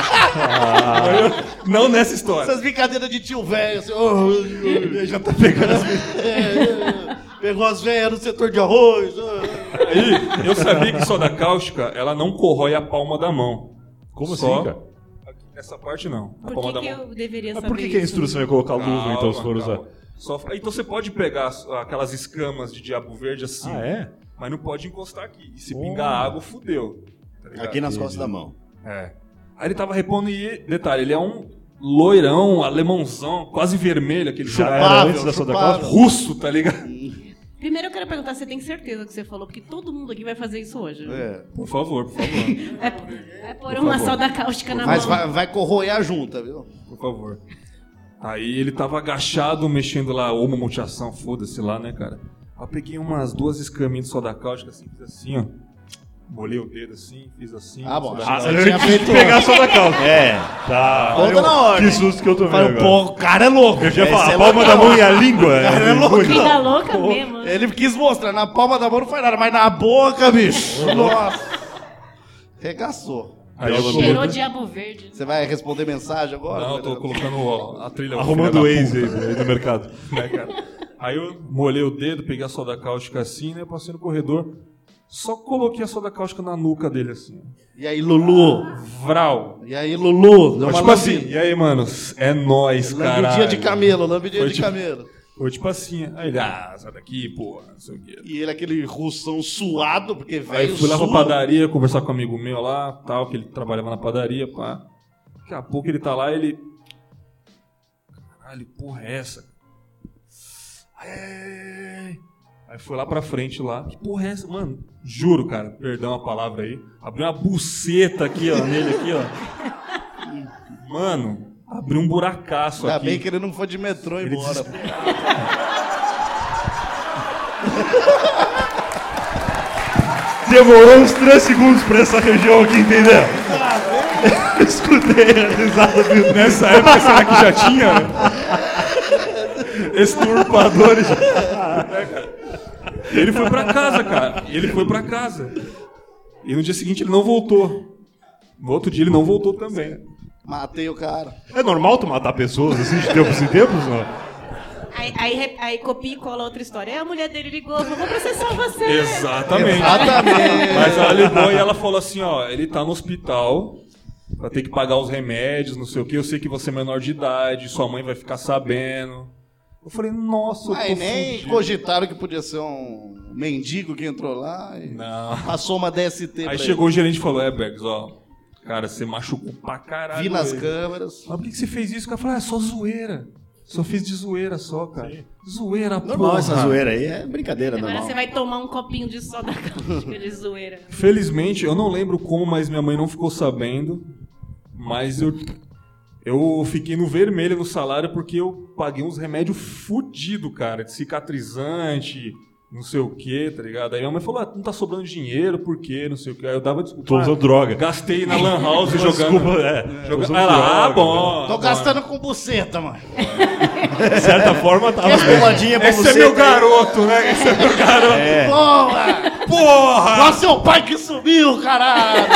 Não nessa história. Essas brincadeiras de tio velho. Assim, Já tá pegando as pegou as velhas no setor de arroz. Aí, eu sabia que soda cáustica, ela não corrói a palma da mão. Como Só assim, cara? aqui, nessa parte não. A Por palma que, da que mão. eu deveria Mas saber por que a isso? instrução é colocar luva, então, se for usar? Calma. Então você pode pegar aquelas escamas de Diabo Verde assim, Ah, é? mas não pode encostar aqui. E se pingar água, fudeu. Tá ligado? Aqui nas costas da mão. É. Aí ele tava repondo e, detalhe, ele é um loirão, alemãozão, quase vermelho, aquele Já cara era antes da soda cáustica? russo, tá ligado? Primeiro eu quero perguntar se você tem certeza que você falou, porque todo mundo aqui vai fazer isso hoje. Por favor, por favor, É pôr uma soda cáustica na Mas mão. vai corroer a junta, viu? por favor. Aí ele tava agachado, mexendo lá, ou uma multiação, foda-se lá, né, cara? Aí eu peguei umas 2 escaminhas de soda cáustica, assim, fiz assim, ó. Molhei o dedo assim, fiz assim. Ah, bom. soda Ah, cáustica. você tinha feito Pegar só da calça. É. Tá. Conta na ordem. Que susto que eu tomei Falei, agora. pô, o cara é louco. Eu já ia Esse falar, é a palma legal. da mão e a língua. Cara, é louco. Vida louca mesmo. Ele quis mostrar, na palma da mão não foi nada, mas na boca, bicho. Nossa. Regaçou. Aí eu Cheirou Diabo Verde. Você vai responder mensagem agora? Não, eu tô colocando ó, a trilha. Arrumando o filha da Waze puta, aí no mercado. né, cara? Aí eu molhei o dedo, peguei a soda cáustica assim, né? Passei no corredor. Só coloquei a soda cáustica na nuca dele assim. E aí, Lulu? Vral. E aí, Lulu? Deu Mas uma tipo assim, lambida. e aí, mano? É nóis, cara. Lambidinha de camelo, lambidinha Foi de tipo- camelo. Foi tipo assim. Aí ele, sai daqui, porra, não sei o quê. E ele, aquele russão suado, porque Aí velho fui lá pra sua. padaria, conversar com um amigo meu lá, tal, que ele trabalhava na padaria, pá. Daqui a pouco ele tá lá, ele... Caralho, porra é essa? Aí fui lá pra frente lá. Que porra é essa? Mano, juro, cara, perdão a palavra aí. Abriu uma buceta aqui, ó, nele aqui, ó. Mano, abriu um buracaço Ainda aqui. bem que ele não foi de metrô Ele embora. Demorou uns 3 segundos pra essa região aqui, entendeu? Eu escutei a risada dele. Nessa época, será que já tinha exturpadores? Ele foi pra casa, cara. Ele foi pra casa. E no dia seguinte ele não voltou. No outro dia ele não voltou também. Matei o cara. É normal tu matar pessoas assim de tempos em tempos, não? Aí copia e cola outra história. Aí a mulher dele ligou, falou, vou processar você. Exatamente. Exatamente. Mas ela ligou e ela falou assim, ó, ele tá no hospital, vai ter que pagar os remédios, não sei o que, eu sei que você é menor de idade, sua mãe vai ficar sabendo. Eu falei, nossa, eu tô Aí nem fudido. cogitaram que podia ser um mendigo que entrou lá e Não. passou uma DST pra Aí ele. chegou o gerente e falou, Bergs, ó, cara, você machucou pra caralho. Vi nas ele. câmeras. Mas por que você fez isso? O cara falou, é só zoeira. Só fiz de zoeira só, cara. Zoeira, Normal porra. essa zoeira aí, é brincadeira Agora normal. você vai tomar um copinho de soda cáustica de zoeira. Felizmente, eu não lembro como, mas minha mãe não ficou sabendo. Mas eu fiquei no vermelho no salário porque eu paguei uns remédios fudidos, cara. De cicatrizante, não sei o que, tá ligado? Aí minha mãe falou, não tá sobrando dinheiro, por quê? Não sei o que. Aí eu dava desculpa. Tô usando droga. Gastei na lan house jogando. Desculpa, jogando... usando Aí ela, droga. bom. Tô gastando com buceta, mano. De certa forma, tava As pomadinhas pra Esse você. é meu garoto, né? Esse é meu garoto. Porra! Porra! Nossa, seu pai que sumiu, caralho!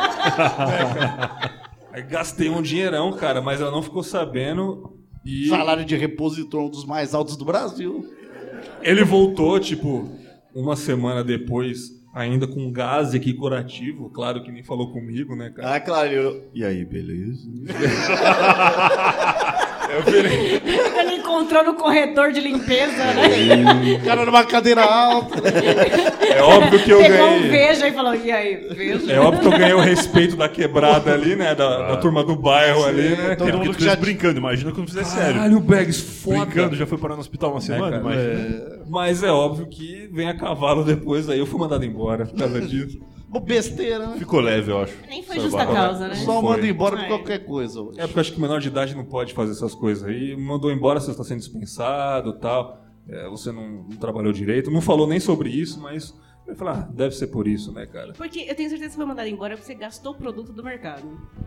Aí gastei um dinheirão, cara, mas ela não ficou sabendo. E Salário de repositor, um dos mais altos do Brasil. ele voltou, tipo, uma semana depois, ainda com gás aqui curativo. Claro que nem falou comigo, né, cara? Ah, claro. E aí, beleza? Ele encontrou no corredor de limpeza, né? O cara numa cadeira alta. É óbvio que eu Pegou ganhei. um veja e falou, e aí, veja? É óbvio que eu ganhei o respeito da quebrada ali, né? Da turma do bairro ali, né? todo É porque mundo tu que já fez brincando, imagina quando fizer sério. Caralho, Bags, foda. Brincando, já foi parar no hospital uma semana, cara, imagina. Mas é óbvio que vem a cavalo depois, aí eu fui mandado embora por causa disso. Besteira, né? Ficou leve, eu acho. Nem foi Essa justa barra. causa, né? Só Foi. manda embora por Ai. qualquer coisa hoje. É porque eu acho que o menor de idade não pode fazer essas coisas aí. Me mandou embora, você está sendo dispensado e tal. Você não trabalhou direito. Não falou nem sobre isso, mas eu falei, deve ser por isso, né, cara? Porque eu tenho certeza que você foi mandado embora porque você gastou o produto do mercado.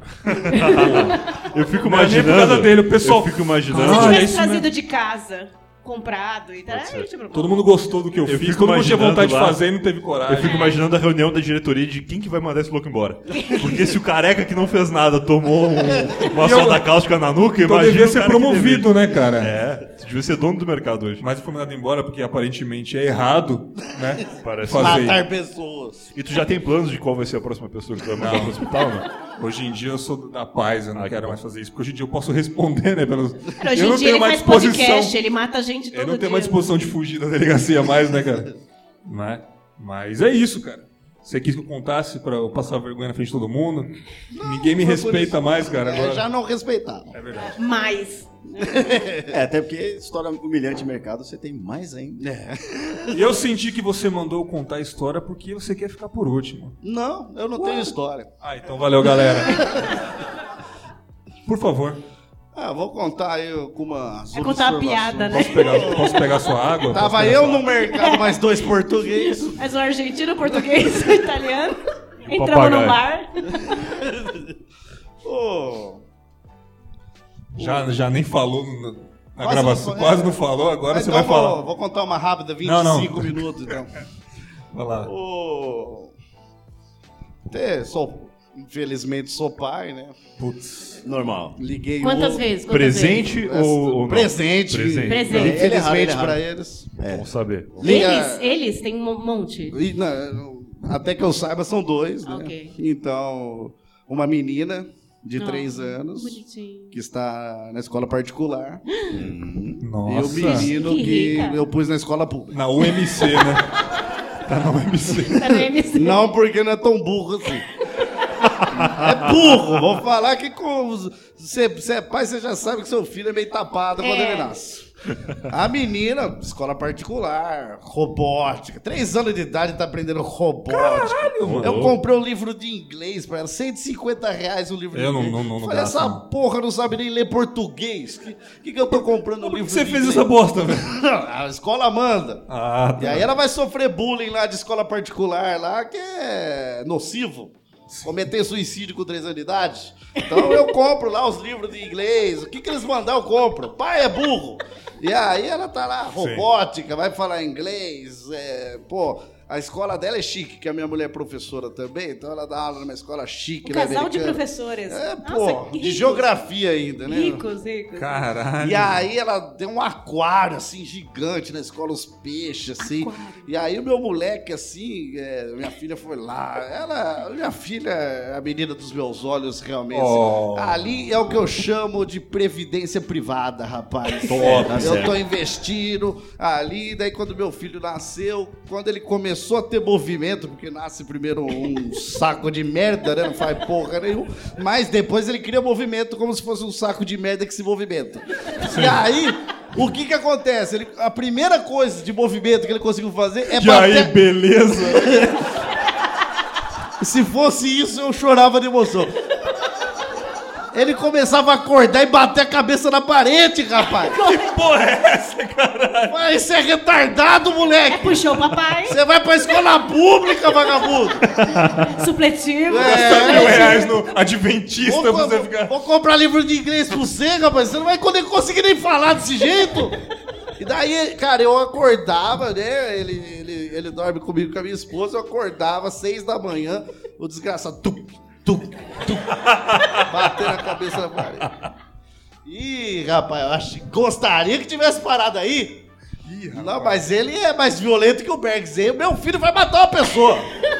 Eu fico Não é nem por imaginando. causa dele, o pessoal- Eu fico Se imaginando. você é tivesse isso trazido de casa, comprado e tal, aí não tinha problema. Todo mundo gostou do que eu fiz, fico todo mundo tinha imaginando vontade de lá- fazer e não teve coragem. Eu fico imaginando a reunião da diretoria de quem que vai mandar esse louco embora. Porque se o careca que não fez nada tomou uma soda cáustica na nuca, Então imagina devia o ser cara que promovido, né, cara? É, você devia ser dono do mercado hoje. Mas eu fui mandado embora porque aparentemente é errado, né? Parece. Fazer. Matar pessoas. E tu já tem planos de qual vai ser a próxima pessoa que tu vai mandar pro hospital, né? Hoje em dia eu sou da paz, eu não quero mais fazer isso, porque hoje em dia eu posso responder, né? Pelos... Cara, hoje eu em não dia tenho ele mais faz disposição. podcast, ele mata a gente todo Eu não dia. tenho mais disposição de fugir da delegacia mais, né, cara? Né? Mas é isso, cara. Você quis que eu contasse pra eu passar vergonha na frente de todo mundo? Ninguém me respeita mais, cara. Agora... Já não respeitava. É verdade. Mas, Até porque história humilhante de mercado você tem mais ainda. E eu senti que você mandou eu contar a história porque você quer ficar por último. Não, eu não tenho história. Ah, então valeu, galera. Por favor, Vou contar aí com umas é contar uma observações. piada, né? posso pegar sua água? Tava Posso pegar eu sua no mercado, mais 2 portugueses. Mas o argentino, o português, o italiano. Entramos no papagaio. bar. Ô, Já nem falou na Quase gravação. não- Quase não falou, agora você então vai falar. Vou contar uma rápida, 25 Não. minutos, então. Vai lá. Infelizmente sou pai, né? Putz. Normal. Liguei Quantas o- vezes? Presente ou não? Presente. Presente. Infelizmente Ele é pra eles. Vamos saber. Eles têm um monte. E, não, até que eu saiba, são 2, né? Ok. Então, uma menina de 3 Oh, anos Bonitinho. que está na escola particular e o Nossa. menino Que que rica. eu pus na escola pública. Na UMC, né? Tá na UMC. Tá no MC. Não, porque não é tão burro assim. É burro. Vou falar que você é pai, você já sabe que seu filho é meio tapado quando ele nasce. A menina, escola particular, robótica. 3 anos de idade tá aprendendo robótica. Caralho, mano. Eu comprei um livro de inglês pra ela, R$150 o livro Eu de inglês. não Falei, gasto, essa não. porra não sabe nem ler português. Que eu tô comprando um Por livro que você de fez inglês? essa bosta, velho? A escola manda. Ah, E aí ela vai sofrer bullying lá de escola particular lá, que é nocivo. Cometer suicídio com 3 anos de idade. Então eu compro lá os livros de inglês. O que eles mandar eu compro. Pai é burro. E aí ela tá lá, robótica, vai falar inglês. A escola dela é chique, que a minha mulher é professora também. Então ela dá aula numa escola chique, Um né, casal de americana. professores. De ricos. geografia ainda, né? Ricos. caralho. E aí ela tem um aquário, assim, gigante na escola, os peixes, assim. Aquário. E aí o meu moleque, assim, minha filha foi lá. Minha filha é a menina dos meus olhos, realmente. Oh. Ali é o que eu chamo de previdência privada, rapaz. Tá Eu certo. tô investindo ali, daí quando meu filho nasceu, quando ele começou a ter movimento, porque nasce primeiro um saco de merda, né? Não faz porra nenhuma. Mas depois ele cria movimento como se fosse um saco de merda que se movimenta. E aí, o que acontece? A primeira coisa de movimento que ele conseguiu fazer é E aí, beleza? Se fosse isso, eu chorava de emoção. Ele começava a acordar e bater a cabeça na parede, rapaz. Que porra é essa, caralho? Mas você é retardado, moleque. Puxou o papai. Você vai pra escola pública, vagabundo. Supletivo. R$1.000 no Adventista pra você ficar... Vou comprar livro de inglês pra você, rapaz. Você não vai conseguir nem falar desse jeito. E daí, cara, eu acordava, né? Ele dorme comigo com a minha esposa. Eu acordava às 6 da manhã. O desgraçado... Batendo a cabeça na parede. Ih, rapaz, eu acho que gostaria que tivesse parado aí. Não, mas ele é mais violento que o Bergs. Meu filho vai matar uma pessoa.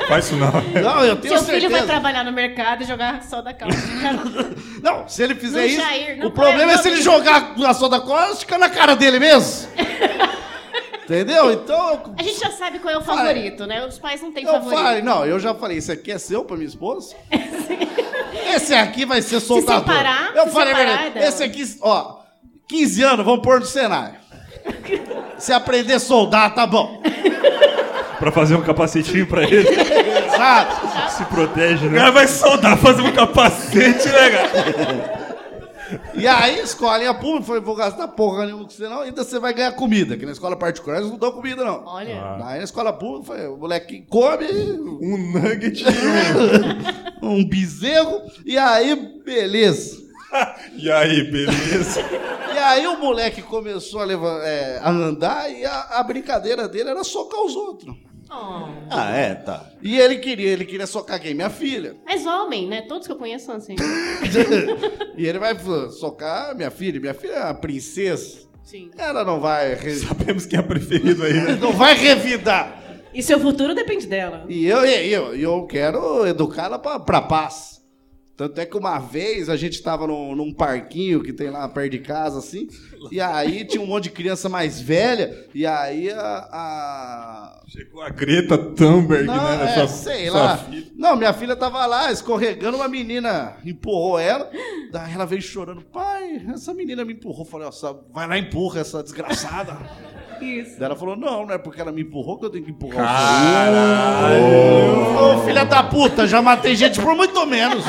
Faz isso não. Não, eu tenho Seu filho certeza. vai trabalhar no mercado e jogar soda cáustica. Não, se ele fizer No isso, Jair, não o problema é pode, se não. ele jogar a soda cáustica na cara dele mesmo. Entendeu? Então, A gente já sabe qual é o favorito, né? Os pais não têm eu favorito. falei, não, eu já falei, esse aqui é seu pra minha esposa? Esse aqui vai ser soldador. separar, eu se falei, separar, velho, é dela. esse aqui, ó, 15 anos, vamos pôr no Senai. Se aprender a soldar, tá bom. Pra fazer um capacetinho pra ele. Exato. Se protege, O né? cara vai soldar, fazer um capacete, né, cara? E aí, escolinha pública, foi, vou gastar porra nenhuma com você não, ainda você vai ganhar comida, que na escola particular eles não dão comida, não. Olha. Aí na escola pública, foi, o moleque come Um nugget. um bezerro, e aí, beleza. E aí, beleza? E aí o moleque começou a andar e a brincadeira dele era socar os outros. Oh. Ah, é, tá. E ele queria socar quem? Minha filha. Mas homem, né? Todos que eu conheço são assim. E ele vai socar minha filha. Minha filha é uma princesa. Sim. Ela não vai, Sabemos quem é preferido aí, né? não vai revidar. E seu futuro depende dela. E eu quero educá-la pra paz. Tanto é que uma vez a gente tava num parquinho que tem lá perto de casa, assim, e aí tinha um monte de criança mais velha, e aí Chegou a Greta Thunberg, Não, né? sei sua lá. filha. Não, minha filha tava lá escorregando, uma menina empurrou ela, daí ela veio chorando, pai, essa menina me empurrou. Eu falei, ó, vai lá e empurra essa desgraçada. Isso. Daí ela falou, não é porque ela me empurrou que eu tenho que empurrar Caralho! Ô, filha da puta, já matei gente por muito menos.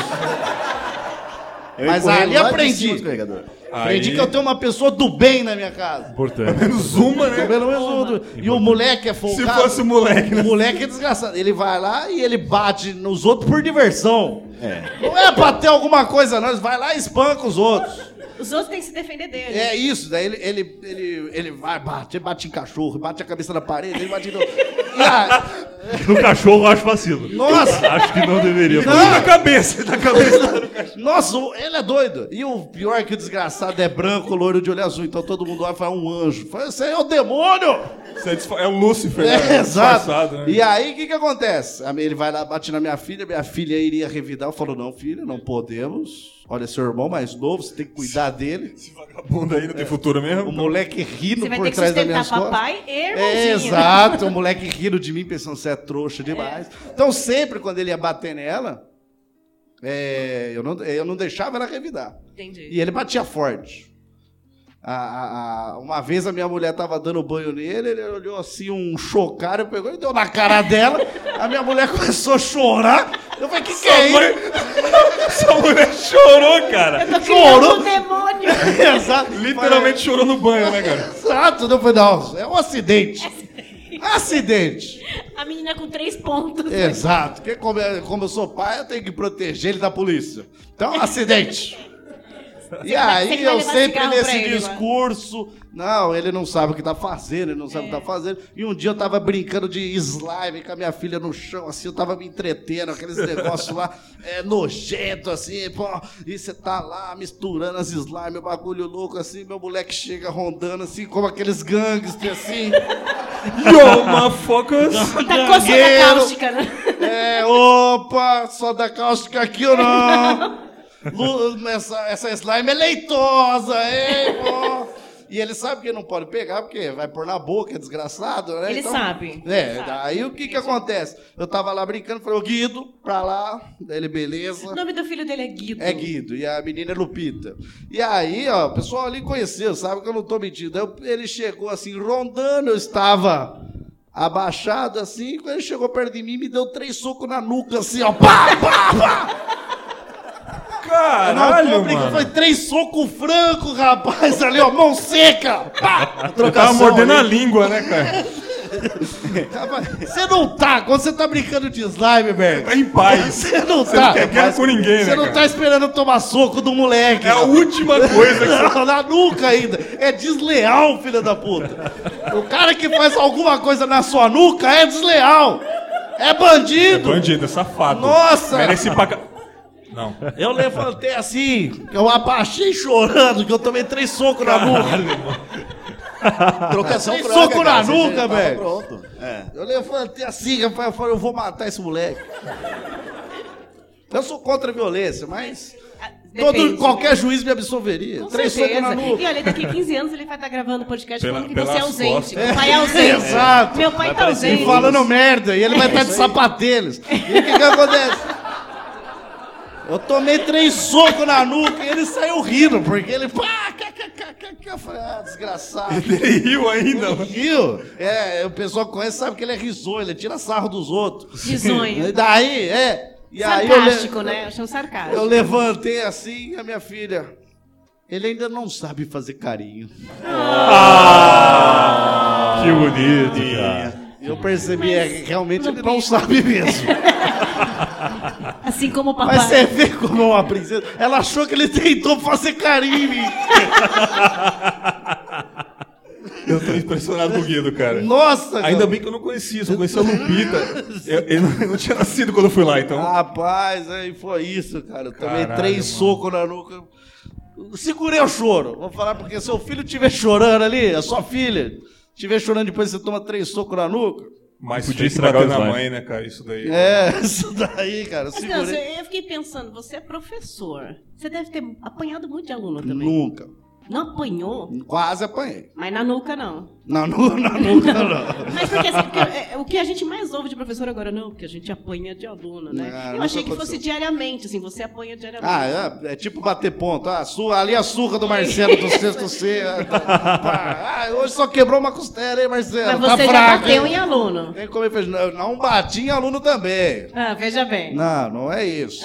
Mas empurrei ali lá de aprendi. cima do escorregador. Aprendi Aí- que eu tenho uma pessoa do bem na minha casa. Importante. Menos uma, né? Pelo menos e o moleque é Se folgado. fosse o moleque, né? O moleque é desgraçado. Ele vai lá e ele bate nos outros por diversão. Não é pra ter alguma coisa, não. Ele vai lá e espanca os outros. Os outros têm que se defender dele. É isso. Daí ele vai, bate em cachorro, bate a cabeça na parede, ele bate no... E a- No cachorro eu acho vacilo. Nossa! Acho que não deveria. Não. Na cabeça, na cabeça. Nossa, ele é doido. E o pior é que o desgraçado é branco, loiro de olho azul. Então todo mundo olha e fala, um anjo. Fala, esse aí é o demônio! É o Lúcifer, né? É, exato. Disfarçado, né? E aí, o que acontece? Ele vai lá, bate na minha filha iria revidar. Eu falo, não, filha, não podemos. Olha, seu irmão mais novo, você tem que cuidar dele. Esse vagabundo aí não tem futuro mesmo? O moleque rindo Você vai por ter que trás das sustentar minhas costas. papai e irmãozinho. É, exato, o moleque rindo de mim, pensando, você é trouxa demais. Então, sempre quando ele ia bater nela, eu não deixava ela revidar. Entendi. E ele batia forte. Uma vez a minha mulher tava dando banho nele, ele olhou assim, um chocalho, pegou e deu na cara dela. A minha mulher começou a chorar. Eu falei, que é isso? Sua mulher chorou, cara. Eu tô Chorou? criando um demônio. Exato. Literalmente chorou no banho, né, cara? Exato. Eu falei, não, é um acidente. Acidente. A menina com 3 pontos. Exato. Porque como eu sou pai, eu tenho que proteger ele da polícia. Então, acidente. E você aí que vai eu levar sempre cigarro pra nesse ele, discurso, não, ele não sabe o que tá fazendo, ele não sabe o que tá fazendo. E um dia eu tava brincando de slime com a minha filha no chão, assim, eu tava me entretendo, aqueles negócios lá, nojento, assim, pô, e você tá lá misturando as slime, o bagulho louco, assim, meu moleque chega rondando, assim, como aqueles gangsters, assim. Yo, motherfuckers! Tacou soda cáustica, né? Opa, soda cáustica aqui ou não? Essa slime é leitosa, hein, pô? E ele sabe que não pode pegar, porque vai pôr na boca, é desgraçado, né? Ele sabe. Daí o que acontece? Eu tava lá brincando, falei, ô Guido, pra lá, daí ele, beleza. O nome do filho dele é Guido. É Guido, e a menina é Lupita. E aí, ó, o pessoal ali conheceu, sabe que eu não tô mentindo. Aí ele chegou assim, rondando, eu estava abaixado assim, quando ele chegou perto de mim, me deu 3 socos na nuca, assim, ó, pá, pá, pá. Caralho, Não, mano. foi 3 socos francos, rapaz, ali, ó, mão seca, pá. Eu tava mordendo a língua, né, cara? Rapaz, você não tá, quando você tá brincando de slime, velho. Tá em paz. Você não Você tá. não quer guerra com ninguém, Você né, não cara? tá esperando tomar soco do moleque. É a última coisa que Não, na nuca ainda. É desleal, filha da puta. O cara que faz alguma coisa na sua nuca é desleal. É bandido. Bandido, é safado. Nossa. Merece pagar. Não. Eu levantei assim, eu abaixei chorando, que eu tomei 3 socos na nuca. Trocação Tem franca, soco cara, na você nuca, já tava velho. Pronto. É. Eu levantei assim, rapaz, eu falei, eu vou matar esse moleque. Eu sou contra a violência, mas qualquer juiz me absolveria. Com 3 socos na certeza. nuca. E olha, daqui a 15 anos ele vai estar gravando podcast falando que você é pelas ausente. costas. Meu pai é ausente. Exato. Meu pai tá E ausente. falando merda, e ele vai estar de sapatênis. E o que acontece? Eu tomei 3 socos na nuca e ele saiu rindo, porque ele... Eu falei, desgraçado. Ele riu ainda. Ele riu. O pessoal que conhece sabe que ele é risonho, ele tira sarro dos outros. Risonho. E daí, E aí Sarcástico, né? Eu chamo sarcástico. eu levantei assim, e a minha filha... Ele ainda não sabe fazer carinho. Que bonito, cara. Eu percebi, realmente ele não sabe mesmo. Assim como o papai. Mas você vê como é uma princesa. Ela achou que ele tentou fazer carinho em mim. Eu tô impressionado com o Guido, cara. Nossa, Ainda cara. bem que eu não conhecia, só conhecia a Lupita. Ele não tinha nascido quando eu fui lá, então. Rapaz, aí foi isso, cara. Eu tomei Caralho, 3 mano. socos na nuca. Segurei o choro. Vou falar porque seu filho estiver chorando ali, a sua filha estiver chorando depois você toma 3 socos na nuca. Mas Podia tem que estragar bater o na slime. mãe, né, cara? Isso daí. Isso daí, cara. Mas não, Segurei. eu fiquei pensando, você é professor. Você deve ter apanhado muito de aluno também. Nunca. Não apanhou? Quase apanhei. Mas na nuca não. Na nuca não. Mas porque, assim, o que a gente mais ouve de professor agora, não, porque a gente apanha de aluno, né? Não, Eu nunca achei que aconteceu. fosse diariamente, assim, você apanha diariamente. É tipo bater ponto. Ali a surra do Marcelo do sexto C. Hoje só quebrou uma costela, hein, Marcelo? Mas você tá já fraco, bateu hein? em aluno. Tem como ele fez. Não bati em aluno também. Ah, veja bem. Não é isso.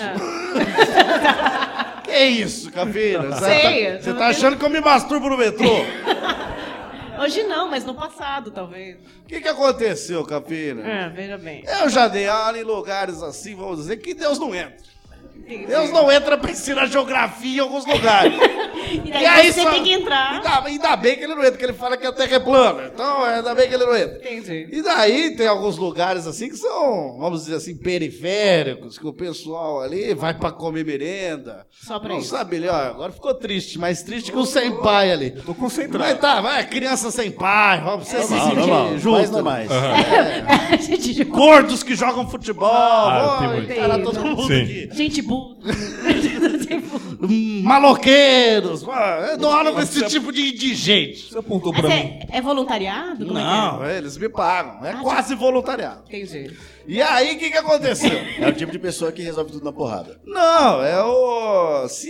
Que isso, Capina? Sei, Você tá achando que eu me masturbo no metrô? Hoje não, mas no passado, talvez. O que aconteceu, Capina? Veja bem. Eu já dei aula em lugares assim, vamos dizer, que Deus não entra. Deus não entra pra ensinar geografia em alguns lugares. E daí você tem que entrar. Ainda bem que ele não entra, porque ele fala que a Terra é plana. Então, ainda bem que ele não entra. Entendi. E daí tem alguns lugares assim que são, vamos dizer assim, periféricos, que o pessoal ali vai pra comer merenda. Só pra não isso. sabe ali, ó, agora ficou triste, mais triste que o sem pai ali. Tô concentrado. Mas tá, vai, criança sem pai, vamos você se Normal, sentir junto. mais normais. A gente Gordos que jogam futebol, tem ó, muito. cara, todo mundo Sim. aqui. Gente burra. Maloqueiros, eu dou aula com esse tipo de gente. Você apontou Mas pra mim. é voluntariado? Como Não, eles me pagam, é quase voluntariado. é que é? Entendi. E aí, o que aconteceu? É o tipo de pessoa que resolve tudo na porrada. Não, se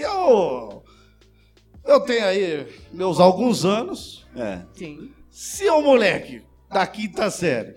eu tenho aí meus alguns anos, É. Sim. se o moleque da 5ª série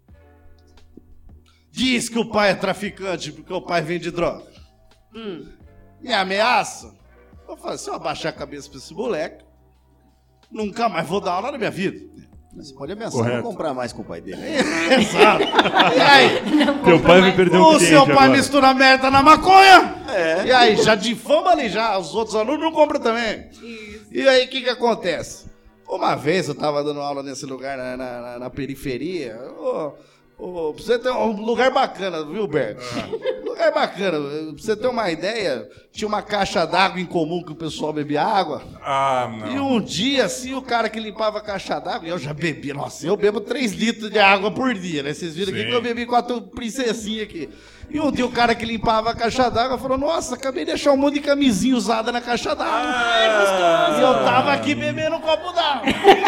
diz que o pai é traficante porque o pai vende droga, me ameaça, eu falo, se eu abaixar a cabeça pra esse moleque, nunca mais vou dar aula na minha vida. Mas você pode ameaçar Correto. não comprar mais com o pai dele. Exato. E aí? Teu pai vai perder um O cliente seu pai agora. mistura merda na maconha. E aí, já difama ali, já. Os outros alunos não compram também. E aí, o que acontece? Uma vez eu tava dando aula nesse lugar na periferia. Pra você ter um lugar bacana, viu, Berto? Lugar bacana. Pra você ter uma ideia, tinha uma caixa d'água em comum que o pessoal bebia água. Ah, E não. um dia, assim, o cara que limpava a caixa d'água, eu já bebi, nossa, eu bebo 3 litros de água por dia, né? Vocês viram aqui Sim. que eu bebi 4 princesinhas aqui. E um dia o cara que limpava a caixa d'água falou, nossa, acabei de achar um monte de camisinha usada na caixa d'água. E eu tava aqui bebendo um copo d'água.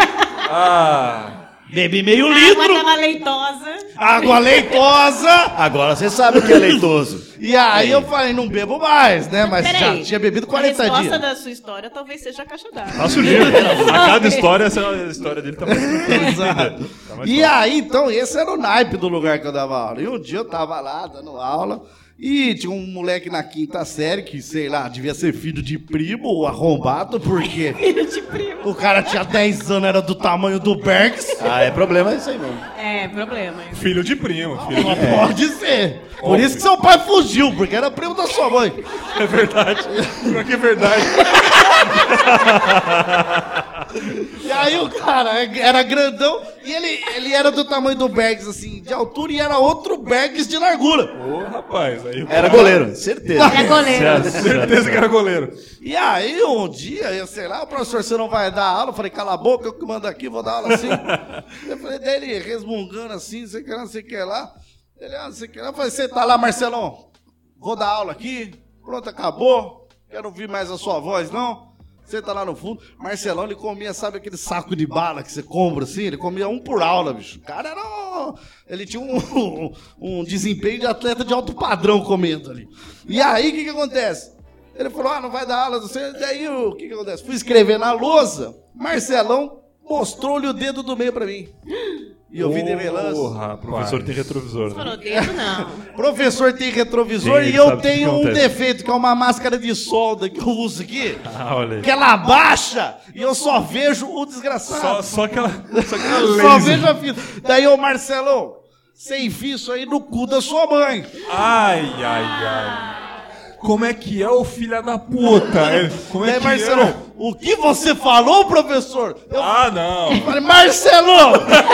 Bebi meio A litro, água tava leitosa. água leitosa. Agora você sabe o que é leitoso. E aí eu falei, não bebo mais, né? Mas Peraí. já tinha bebido 40 A resposta dias. da sua história talvez seja a caixa d'água. Tá surgindo. A cada história, essa história dele tá mais Exato. E aí, então, esse era o naipe do lugar que eu dava aula. E um dia eu tava lá, dando aula, e tinha um moleque na 5ª série, que, sei lá, devia ser filho de primo ou arrombado, porque Filho de primo. o cara tinha 10 anos, era do tamanho do Bergs. Ah, é problema isso aí mesmo. É, problema. Filho de primo. Filho de... Pode ser. Por isso que seu pai fugiu, porque era primo da sua mãe. É verdade. Pior que é verdade. E aí o cara era grandão, E ele era do tamanho do Bergs, assim, de altura, e era outro Bergs de largura. Ô, rapaz, aí... Era goleiro, certeza. É goleiro. Certeza que era goleiro. E aí, um dia, eu sei lá, professor, você não vai dar aula? Eu falei, cala a boca, eu que mando aqui, vou dar aula assim. Eu falei, daí ele resmungando assim, não sei o que lá, não sei o que lá. Ele, não sei o que lá. Eu falei, você tá lá, Marcelão? Vou dar aula aqui, pronto, acabou. Quero ouvir mais a sua voz, não? Você tá lá no fundo. Marcelão, ele comia, sabe aquele saco de bala que você compra assim? Ele comia um por aula, bicho. O cara era... Ele tinha um desempenho de atleta de alto padrão comendo ali. E aí, o que acontece? Ele falou, não vai dar aula, não sei. Daí, o que acontece? Fui escrever na lousa, Marcelão mostrou-lhe o dedo do meio pra mim. E eu vi de relance. Porra, Professor tem retrovisor, né? Falou dedo, não. Professor tem retrovisor Sim, e eu sabe o que tenho um acontece. defeito, que é uma máscara de solda que eu uso aqui. Olha aí. Que ela abaixa e eu só vejo o desgraçado. Só aquela Eu só vejo a fita. Daí, ô Marcelão, você enfia isso aí no cu da sua mãe. Ai. Como é que é, ô filha da puta? Como é Daí, que Marcelão, é? o que você falou, professor? Eu Não. falei, Marcelão,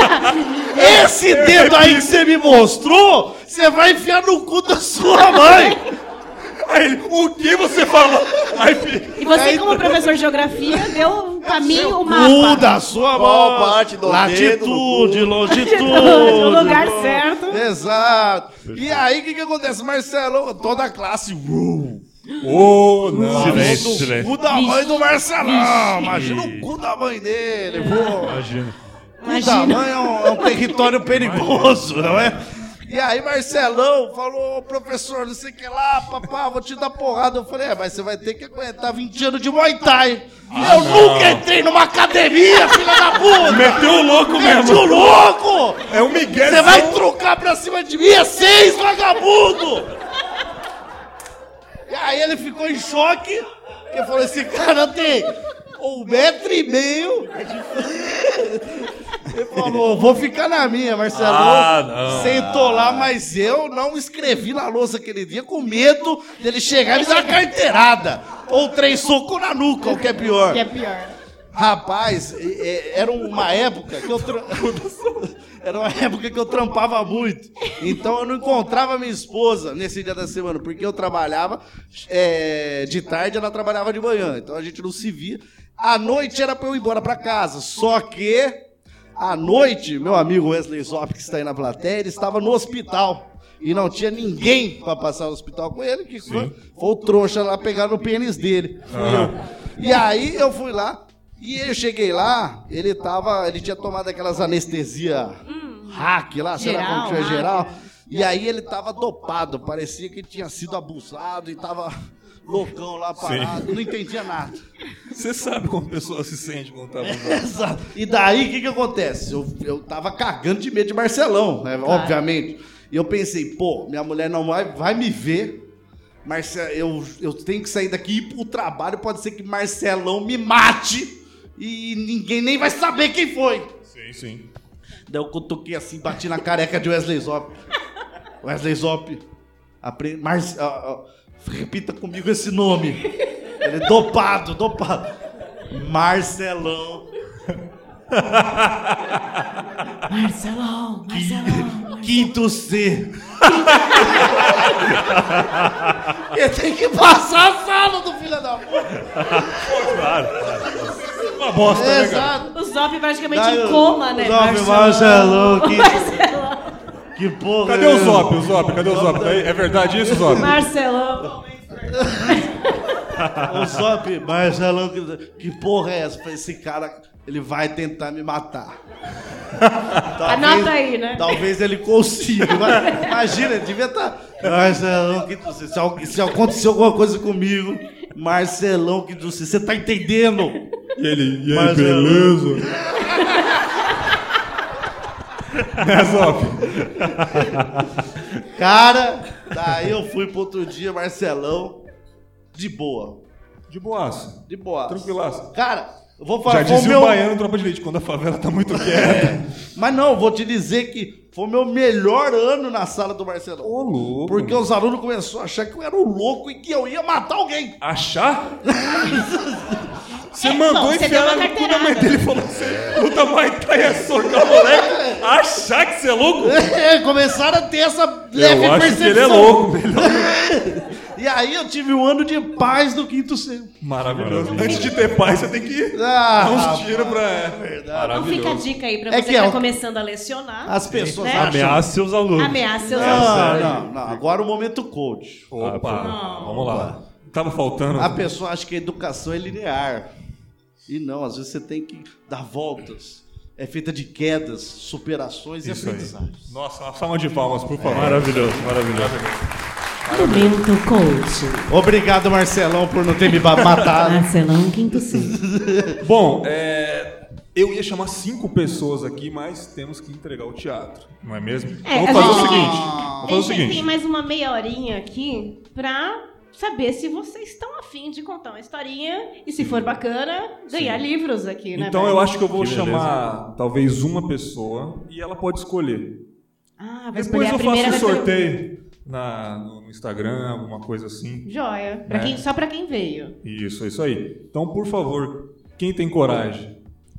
esse dedo aí que você me mostrou, você vai enfiar no cu da sua mãe. Aí ele, o que você falou? Aí, filho, E você, como professor de geografia, deu um caminho, o Cu mapa. da sua Qual mão. parte do dedo Latitude, no cu? longitude. No lugar certo. Exato. E aí, o que acontece? Marcelão, toda a classe... Ô, não. Silêncio, O silêncio. cu da mãe do Marcelão. Imagina o cu da mãe dele. Pô. Imagina. O cu da mãe é um território perigoso, não é? E aí, Marcelão falou, professor, não sei o que lá, papá, vou te dar porrada. Eu falei, mas você vai ter que aguentar 20 anos de Muay Thai. Eu nunca entrei numa academia, filha da puta. Meteu o louco Meti mesmo. o louco. É o Miguel. Você vai trocar pra cima de mim, é 6, vagabundo. E aí ele ficou em choque, porque falou, esse cara tem 1,5 metros. Ele falou, vou ficar na minha, Marcelão. Não. Sentou lá, mas eu não escrevi na lousa aquele dia com medo dele chegar e me dar uma carteirada. Ou 3 socos na nuca, o que é pior. Que é pior. Rapaz, era uma época que eu era uma época que eu trampava muito. Então eu não encontrava minha esposa nesse dia da semana, porque eu trabalhava de tarde, ela trabalhava de manhã. Então a gente não se via. À noite era pra eu ir embora pra casa. Só que à noite, meu amigo Wesley Zop, que está aí na plateia, ele estava no hospital. E não tinha ninguém pra passar no hospital com ele, que foi o trouxa lá pegar no pênis dele. Fui eu. E aí eu fui lá. E eu cheguei lá, ele tinha tomado aquelas anestesia hack lá, sei lá como que é geral. E aí ele tava dopado, parecia que tinha sido abusado e tava loucão lá parado, não entendia nada. Você sabe como a pessoa se sente quando tá abusando. Exato. E daí, o que acontece? Eu tava cagando de medo de Marcelão, né, obviamente. E eu pensei, pô, minha mulher não vai me ver, eu tenho que sair daqui e ir pro trabalho, pode ser que Marcelão me mate. E ninguém nem vai saber quem foi. Sim. Daí eu cutuquei assim, bati na careca de Wesley Zop. Wesley Zop, repita comigo esse nome. Ele é dopado. Marcelão. Marcelão. Quinto C. Ele tem que passar a sala do filho da puta. Uma bosta, né, cara? Exato. O Zop praticamente em coma, né? Marcelão. Que porra. Cadê o Zop? Cadê o Zop? É verdade isso, Zop? Marcelão. O Zop, Marcelão, que porra é essa? Eu falei, esse cara, ele vai tentar me matar. Anota aí, né? Talvez ele consiga. Imagina, ele devia estar... Marcelão, se acontecer alguma coisa comigo, Marcelão, você tá entendendo? E aí, Marcelão. beleza? Zop? Cara, daí eu fui pro outro dia, Marcelão, de boa. De boaça. De boa. Tranquilaço. Cara, eu vou falar... Já foi o dizia o baiano Tropa de Elite, quando a favela tá muito quieta. Mas não, vou te dizer que foi o meu melhor ano na sala do Marcelão. Ô, louco. Porque os alunos começaram a achar que eu era um louco e que eu ia matar alguém. Achar? Você mandou você enfiar deu uma na cu da carteirada. mãe dele e falou que você luta Muay Thai é socar o moleque. Achar que você é louco? Começaram a ter essa leve Eu acho percepção. que ele é louco. Melhor. E aí eu tive um ano de paz no quinto céu. Maravilhoso. Antes de ter pai, você tem que Ah, dar uns tiros pra... Então fica a dica aí pra É você que que tá é- começando a lecionar. As pessoas Né? acham... Ameaça seus alunos. Ameaça seus Não. Agora o momento coach. Opa, vamos lá. Tava faltando... A pessoa acha que a educação é linear. E não, às vezes você tem que dar voltas. É feita de quedas, superações e Isso aí. aprendizagens. Nossa, uma salva de palmas, por favor. Maravilhoso, maravilhoso. Momento coach. Obrigado, Marcelão, por não ter me matado. Marcelão, quinto C. Bom, eu ia chamar 5 pessoas aqui, mas temos que entregar o teatro, não é mesmo? É, Vamos fazer a o gente seguinte. Vamos fazer o Tem seguinte. mais uma meia horinha aqui pra saber se vocês estão afim de contar uma historinha e, se for bacana, ganhar livros aqui, né? Então velho? eu acho que eu vou Que beleza. chamar talvez uma pessoa e ela pode escolher. Ah, vai escolher Depois a eu primeira. faço um vai ser- sorteio no Instagram, alguma coisa assim. Joia. É. Só pra quem veio. Isso aí. Então, por favor, quem tem coragem?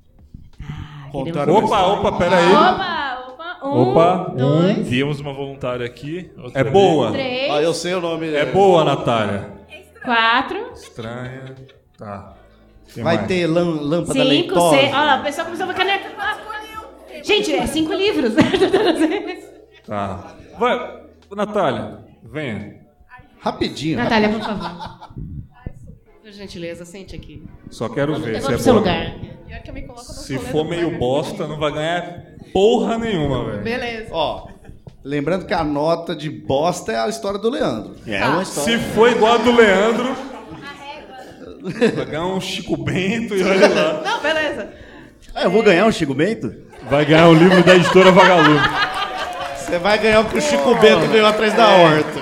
Contar Queremos- Opa, pera aí. Opa. Opa, 2, Temos uma voluntária aqui. outra É boa. 3, Ah, eu sei o nome. É boa, Natália. 4, Estranha. Tá. Quem Vai mais? ter lâmpada 5, leitosa. 6. Olha lá, o pessoal começou a caneca. Gente, é 5 livros. Tá. Vai, Natália, venha. Rapidinho. Natália, por favor. Por gentileza, sente aqui. Só quero ver Eu se vou é pro seu boa. lugar. Pior que eu me coloco no Se rolê for do meio pai, bosta, não vai ganhar porra nenhuma, velho. Beleza. Ó, lembrando que a nota de bosta é a história do Leandro. É uma história. Se for igual a do Leandro, vai ganhar um Chico Bento e olha lá. Não, beleza. Ah, eu vou ganhar um Chico Bento? Vai ganhar o livro da editora Vagalume. Você vai ganhar o que o Chico Bento ganhou atrás da horta.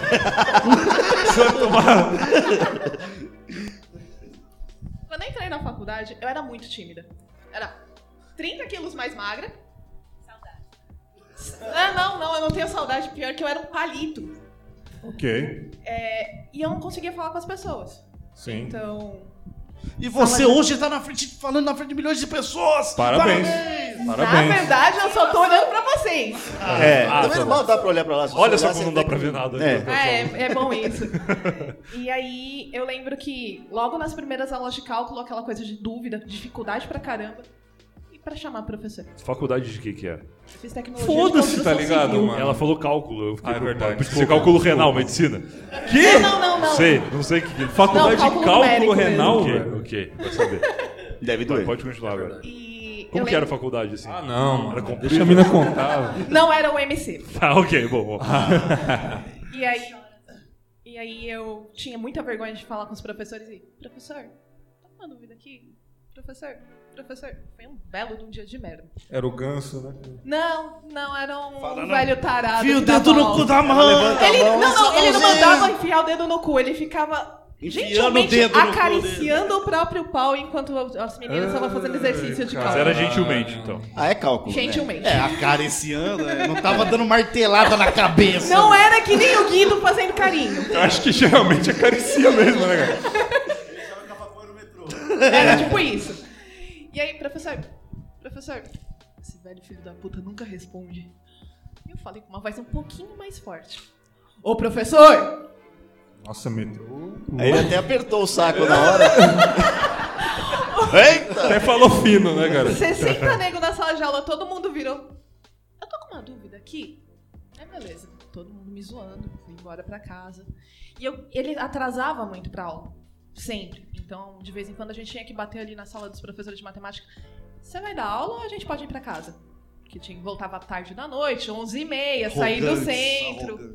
Quando eu entrei na faculdade, eu era muito tímida. Era 30 quilos mais magra. Saudade. Não, eu não tenho saudade. Pior que eu era um palito. Ok. E eu não conseguia falar com as pessoas. Sim. Então... E você hoje tá na frente, falando na frente de milhões de pessoas. Parabéns. Na Parabéns. verdade, eu só tô olhando pra vocês. Também não dá pra olhar pra lá. Se você Olha só olhar, como você não dá vê pra que- ver nada. É bom isso. E aí, eu lembro que logo nas primeiras aulas de cálculo, aquela coisa de dúvida, dificuldade pra caramba. E pra chamar a professora. Faculdade de que era? Eu fiz tecnologia de Foda-se, construção tá ligado, civil. mano? Ela falou cálculo. Eu fiquei Ah, é preocupado. verdade. Pensei cálculo renal, medicina. Não. Não sei o que. Faculdade Não, de cálculo cálculo numérico renal, mesmo. velho. Ok, vai saber. Deve doer. Pode continuar agora. E Como eu que era a lembro- faculdade assim? Ah, não. Era Mano. comprida? Deixa a mina contar. velho. Não era o MC. Ah, ok, bom. E aí eu tinha muita vergonha de falar com os professores e... Professor, tô com uma dúvida aqui. Professor. Foi um belo de um dia de merda. Era o ganso, né? Não, era um velho tarado. Fio o que dava dedo no aula. cu da mão. Ele não mãozinha. mandava enfiar o dedo no cu, ele ficava Enfiando gentilmente o dedo no cu acariciando o próprio pau enquanto as meninas estavam fazendo exercício de cara. Mas cálculo. era gentilmente, então. Ah, é cálculo. né? Gentilmente. Acariciando, né? Não tava dando martelada na cabeça. Não era que nem o Guido fazendo carinho. Eu acho que geralmente acaricia mesmo, né, cara? Era tipo isso. E aí, professor, esse velho filho da puta nunca responde. E eu falei com uma voz um pouquinho mais forte. Ô, professor! Nossa, metrô. Aí ele até apertou o saco na hora. Eita! Até falou fino, né, cara? 60 nego na sala de aula, todo mundo virou. Eu tô com uma dúvida aqui. Beleza. Todo mundo me zoando, fui embora pra casa. E ele atrasava muito pra aula. Sempre. Então, de vez em quando, a gente tinha que bater ali na sala dos professores de matemática. Você vai dar aula ou a gente pode ir pra casa? Porque voltava tarde da noite, 11h30, sair do centro.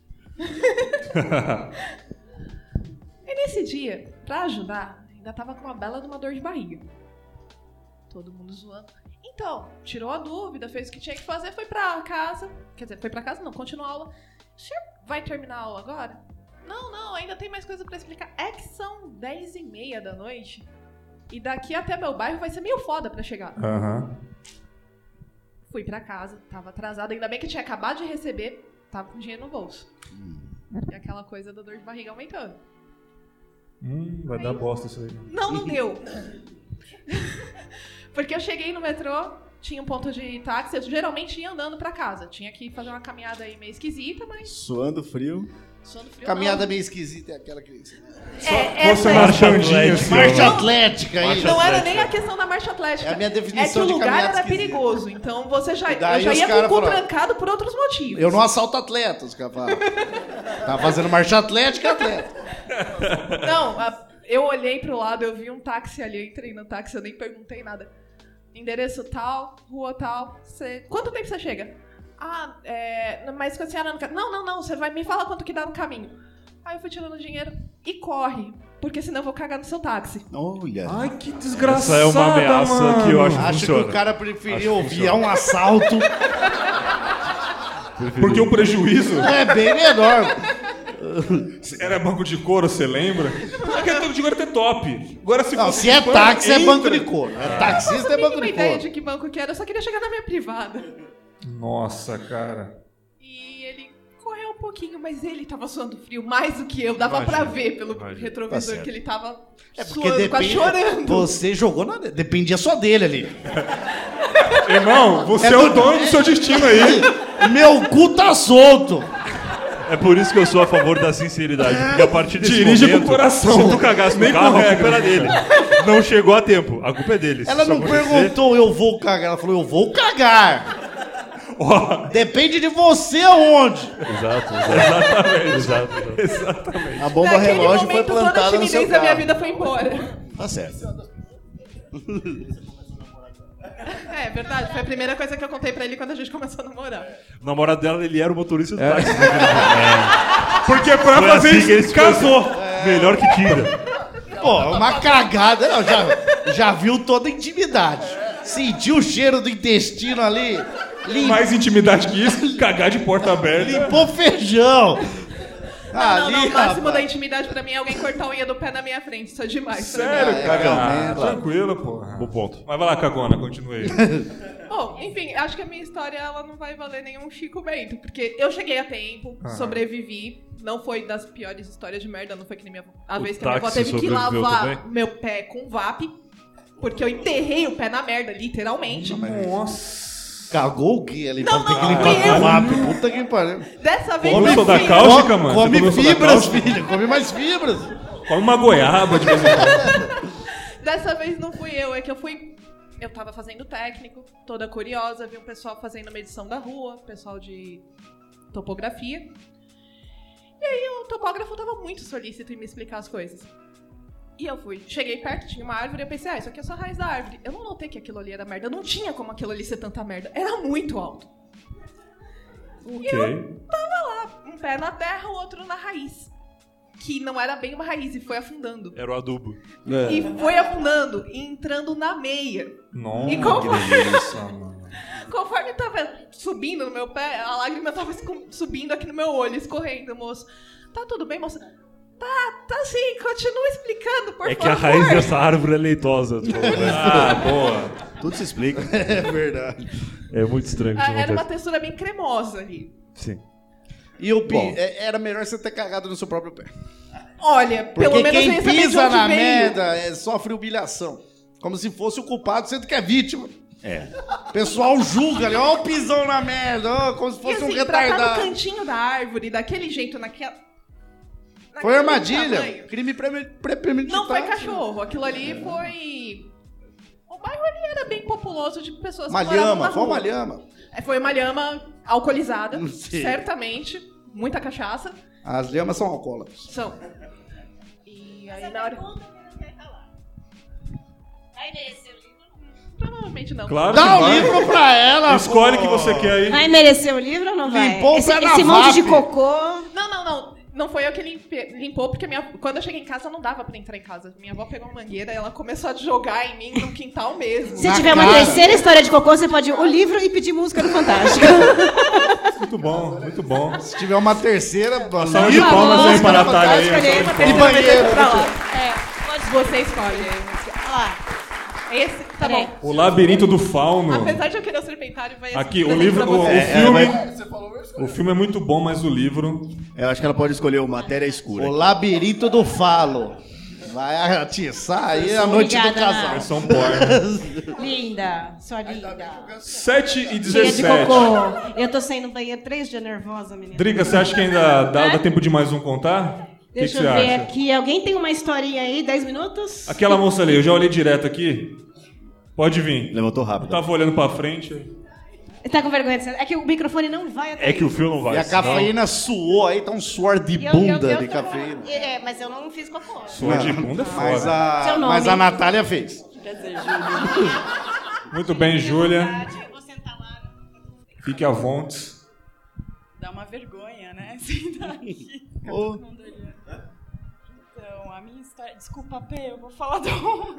E nesse dia, pra ajudar, ainda tava com uma bela de uma dor de barriga. Todo mundo zoando. Então, tirou a dúvida, fez o que tinha que fazer, foi pra casa. Quer dizer, foi pra casa não, continuou a aula. O senhor vai terminar a aula agora? Não, ainda tem mais coisa pra explicar. É que são 10h30 da noite. E daqui até meu bairro vai ser meio foda pra chegar. Aham. Fui pra casa, tava atrasada. Ainda bem que tinha acabado de receber, tava com dinheiro no bolso. E aquela coisa da dor de barriga aumentando. Vai dar bosta isso aí. Não deu. Porque eu cheguei no metrô, tinha um ponto de táxi, eu geralmente ia andando pra casa. Tinha que fazer uma caminhada aí meio esquisita, mas... Suando frio. Suando frio, Caminhada meio esquisita é aquela que... Você marchandinha, assim, Marcha ó. atlética aí. Não era nem a questão da marcha atlética. É a minha É que definição o de lugar caminhada era esquisita. perigoso. Então você já, E daí eu já os ia com cara o cu falaram, trancado por outros motivos. Eu não assalto atletas, cara. Tá fazendo marcha atlética, atleta. Não, eu olhei pro lado, eu vi um táxi ali, eu entrei no táxi, eu nem perguntei nada. Endereço tal, rua tal. Quanto tempo você chega? Mas com a senhora não quer. Não, você vai me falar quanto que dá no caminho. Aí eu fui tirando dinheiro e corre, porque senão eu vou cagar no seu táxi. Olha. Ai, que desgraçada, Essa é uma ameaça mano. que eu acho que Acho funciona. que o cara preferiu ouvir um assalto. Porque o prejuízo É bem menor. era banco de couro, você lembra? Porque banco de couro é top. Agora se Não, fosse se é de pano, táxi, é entra. banco de couro. É taxista, é Eu não banco tenho de ideia couro. de que banco que era, eu só queria chegar na minha privada. Nossa, cara. E ele correu um pouquinho, mas ele tava suando frio mais do que eu. Dava pra ver pelo retrovisor que ele tava suando, quase chorando. Você jogou na... Dependia só dele ali. Irmão, você é o dono do seu destino aí. Meu cu tá solto. É por isso que eu sou a favor da sinceridade. Porque a partir desse Dirige momento, com o coração. se tu cagasse no Nem com carro, a culpa regra. era dele. Não chegou a tempo. A culpa é dele. Se Ela isso não acontecer- perguntou, eu vou cagar. Ela falou, eu vou cagar. Depende de você aonde. Exato. A bomba Naquele relógio foi momento, toda a plantada no seu timidez da minha carro. vida foi embora. Tá certo. É verdade, foi a primeira coisa que eu contei pra ele quando a gente começou a namorar. O namorado dela, ele era o motorista do táxi. Porque pra Foi fazer assim isso, que ele se casou. Melhor que tira. Pô, uma cagada. Não, já viu toda a intimidade. Sentiu o cheiro do intestino ali. Mais intimidade que isso, cagar de porta aberta. Limpou feijão. Não, o máximo rapaz. da intimidade pra mim é alguém cortar a unha do pé na minha frente. Isso é demais. pra mim. Sério, cara? realmente. Tranquilo, porra. Bom ponto. Mas vai lá, cagona, continue aí. Bom, enfim, acho que a minha história ela não vai valer nenhum Chico Bento, porque eu cheguei a tempo, sobrevivi, não foi das piores histórias de merda, não foi que nem a vez que a minha avó táxi teve que sobreviveu lavar também? meu pé com VAP, porque eu enterrei o pé na merda, literalmente. Nossa. Cagou o quê? Ele Não, tem que não, limpar fui eu. com lápis. Puta que pariu. Dessa vez Come não soda fui eu. cáustica, mano. Você Come comeu soda fibras, cáustica? filho. Come mais fibras. Come uma goiaba de vez em quando. Dessa vez não fui eu, é que eu tava fazendo técnico, toda curiosa, vi um pessoal fazendo medição da rua, pessoal de topografia. E aí o topógrafo tava muito solícito em me explicar as coisas. E eu cheguei perto, tinha uma árvore, eu pensei, isso aqui é só a raiz da árvore. Eu não notei que aquilo ali era merda, não tinha como aquilo ali ser tanta merda, era muito alto. E eu tava lá, um pé na terra, o outro na raiz. Que não era bem uma raiz e foi afundando. Era o adubo. E foi afundando e entrando na meia. Nossa, E conforme, que delícia, mano. conforme tava subindo no meu pé, a lágrima tava subindo aqui no meu olho, escorrendo, moço. Tá tudo bem, moça? Tá sim, continua explicando, por favor. É que a raiz dessa árvore é leitosa. tu falou, né? Ah, boa. Tudo se explica. É verdade. É muito estranho. que isso Era uma acontece. textura bem cremosa ali. Sim. E o era melhor você ter cagado no seu próprio pé. Olha, Porque pelo menos eu quem ia saber de pisa onde na veio. merda sofre humilhação. Como se fosse o culpado, sendo que é vítima. É. O pessoal julga ali, ó o pisão na merda, ó, como se E fosse assim, um pra estar no retardado. cantinho da árvore, daquele jeito, naquela... Foi naquele armadilha, tamanho. crime premeditado. Não foi cachorro, aquilo ali foi... O bairro ali era bem populoso de pessoas Uma que moravam lhama, na foi uma rua. lhama. Foi uma lhama alcoolizada, Não sei. certamente. Muita cachaça. As lhamas são alcoólatras. São. E aí na hora... Vai merecer o livro? Provavelmente não. Claro Dá que o vai. livro pra ela, Escolhe o pô. que você quer aí. Vai merecer o livro ou não vai? Limpou o pé na esse monte de VAP. cocô. Não. Não foi eu que limpou, porque quando eu cheguei em casa não dava pra entrar em casa. Minha avó pegou uma mangueira e ela começou a jogar em mim no quintal mesmo. Se Na tiver uma cara. terceira história de cocô, você pode ir o livro e pedir música no Fantástico. Muito bom, muito bom. Se tiver uma terceira, Salve de palmas aí para a Natália aí. Escolhe aí uma E terceira. banheiro. Pra lá. É, Você escolhe. olha lá. Esse, tá Peraí. bom. O Labirinto do Fauno. Apesar de eu querer o serpentário, vai esse Aqui, o presente livro, pra o você. filme. O filme é muito bom, mas o livro. Eu acho que ela pode escolher o Matéria Escura. O labirinto do falo. Vai atiçar aí a noite do Obrigada, casal. Versão porno. Linda, sua linda. 7h17. Cheia de cocô. Eu tô saindo do banheiro 3 dias nervosa, menina. Drica, você acha que ainda dá tempo de mais um contar? Deixa que você eu ver acha? aqui. Alguém tem uma historinha aí? 10 minutos? Aquela moça ali, eu já olhei direto aqui. Pode vir. Levantou Eu rápido. tava olhando pra frente. Tá com vergonha de ser. É que o microfone não vai até É que o fio não vai. E a cafeína suou aí, tá um suor de bunda de cafeína. Mas eu não fiz cocô. Suor de bunda é Mas foda. Seu nome? mas a Natália fez. Muito bem, Júlia. Eu vou sentar lá. Fique à vontade. Dá uma vergonha, né? Sentar aqui. Fica todo mundo olhando. Então, a minha história... Desculpa, Pê, eu vou falar do...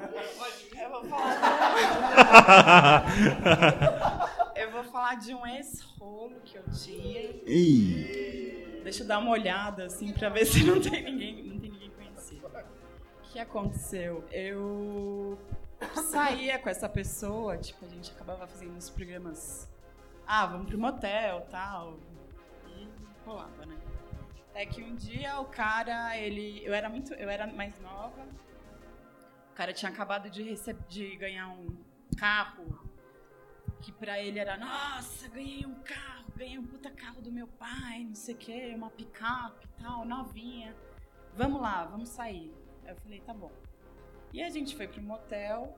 Eu vou falar de um ex-rolo que eu tinha. Ih. Deixa eu dar uma olhada, assim, pra ver se não tem ninguém conhecido. O que aconteceu? Eu saía com essa pessoa, tipo, a gente acabava fazendo uns programas... vamos pro motel, tal... E rolava, né? É que um dia o cara, eu era mais nova, o cara tinha acabado de ganhar um carro, que pra ele era, nossa, ganhei um puta carro do meu pai, não sei o quê, uma picape e tal, novinha, vamos lá, vamos sair. Aí eu falei, tá bom. E a gente foi pro motel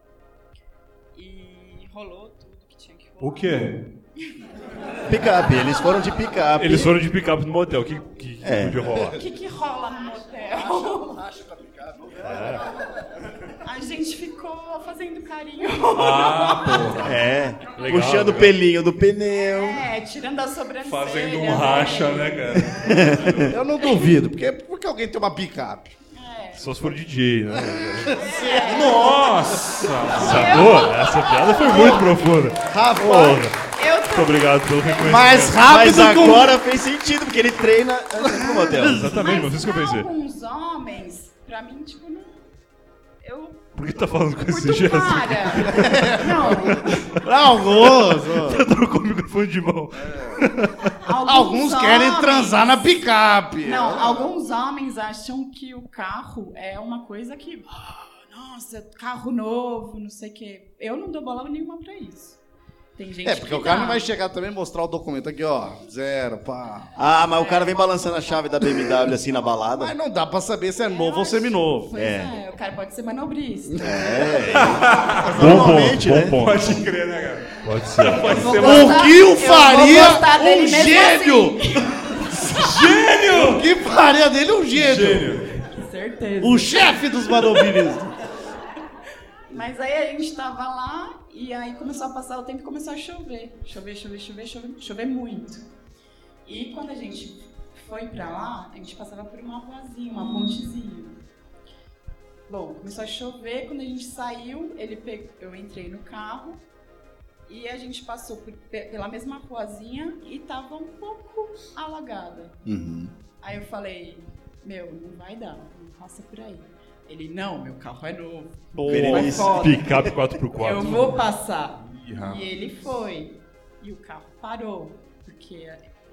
e rolou tudo que tinha que rolar. O quê? Picape, eles foram de picape. Eles foram de picape no motel. O que podia rolar? O que rola no motel? A gente ficou fazendo carinho. Legal, puxando o pelinho do pneu. Tirando a sobrancelha. Fazendo um racha, né, cara? Eu não duvido, porque alguém tem uma picape. Só se for DJ, né? Nossa! Sacou? Essa piada foi muito profunda. Rapaz, Muito obrigado pelo reconhecimento. mais rápido Mas agora fez sentido, porque ele treina antes de ir pro motel. Exatamente, mas isso que eu pensei. Alguns homens, pra mim, tipo, não... Eu... Por que tá falando com esse Muito gesto? cara. Não. Alguns. Trocou o microfone de mão. Alguns querem transar na picape. Não, alguns homens acham que o carro é uma coisa que... Nossa, carro novo, não sei o quê. Eu não dou bola nenhuma pra isso. Tem gente Porque que o cara dá. não vai chegar também e mostrar o documento aqui, ó. 0, pá. Mas o cara vem balançando a chave da BMW assim na balada. Mas não dá pra saber se é novo ou seminovo. Pois é, o cara pode ser manobrista. Normalmente, né? Bom ponto. Pode crer, né, cara? Pode ser. O que o faria gostar dele um mesmo gênio? Gênio! O que faria dele um gênio? Gênio! Certeza. O chefe dos manobristas. Mas aí a gente tava lá e aí começou a passar o tempo e começou a chover. Chover muito. E quando a gente foi pra lá, a gente passava por uma ruazinha, uma pontezinha. Bom, começou a chover, quando a gente saiu, eu entrei no carro e a gente passou pela mesma ruazinha e tava um pouco alagada. Aí eu falei, não vai dar, não passa por aí. Ele, não, meu carro é novo. Vai foda. Picape 4x4. Eu vou passar. Ih, E ele foi. E o carro parou. Porque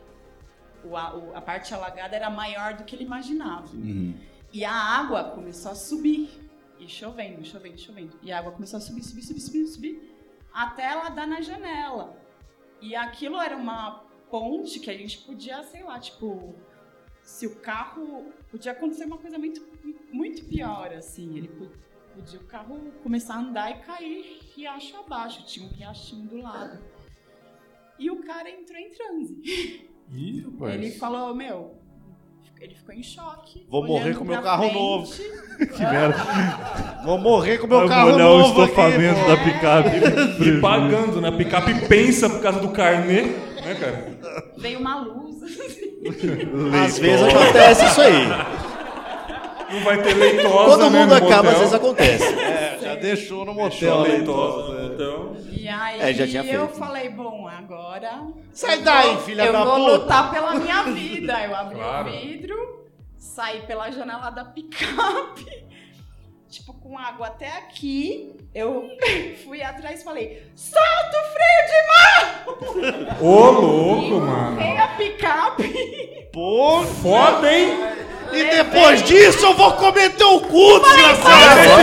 a parte alagada era maior do que ele imaginava. E a água começou a subir. E chovendo. E a água começou a subir. Até ela dar na janela. E aquilo era uma ponte que a gente podia, sei lá, tipo... Se o carro... Podia acontecer uma coisa muito, muito pior, assim. Ele podia o carro começar a andar e cair riacho abaixo. Tinha um riachinho do lado. E o cara entrou em transe. Ih, rapaz. Ele falou, ele ficou em choque. Vou morrer olhando com meu pra carro frente. novo. Que merda. Vou morrer com o meu Vai carro molhar o novo aqui, estofamento pô. da picape. E pagando, né? A picape pensa por causa do carnê, né, cara? Veio uma luz. Assim. Às vezes acontece isso aí. Não vai ter leitosa, Todo né, mundo no acaba, motel. às vezes acontece. Já deixou no Deixou motel. a né? leitosa no motel. E aí já tinha eu feito. falei, bom, agora... Sai daí, filha da Eu vou puta. lutar pela minha vida. Eu abri Claro. o vidro, saí pela janela da picape, tipo, com água até aqui. Eu fui atrás e falei, solta o freio de mão! Ô, louco, mano. Empurrei a picape. Pô, Foda, hein? E depois disso eu vou comer teu cu, desgraçado!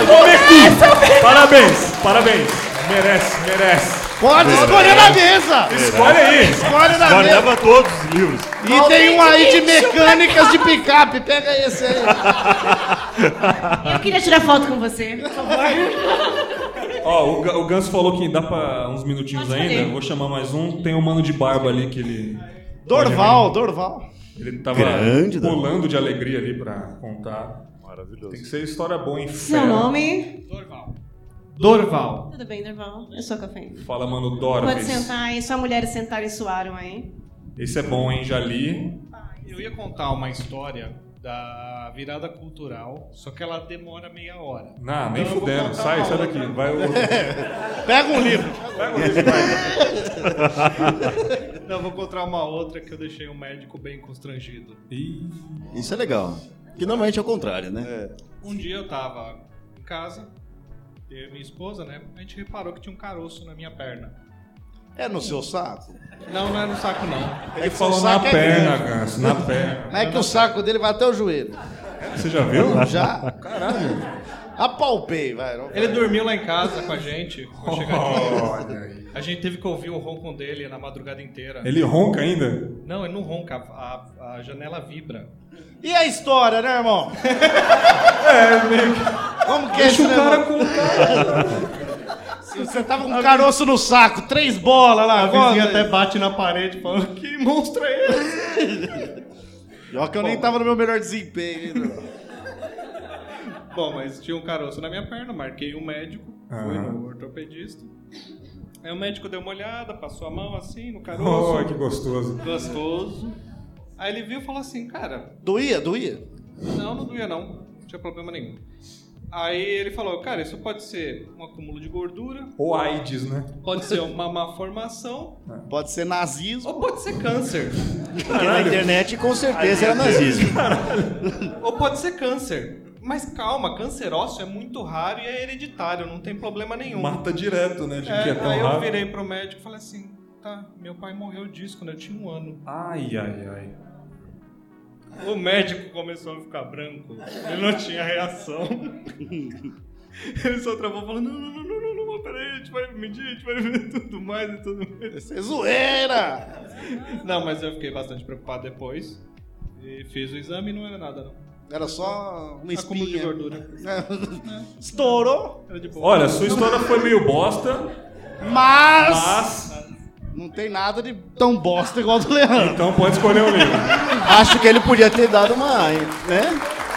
Parabéns. Merece. Pode escolher na mesa! Escolhe aí. Escolhe na mesa! Leva todos os livros. E tem um aí de mecânicas de picape, pega esse aí. Eu queria tirar foto com você, por favor. Ó, o Ganso falou que dá pra uns minutinhos Pode ainda. escolher. Vou chamar mais um. Tem um mano de barba ali que ele... Dorval. Ele tava Grande, pulando de alegria ali pra contar. Maravilhoso. Tem que ser história boa, hein? Seu nome? Dorval. Tudo bem, Dorval? Eu sou a cafeína. Fala, mano, Dorves. Pode sentar aí, só mulheres sentarem e suaram aí. Esse é bom, hein? Já li. Eu ia contar uma história da virada cultural, só que ela demora meia hora. Não, nem Então eu vou fudendo. contar Sai uma daqui. outra. Vai o... Pega um livro. Não, eu vou contar uma outra que eu deixei um médico bem constrangido. Isso é legal. Que normalmente é o contrário, né? Um dia eu tava em casa, eu e minha esposa, né? A gente reparou que tinha um caroço na minha perna. É no seu saco? Não é no saco, não. Ele falou na perna, Ganso. Na perna. Mas é que o saco dele vai até o joelho. Você já viu? Já? Caralho. Apalpei, vai. Ele dormiu lá em casa com a gente. Foi chegar aqui. Olha aí. A gente teve que ouvir o ronco dele na madrugada inteira. Ele ronca ainda? Não, ele não ronca, a janela vibra. E a história, né, irmão? Como que é Deixa esse o cara negócio? contar. Você tava com um caroço no saco, 3 bolas lá. A vizinha conta. até bate na parede falando, que monstro é esse? Pior que eu nem tava no meu melhor desempenho. Ainda. Bom, mas tinha um caroço na minha perna, marquei um médico, fui no ortopedista. Aí o médico deu uma olhada, passou a mão assim no caroço. Oh, que gostoso. Gostoso. Aí ele viu e falou assim, cara... Doía? Não doía não tinha problema nenhum. Aí ele falou, cara, isso pode ser um acúmulo de gordura. Ou AIDS, né? Pode ser uma má formação. Pode ser nazismo. Ou pode ser câncer. Porque na internet com certeza era nazismo. Ou pode ser câncer. Mas calma, câncer ósseo é muito raro e é hereditário, não tem problema nenhum. Mata direto, né? De que é tão aí eu raro. virei pro médico e falei assim, tá, meu pai morreu disso quando eu tinha 1 ano. Ai. O médico começou a ficar branco, ele não tinha reação. Ele só travou falando, não, peraí, a gente vai medir, a gente vai ver tudo mais e tudo mais. Isso é zoeira! Não, mas eu fiquei bastante preocupado depois. E fiz o exame e não era nada, não. Era só uma Acúmulo de espinha. gordura. Estourou, Era de boa. Olha, sua história foi meio bosta, mas não tem nada de tão bosta igual do Leandro. então pode escolher o livro. Acho que ele podia ter dado uma, né?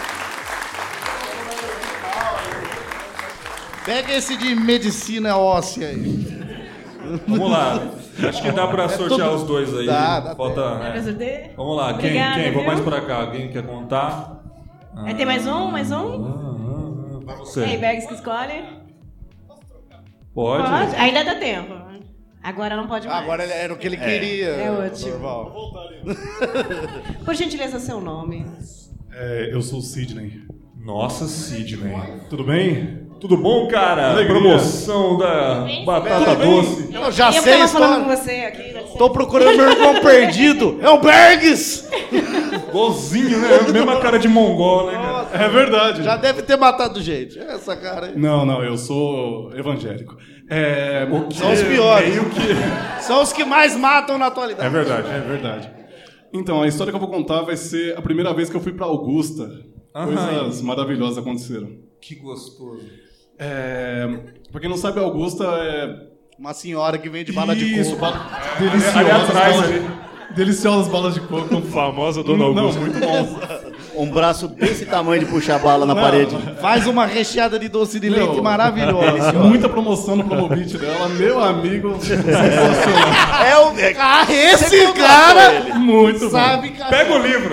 Pega esse de medicina óssea aí. Vamos lá. Acho que dá pra sortear tudo- os dois aí. Dá Falta. Pra sorteio? Vamos lá, quem? Obrigada, Vou viu? mais pra cá. Alguém quer contar? Aí tem mais um? Vai E aí, você. Bergs que escolhe? Pode? Pode? Ainda dá tempo. Agora não pode mais. Agora era o que ele queria. É ótimo. Dorval. Por gentileza, seu nome. Eu sou o Sidney. Nossa, Sidney. Tudo bem? Tudo bom, cara? Alegria. Promoção da batata doce. Eu já Eu sei a tava falando com história. você aqui. dá licença. Tô procurando meu irmão perdido. É o Bergs! Igualzinho, né? Mesma cara de mongol, né, cara? É verdade. Já deve ter matado gente. Essa cara aí. Não, eu sou evangélico. São os piores. Meio que... São os que mais matam na atualidade. É verdade. É verdade. Então, a história que eu vou contar vai ser a primeira vez que eu fui pra Augusta. Coisas maravilhosas aconteceram. Que gostoso. Pra quem não sabe, Augusta é... Uma senhora que vende bala de Isso, coco. deliciosas ali atrás, balas, ali. deliciosas balas de coco. Famosa Dona Não, Augusta. muito bom. Um braço desse tamanho de puxar bala na parede. Faz uma recheada de doce de leite maravilhosa. Muita promoção no Promobit dela, meu amigo. Sensacional. É o... Ah, esse Você cara Muito bom. sabe, cara. Pega o livro.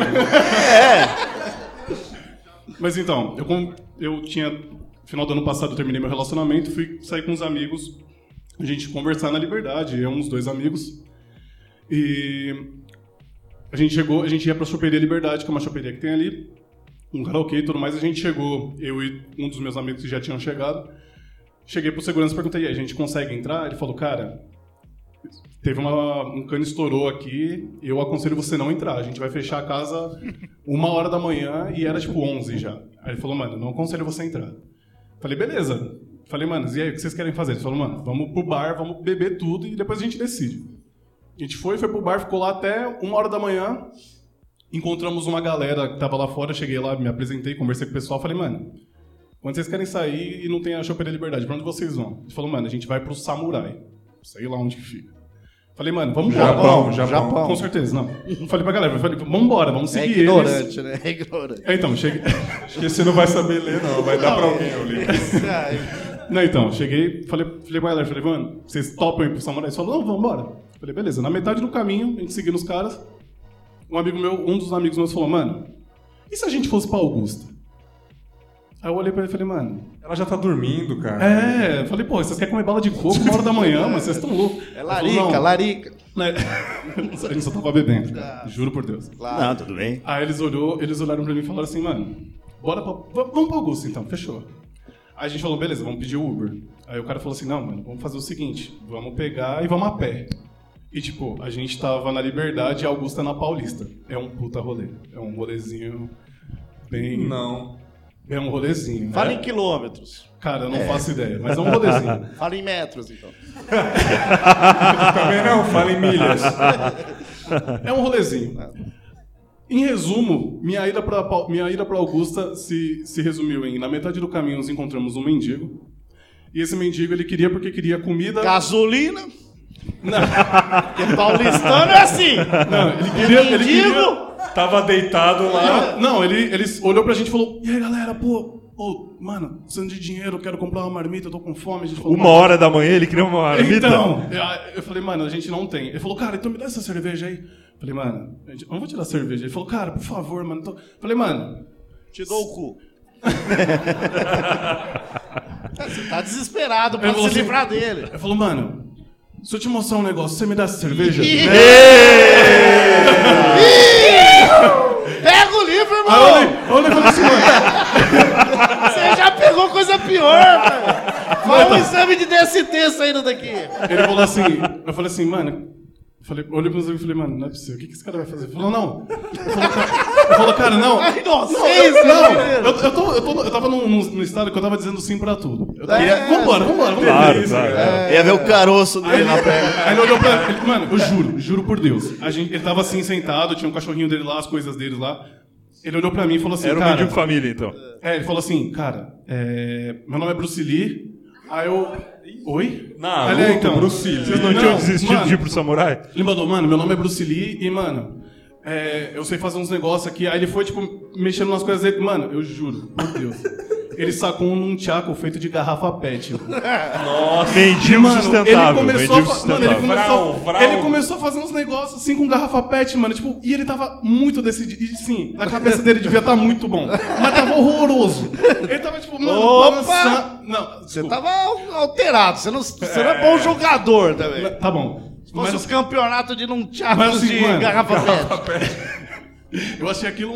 Mas então, eu tinha... Final do ano passado eu terminei meu relacionamento, fui sair com uns amigos, a gente conversar na Liberdade, eu e uns 2 amigos. E a gente ia pra Choperia Liberdade, que é uma choperia que tem ali, um karaokê e tudo mais. A gente chegou, eu e um dos meus amigos que já tinham chegado. Cheguei pro segurança e perguntei, a gente consegue entrar? Ele falou, cara, teve um cano estourou aqui, eu aconselho você não entrar. A gente vai fechar a casa 1h da manhã e era tipo 11 já. Aí ele falou, mano, não aconselho você entrar. Falei, beleza. Falei, mano, e aí, o que vocês querem fazer? Ele falou, mano, vamos pro bar, vamos beber tudo e depois a gente decide. A gente foi pro bar, ficou lá até 1h da manhã. Encontramos uma galera que tava lá fora, cheguei lá, me apresentei, conversei com o pessoal, falei, mano, quando vocês querem sair e não tem a Choperia Liberdade, pra onde vocês vão? Ele falou, mano, a gente vai pro Samurai. Sei lá onde que fica. Falei, mano, vamos embora. Japão. Com certeza, não. Falei pra galera, vamos embora, vamos seguir ignorante, eles. né? É ignorante. Então, cheguei... Acho que você não vai saber ler, não. Vai dar pra alguém o livro. Não, então, cheguei, falei pra galera, falei, mano, vocês topam ir pro Samurai? Eles falaram, não, vamos embora. Falei, beleza. Na metade do caminho, a gente seguindo os caras, um dos amigos meus falou, mano, e se a gente fosse pra Augusta? Aí eu olhei pra ele e falei, mano... Ela já tá dormindo, cara. Eu falei, pô, vocês querem comer bala de coco 1h da manhã, mas vocês estão loucos. É larica, larica. A gente só tava bebendo, cara. Juro por Deus. Claro. Não, tudo bem. Aí eles olharam pra mim e falaram assim, mano, vamos pra Augusta então, fechou. Aí a gente falou, beleza, vamos pedir o Uber. Aí o cara falou assim, não, mano, vamos fazer o seguinte, vamos pegar e vamos a pé. E, tipo, a gente tava na Liberdade e Augusta na Paulista. É um puta rolê. É um rolezinho bem... Não. É um rolezinho. Fala em quilômetros. Cara, eu não faço ideia, mas é um rolezinho. Fala em metros, então. Também não, fala em milhas. É um rolezinho. Em resumo, minha ida pra Augusta se resumiu em... Na metade do caminho nos encontramos um mendigo. E esse mendigo, ele queria porque queria comida... Gasolina? Não. Porque paulistano é assim. Não, ele queria... Tava deitado lá. Não, ele olhou pra gente e falou, e aí, galera, mano, precisando de dinheiro, eu quero comprar uma marmita, eu tô com fome. A gente falou, 1h da manhã ele queria uma marmita? Então, eu falei, mano, a gente não tem. Ele falou, cara, então me dá essa cerveja aí. Eu falei, mano, eu não vou te dar cerveja. Ele falou, cara, por favor, mano. Eu falei, mano... Te dou o cu. Você tá desesperado pra se livrar dele. Ele falou, mano, se eu te mostrar um negócio, você me dá essa cerveja? Pega o livro, irmão! Olha, eu falei assim, mano. Você já pegou coisa pior, velho. Fala um exame de DST saindo daqui. Ele falou assim, eu falei assim, mano. Olhei pros amigos e falei, mano, não é possível, o que esse cara vai fazer? Ele falou, não. Eu falei, cara, não. Ai, nossa, eu tava num estado que eu tava dizendo sim pra tudo. Eu queria, vambora. Claro. Ia ver o caroço dele na perna. Aí ele olhou pra ele, mano, eu juro por Deus. Ele tava assim, sentado, tinha um cachorrinho dele lá, as coisas dele lá. Ele olhou pra mim e falou assim, era um mendigo família, então. Ele falou assim, cara, meu nome é Bruce Lee. Aí eu... Oi? Não, então, Bruce Lee. Vocês não tinham desistido de ir pro Samurai? Ele mandou, mano, meu nome é Bruce Lee e, mano, eu sei fazer uns negócios aqui. Aí ele foi, tipo, mexendo nas coisas dele. Mano, eu juro, meu Deus. Ele sacou um nunchaku feito de garrafa pet. Nossa, mendigo sustentável. Ele começou a fazer uns negócios assim com garrafa pet, mano. Tipo, e ele tava muito decidido. E sim, na cabeça dele devia estar muito bom. Mas tava horroroso. Ele tava tipo, mano, balançando. Não, você tava alterado. Você não é bom jogador também. Tá bom. Se fosse os campeonatos de nunchaku de garrafa pet. Eu achei aquilo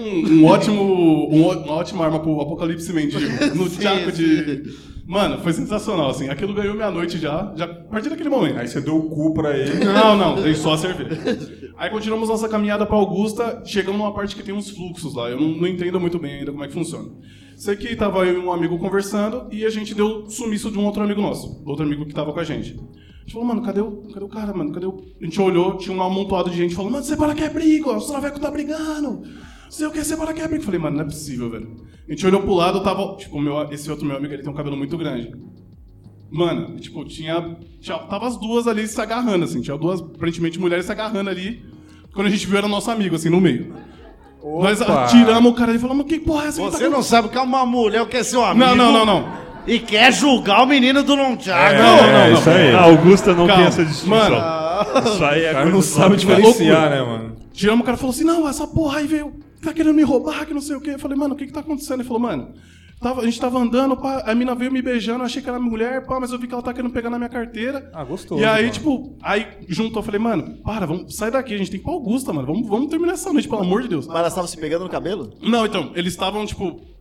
uma ótima arma pro Apocalipse Mendigo. No Tchaco de... Mano, foi sensacional, assim. Aquilo ganhou minha noite já a partir daquele momento. Aí você deu o cu pra ele. Não, dei só a cerveja. Aí continuamos nossa caminhada pra Augusta, chegamos numa parte que tem uns fluxos lá. Eu não entendo muito bem ainda como é que funciona. Sei que tava eu e um amigo conversando e a gente deu sumiço de um outro amigo nosso. Outro amigo que tava com a gente. A gente falou, mano, cadê o cara, mano? A gente olhou, tinha um amontoado de gente falando, mano, separa que é briga, ó, os travecos tá brigando. Sei o que, separa que é briga. Falei, mano, não é possível, velho. A gente olhou pro lado, tava, tipo, esse outro meu amigo, ele tem um cabelo muito grande. Mano, tipo, tava as duas ali se agarrando, assim, tinha duas, aparentemente, mulheres se agarrando ali. Quando a gente viu, era nosso amigo, assim, no meio. Opa. Nós tiramos o cara e falamos, que porra é essa? Você não sabe que é uma mulher, que é seu amigo. Não. E quer julgar o menino do nunchaku. Não. Isso aí. A Augusta não tem essa distinção. Mano, isso aí é o cara não sabe diferenciar, né, mano? Tiramos, o cara falou assim, não, essa porra aí veio, tá querendo me roubar, que não sei o quê. Eu falei, mano, o que tá acontecendo? Ele falou, mano, a gente tava andando, pá, a mina veio me beijando, eu achei que era mulher, pá, mas eu vi que ela tá querendo pegar na minha carteira. Ah, gostoso. E aí, mano. tipo, aí juntou, eu falei, mano, sai daqui, a gente tem que ir pra Augusta, mano, vamos terminar essa noite, pelo amor de Deus. Mas elas estavam se pegando no cabelo? Não, então, eles estavam, tipo,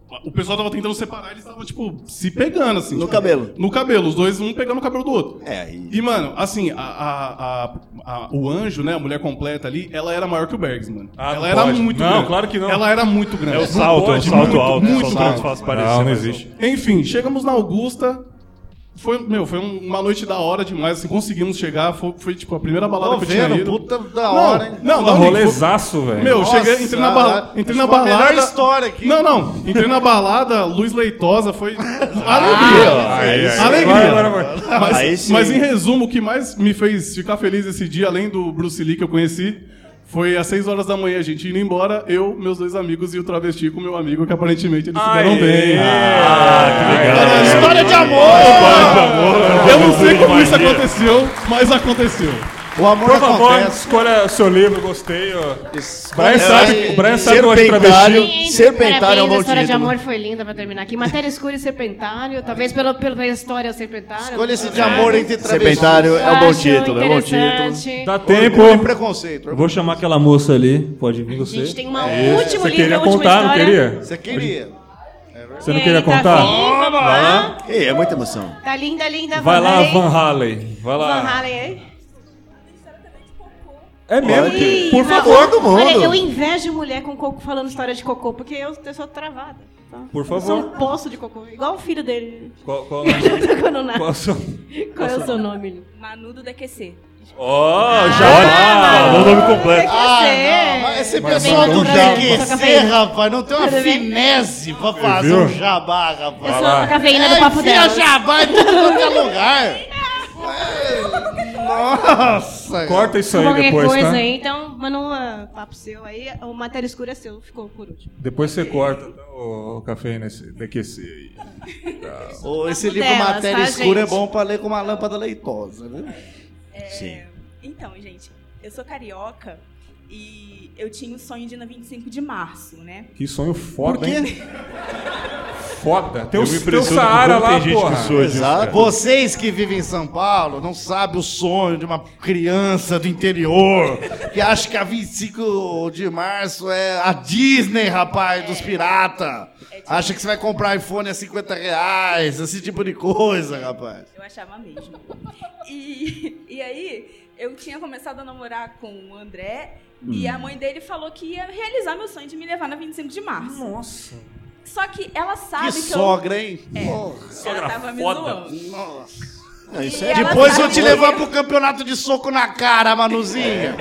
O pessoal tava tentando separar, eles estavam, tipo, se pegando, assim. No cabelo. No cabelo, os dois, um pegando o cabelo do outro. Aí... E, mano, assim, o anjo, né, a mulher completa ali, ela era maior que o Bergs, mano. Ela era muito grande. Não, claro que não. Ela era muito grande. É o salto alto. Muito grande. Faz parecer, Não mas existe. Enfim, chegamos na Augusta. Foi uma noite da hora demais, assim, conseguimos chegar. Foi tipo, a primeira balada que eu tinha ido. Puta da hora, hein? Não, rolezaço, velho. Meu, Nossa, cheguei, entrei na balada. a melhor história aqui. Não. Entrei na balada, luz leitosa, foi alegria. Alegria. Mas em resumo, o que mais me fez ficar feliz esse dia, além do Bruce Lee que eu conheci, foi às 6 horas da manhã, a gente indo embora, eu, meus 2 amigos e o travesti com o meu amigo, que aparentemente eles se deram bem. Que legal. História de amor! Eu não sei como isso aconteceu, mas aconteceu. O amor Por favor, acontece. escolha seu livro, gostei. Ó. Brian O Brian sabe que eu gosto de travesti. Serpentário é um bom A história de título. amor foi linda pra terminar aqui. Matéria escura e serpentário. Talvez pela história serpentário. Escolha esse de amor entre travestis. Serpentário é um bom Acho título, é um bom título. interessante. Dá tempo. Orgulho e preconceito. Eu vou chamar aquela moça ali. Pode vir A você. gente tem um Isso. último Você livro, queria a última contar, não história. queria? Você queria. Você não queria contar? Vamos lá. Ei, é muita emoção. Tá linda, linda. Vai lá, Halley. Van Halen. Vai lá. Van Halen aí. É mesmo? Ih, Por mas favor, do mundo. Olha, eu invejo mulher com coco falando história de cocô, porque eu sou travada. Tá? Por Eu sou favor. um poço de cocô, igual o filho dele. Qual Quando nasce. qual Qual é o seu nome? Manu do DQC. Ó, já Falou o nome completo. Mas esse pessoal do DQC, rapaz, não tem uma finesse pra fazer um jabá, rapaz. Eu sou a cafeína do papo enfia dela. jabá em tudo quanto é lugar. Nossa. Corta isso aí Qualquer depois, coisa tá? aí, então, manda um papo seu aí. O Matéria Escura é seu, ficou por último. Depois você corta o café nesse DQC aí. Esse livro delas, Matéria tá, Escura gente? é bom pra ler com uma lâmpada leitosa, viu? Sim. Então, gente, eu sou carioca e eu tinha o sonho de ir na 25 de março, né? Que sonho foda, Por quê? hein? Foda. Tem Eu o me impressiono Saara com como lá, tem gente porra. que soa disso, cara. Vocês que vivem em São Paulo não sabem o sonho de uma criança do interior que acha que a 25 de março é a Disney, rapaz, dos piratas. Acha que você vai comprar iPhone a R$50, esse tipo de coisa, rapaz. Eu achava mesmo. E aí, eu tinha começado a namorar com o André e a mãe dele falou que ia realizar meu sonho de me levar na 25 de março. Nossa. Só que ela sabe Que que sogra, hein? ela tava me zoando. Nossa. Não, isso E é ela Depois sabe eu te que- levar pro campeonato de soco na cara, Manuzinha.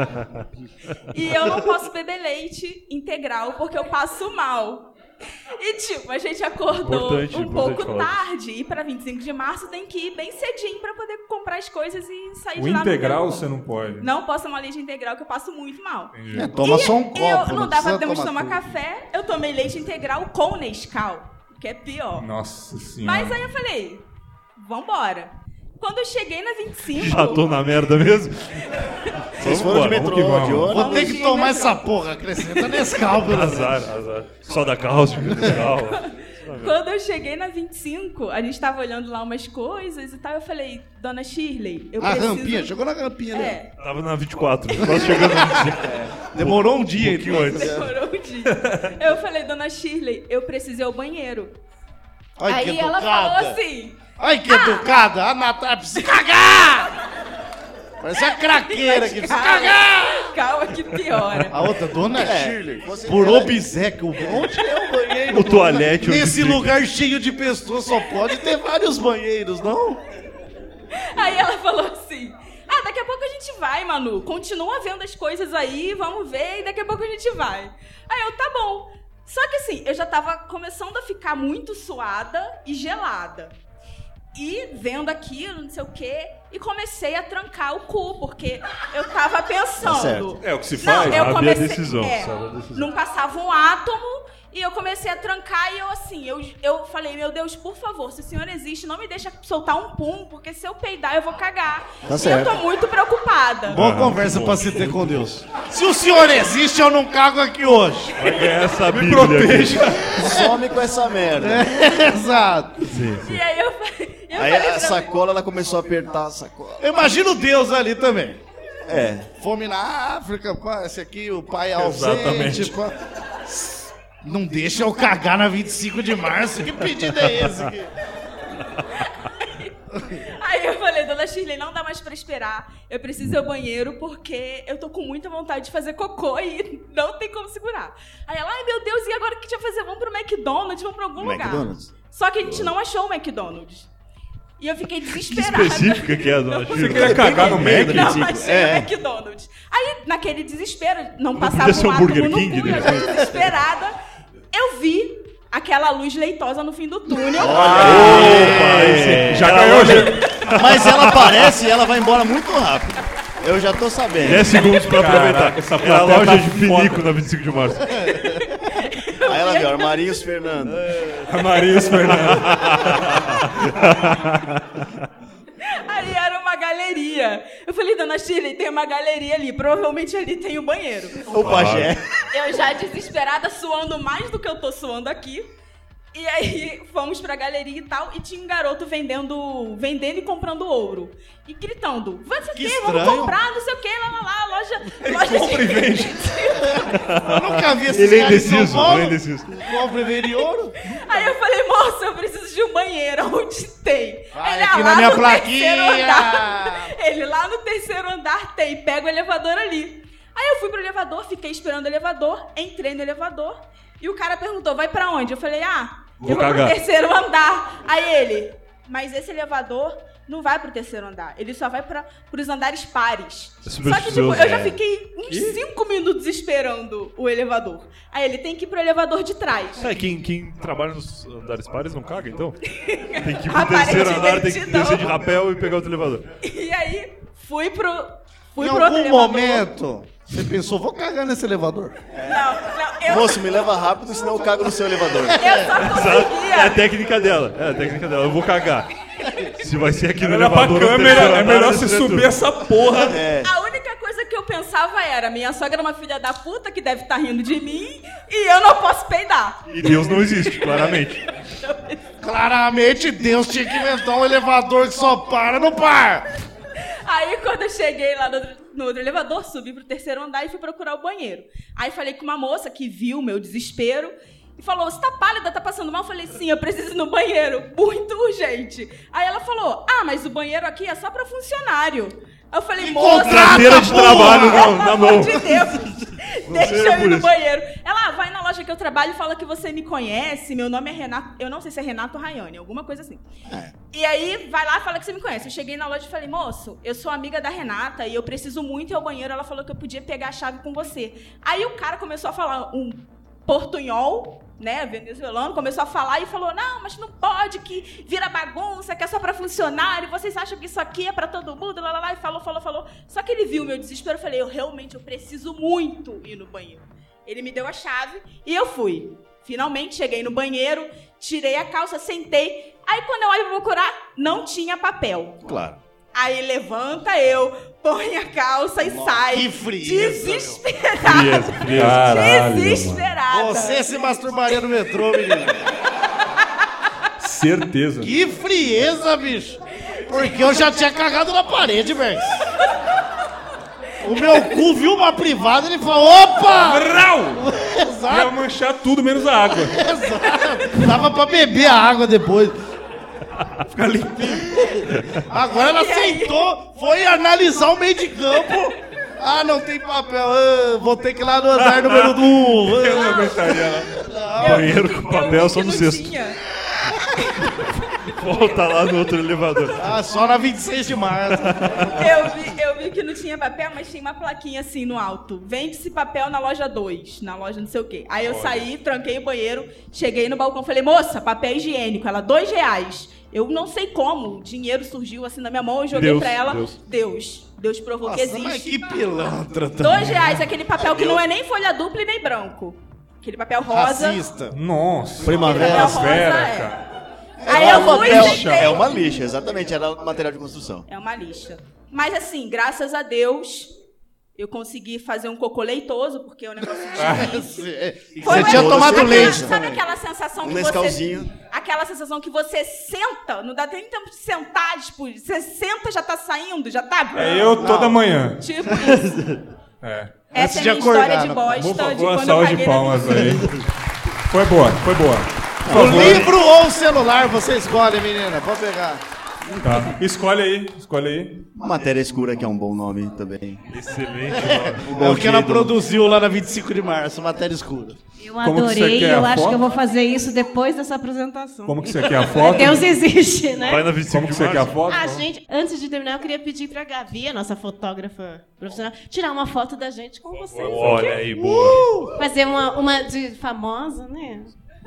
E eu não posso beber leite integral porque eu passo mal. E tipo, a gente acordou Importante um pouco falar disso. tarde e pra 25 de março tem que ir bem cedinho pra poder comprar as coisas e sair O de lá. no integral tempo. você não pode. Não posso tomar leite integral que eu passo muito mal. Toma só um copo. Eu não dava precisa tempo de tomar tomar tudo. café, eu tomei leite integral com Nescau, que é pior. Nossa senhora. Mas aí eu falei, vambora. Quando eu cheguei na 25... Já tô na merda mesmo? Vocês foram de metrô, que vamos. de ônibus. Vou ter que de tomar metrô. essa porra, acrescenta nesse cálculo. Azar. Soda cáustica, legal. Quando eu cheguei na 25, a gente tava olhando lá umas coisas e tal, eu falei, Dona Shirley, eu A preciso... rampinha, chegou na rampinha ali. É, Tava na 24, quase chegando no 25. Demorou um dia, pouquinho antes. demorou um dia. Eu falei, Dona Shirley, eu preciso ir ao banheiro. Ai, que Aí ela educada. falou assim... Ai, que educada. A Natália precisa cagar. Parece a craqueira que precisa cagar. Calma que piora. A outra, Dona Shirley, você- por obséquio, onde é o banheiro? O toalete. onde Nesse fica. lugar cheio de pessoas só pode ter vários banheiros, não? Aí ela falou assim, daqui a pouco a gente vai, Manu. Continua vendo as coisas aí, vamos ver, e daqui a pouco a gente vai. Aí eu, tá bom. Só que assim, eu já tava começando a ficar muito suada e gelada. E vendo aquilo, não sei o quê, e comecei a trancar o cu, porque eu tava pensando... certo. É o que se Não, faz. eu Sabe a comecei... decisão, é, sabe a decisão. não passava um átomo, e eu comecei a trancar, e eu assim, eu falei, meu Deus, por favor, se o senhor existe, não me deixa soltar um pum, porque se eu peidar, eu vou cagar. Tá e certo. eu tô muito preocupada. Boa conversa pra se ter com Deus. Se o senhor existe, eu não cago aqui hoje. Vai ganhar essa bíblia aqui. Some com essa merda. Exato. E aí eu falei... Aí a sacola, ela começou a apertar a sacola. Eu imagino Deus ali também. É. Fome na África, pá, esse aqui, o pai é ausente. Exatamente. Pá. Não deixa eu cagar na 25 de março. Que pedido é esse aqui? Aí eu falei, dona Shirley, não dá mais pra esperar. Eu preciso ir ao banheiro porque eu tô com muita vontade de fazer cocô e não tem como segurar. Aí ela, ai meu Deus, e agora o que a gente vai fazer? Vamos pro McDonald's, vamos pra algum lugar. Só que a gente não achou o McDonald's. E eu fiquei desesperada. Que específica que é, dona Shirley? Você quer cagar no Mac? Não achei o McDonald's. Aí, naquele desespero, não passava um átomo no cu, eu já desesperada, eu vi aquela luz leitosa no fim do túnel. Já ganhou, Mas ela aparece e ela vai embora muito rápido. Eu já tô sabendo. 10 segundos pra aproveitar. Essa É a loja de pinico na 25 de março. Aí ela viu, Armarinhos Fernando. Armarinhos Fernando. Ali era uma galeria. Eu falei, dona Shirley, tem uma galeria ali. Provavelmente ali tem o banheiro. O pajé. Eu já desesperada, suando mais do que eu tô suando aqui. E aí fomos pra galeria e tal. E tinha um garoto vendendo e comprando ouro. E gritando, vamos comprar, não sei o que, lá, loja compra e vende. Eu nunca vi esse Ele é cara em São indeciso, Paulo. ele é indeciso. Compra e vende ouro. Aí eu falei, moça, eu preciso de um banheiro. Onde tem? Vai Ele aqui lá na minha no plaquinha. terceiro andar. Ele lá no terceiro andar tem. Pega o elevador ali. Aí eu fui pro elevador, fiquei esperando o elevador, entrei no elevador e o cara perguntou, vai pra onde? Eu falei, eu vou pro terceiro andar. Aí ele, mas esse elevador não vai pro terceiro andar, ele só vai pros andares pares. Só que tipo, eu já fiquei uns 5 minutos esperando o elevador. Aí ele tem que ir pro elevador de trás. Quem trabalha nos andares pares não caga, então? Tem que ir pro terceiro andar, tem que descer de rapel e pegar o elevador. E aí, fui pro Em outro algum elevador. momento, você pensou, vou cagar nesse elevador. Não, eu Moço, me leva rápido, senão eu cago no seu elevador. só conseguia. É a técnica dela. Eu vou cagar. Se vai ser aqui no Olha pra elevador... no câmera, terceiro é andar, melhor no você setor. subir essa porra. A única coisa que eu pensava era, minha sogra é uma filha da puta que deve estar rindo de mim e eu não posso peidar. E Deus não existe, claramente. Claramente, Deus tinha que inventar um elevador que só para no par. Aí quando eu cheguei lá no outro elevador, subi pro terceiro andar e fui procurar o banheiro. Aí falei com uma moça que viu o meu desespero e falou, você tá pálida, tá passando mal? Eu falei, sim, eu preciso ir no banheiro, muito urgente. Aí ela falou, mas o banheiro aqui é só pra funcionário. Eu falei, moça, Carteira de trabalho pelo na amor mão. de Deus, deixa eu ir por no isso. banheiro. Ela vai na loja que eu trabalho e fala que você me conhece, meu nome é Renato, eu não sei se é Renato ou Rayane, alguma coisa assim. E aí, vai lá e fala que você me conhece. Eu cheguei na loja e falei, moço, eu sou amiga da Renata e eu preciso muito ir ao banheiro. Ela falou que eu podia pegar a chave com você. Aí o cara começou a falar um portunhol, né, venezuelano, começou a falar e falou, não, mas não pode, que vira bagunça, que é só pra funcionário, vocês acham que isso aqui é pra todo mundo, lá, e falou. Só que ele viu o meu desespero, eu falei, eu preciso muito ir no banheiro. Ele me deu a chave e eu fui. Finalmente, cheguei no banheiro, tirei a calça, sentei, aí quando eu olho pra procurar, não tinha papel. Claro. Aí levanta põe a calça e sai. Que frieza, Desesperada. Desesperada. Você se masturbaria no metrô, menino. Certeza. Que frieza, bicho. Porque eu já tinha cagado na parede, velho. O meu cu viu uma privada e ele falou, opa! Ia Exato, manchar tudo menos a água. exato. Dava pra beber a água depois. Ficar limpinho. Agora ela sentou, foi analisar o meio de campo. Não tem papel. Vou ter que ir lá no andar número 1. Eu não aguentaria. Banheiro com papel só no sexto. Tinha. Volta lá no outro elevador. Só na 26 de março. Eu vi que não tinha papel, mas tinha uma plaquinha assim no alto. Vende-se papel na loja 2, na loja não sei o quê. Aí eu saí, tranquei o banheiro, cheguei no balcão, falei, moça, papel higiênico. Ela, R$2. Eu não sei como, o dinheiro surgiu assim na minha mão, eu joguei pra ela. Deus provou que existe. Mas que pilantra também. R$2, aquele papel que não é nem folha dupla e nem branco. Aquele papel rosa. Racista. Nossa. Primavera. Papel rosa, cara. Aí eu fui e sentei. É uma lixa, exatamente, era material de construção. É uma lixa. Mas assim, graças a Deus, eu consegui fazer um cocô leitoso, porque é um negócio difícil. Você tinha tomado leite. Sabe aquela sensação que Nescauzinho. Aquela sensação que você senta, não dá nem tempo de sentar, tipo, você senta, já tá saindo, já tá... Eu toda manhã. Tipo isso. É. Essa Antes é de a minha história acordar, de bosta, Por de favor, quando eu salva de caguei na palmas piscina. aí. Foi boa, foi boa. O livro ou o celular, você escolhe, menina. Pode pegar. Tá. Escolhe aí. Matéria Escura, que é um bom nome também. Excelente É o que ela produziu lá na 25 de março, Matéria Escura. Eu Como que você adorei, quer eu a acho foto? que eu vou fazer isso depois dessa apresentação. Como que você quer a foto? Deus existe, né? Vai na 25 Como que você quer a foto? Ah, gente, antes de terminar, eu queria pedir pra Gabi, a nossa fotógrafa profissional, tirar uma foto da gente com vocês. Olha aí, boa. Fazer uma de famosa, né?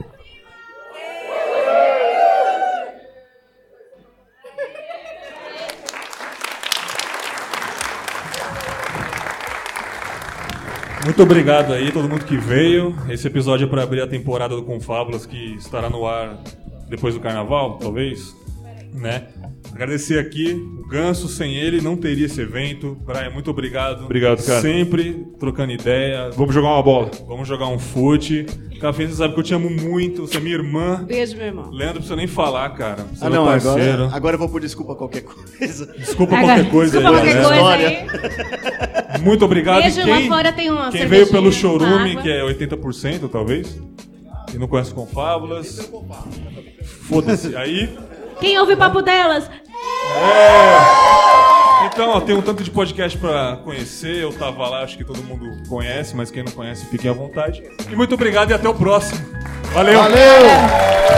Muito obrigado aí, todo mundo que veio. Esse episódio é para abrir a temporada do Confábulas, que estará no ar depois do Carnaval, talvez, né? Agradecer aqui o Ganso, sem ele não teria esse evento. Brian, muito obrigado. Obrigado, cara. Sempre trocando ideia. Vamos jogar uma bola. Vamos jogar um fute. Café, você sabe que eu te amo muito, você é minha irmã. Beijo, meu irmão. Leandro, não precisa nem falar, cara. Você é Não, meu parceiro. agora eu vou por desculpa qualquer coisa. Desculpa qualquer coisa Desculpa aí, qualquer né? coisa aí. Muito obrigado. Beijo, E lá fora tem uma quem veio pelo cervejinha, chorume, água. que é 80%, talvez, e não conhece Confábulas, foda-se. Aí, Quem ouve o papo delas? então, ó, tem um tanto de podcast pra conhecer. Eu tava lá, acho que todo mundo conhece, mas quem não conhece, fiquem à vontade. E muito obrigado e até o próximo. Valeu! Valeu!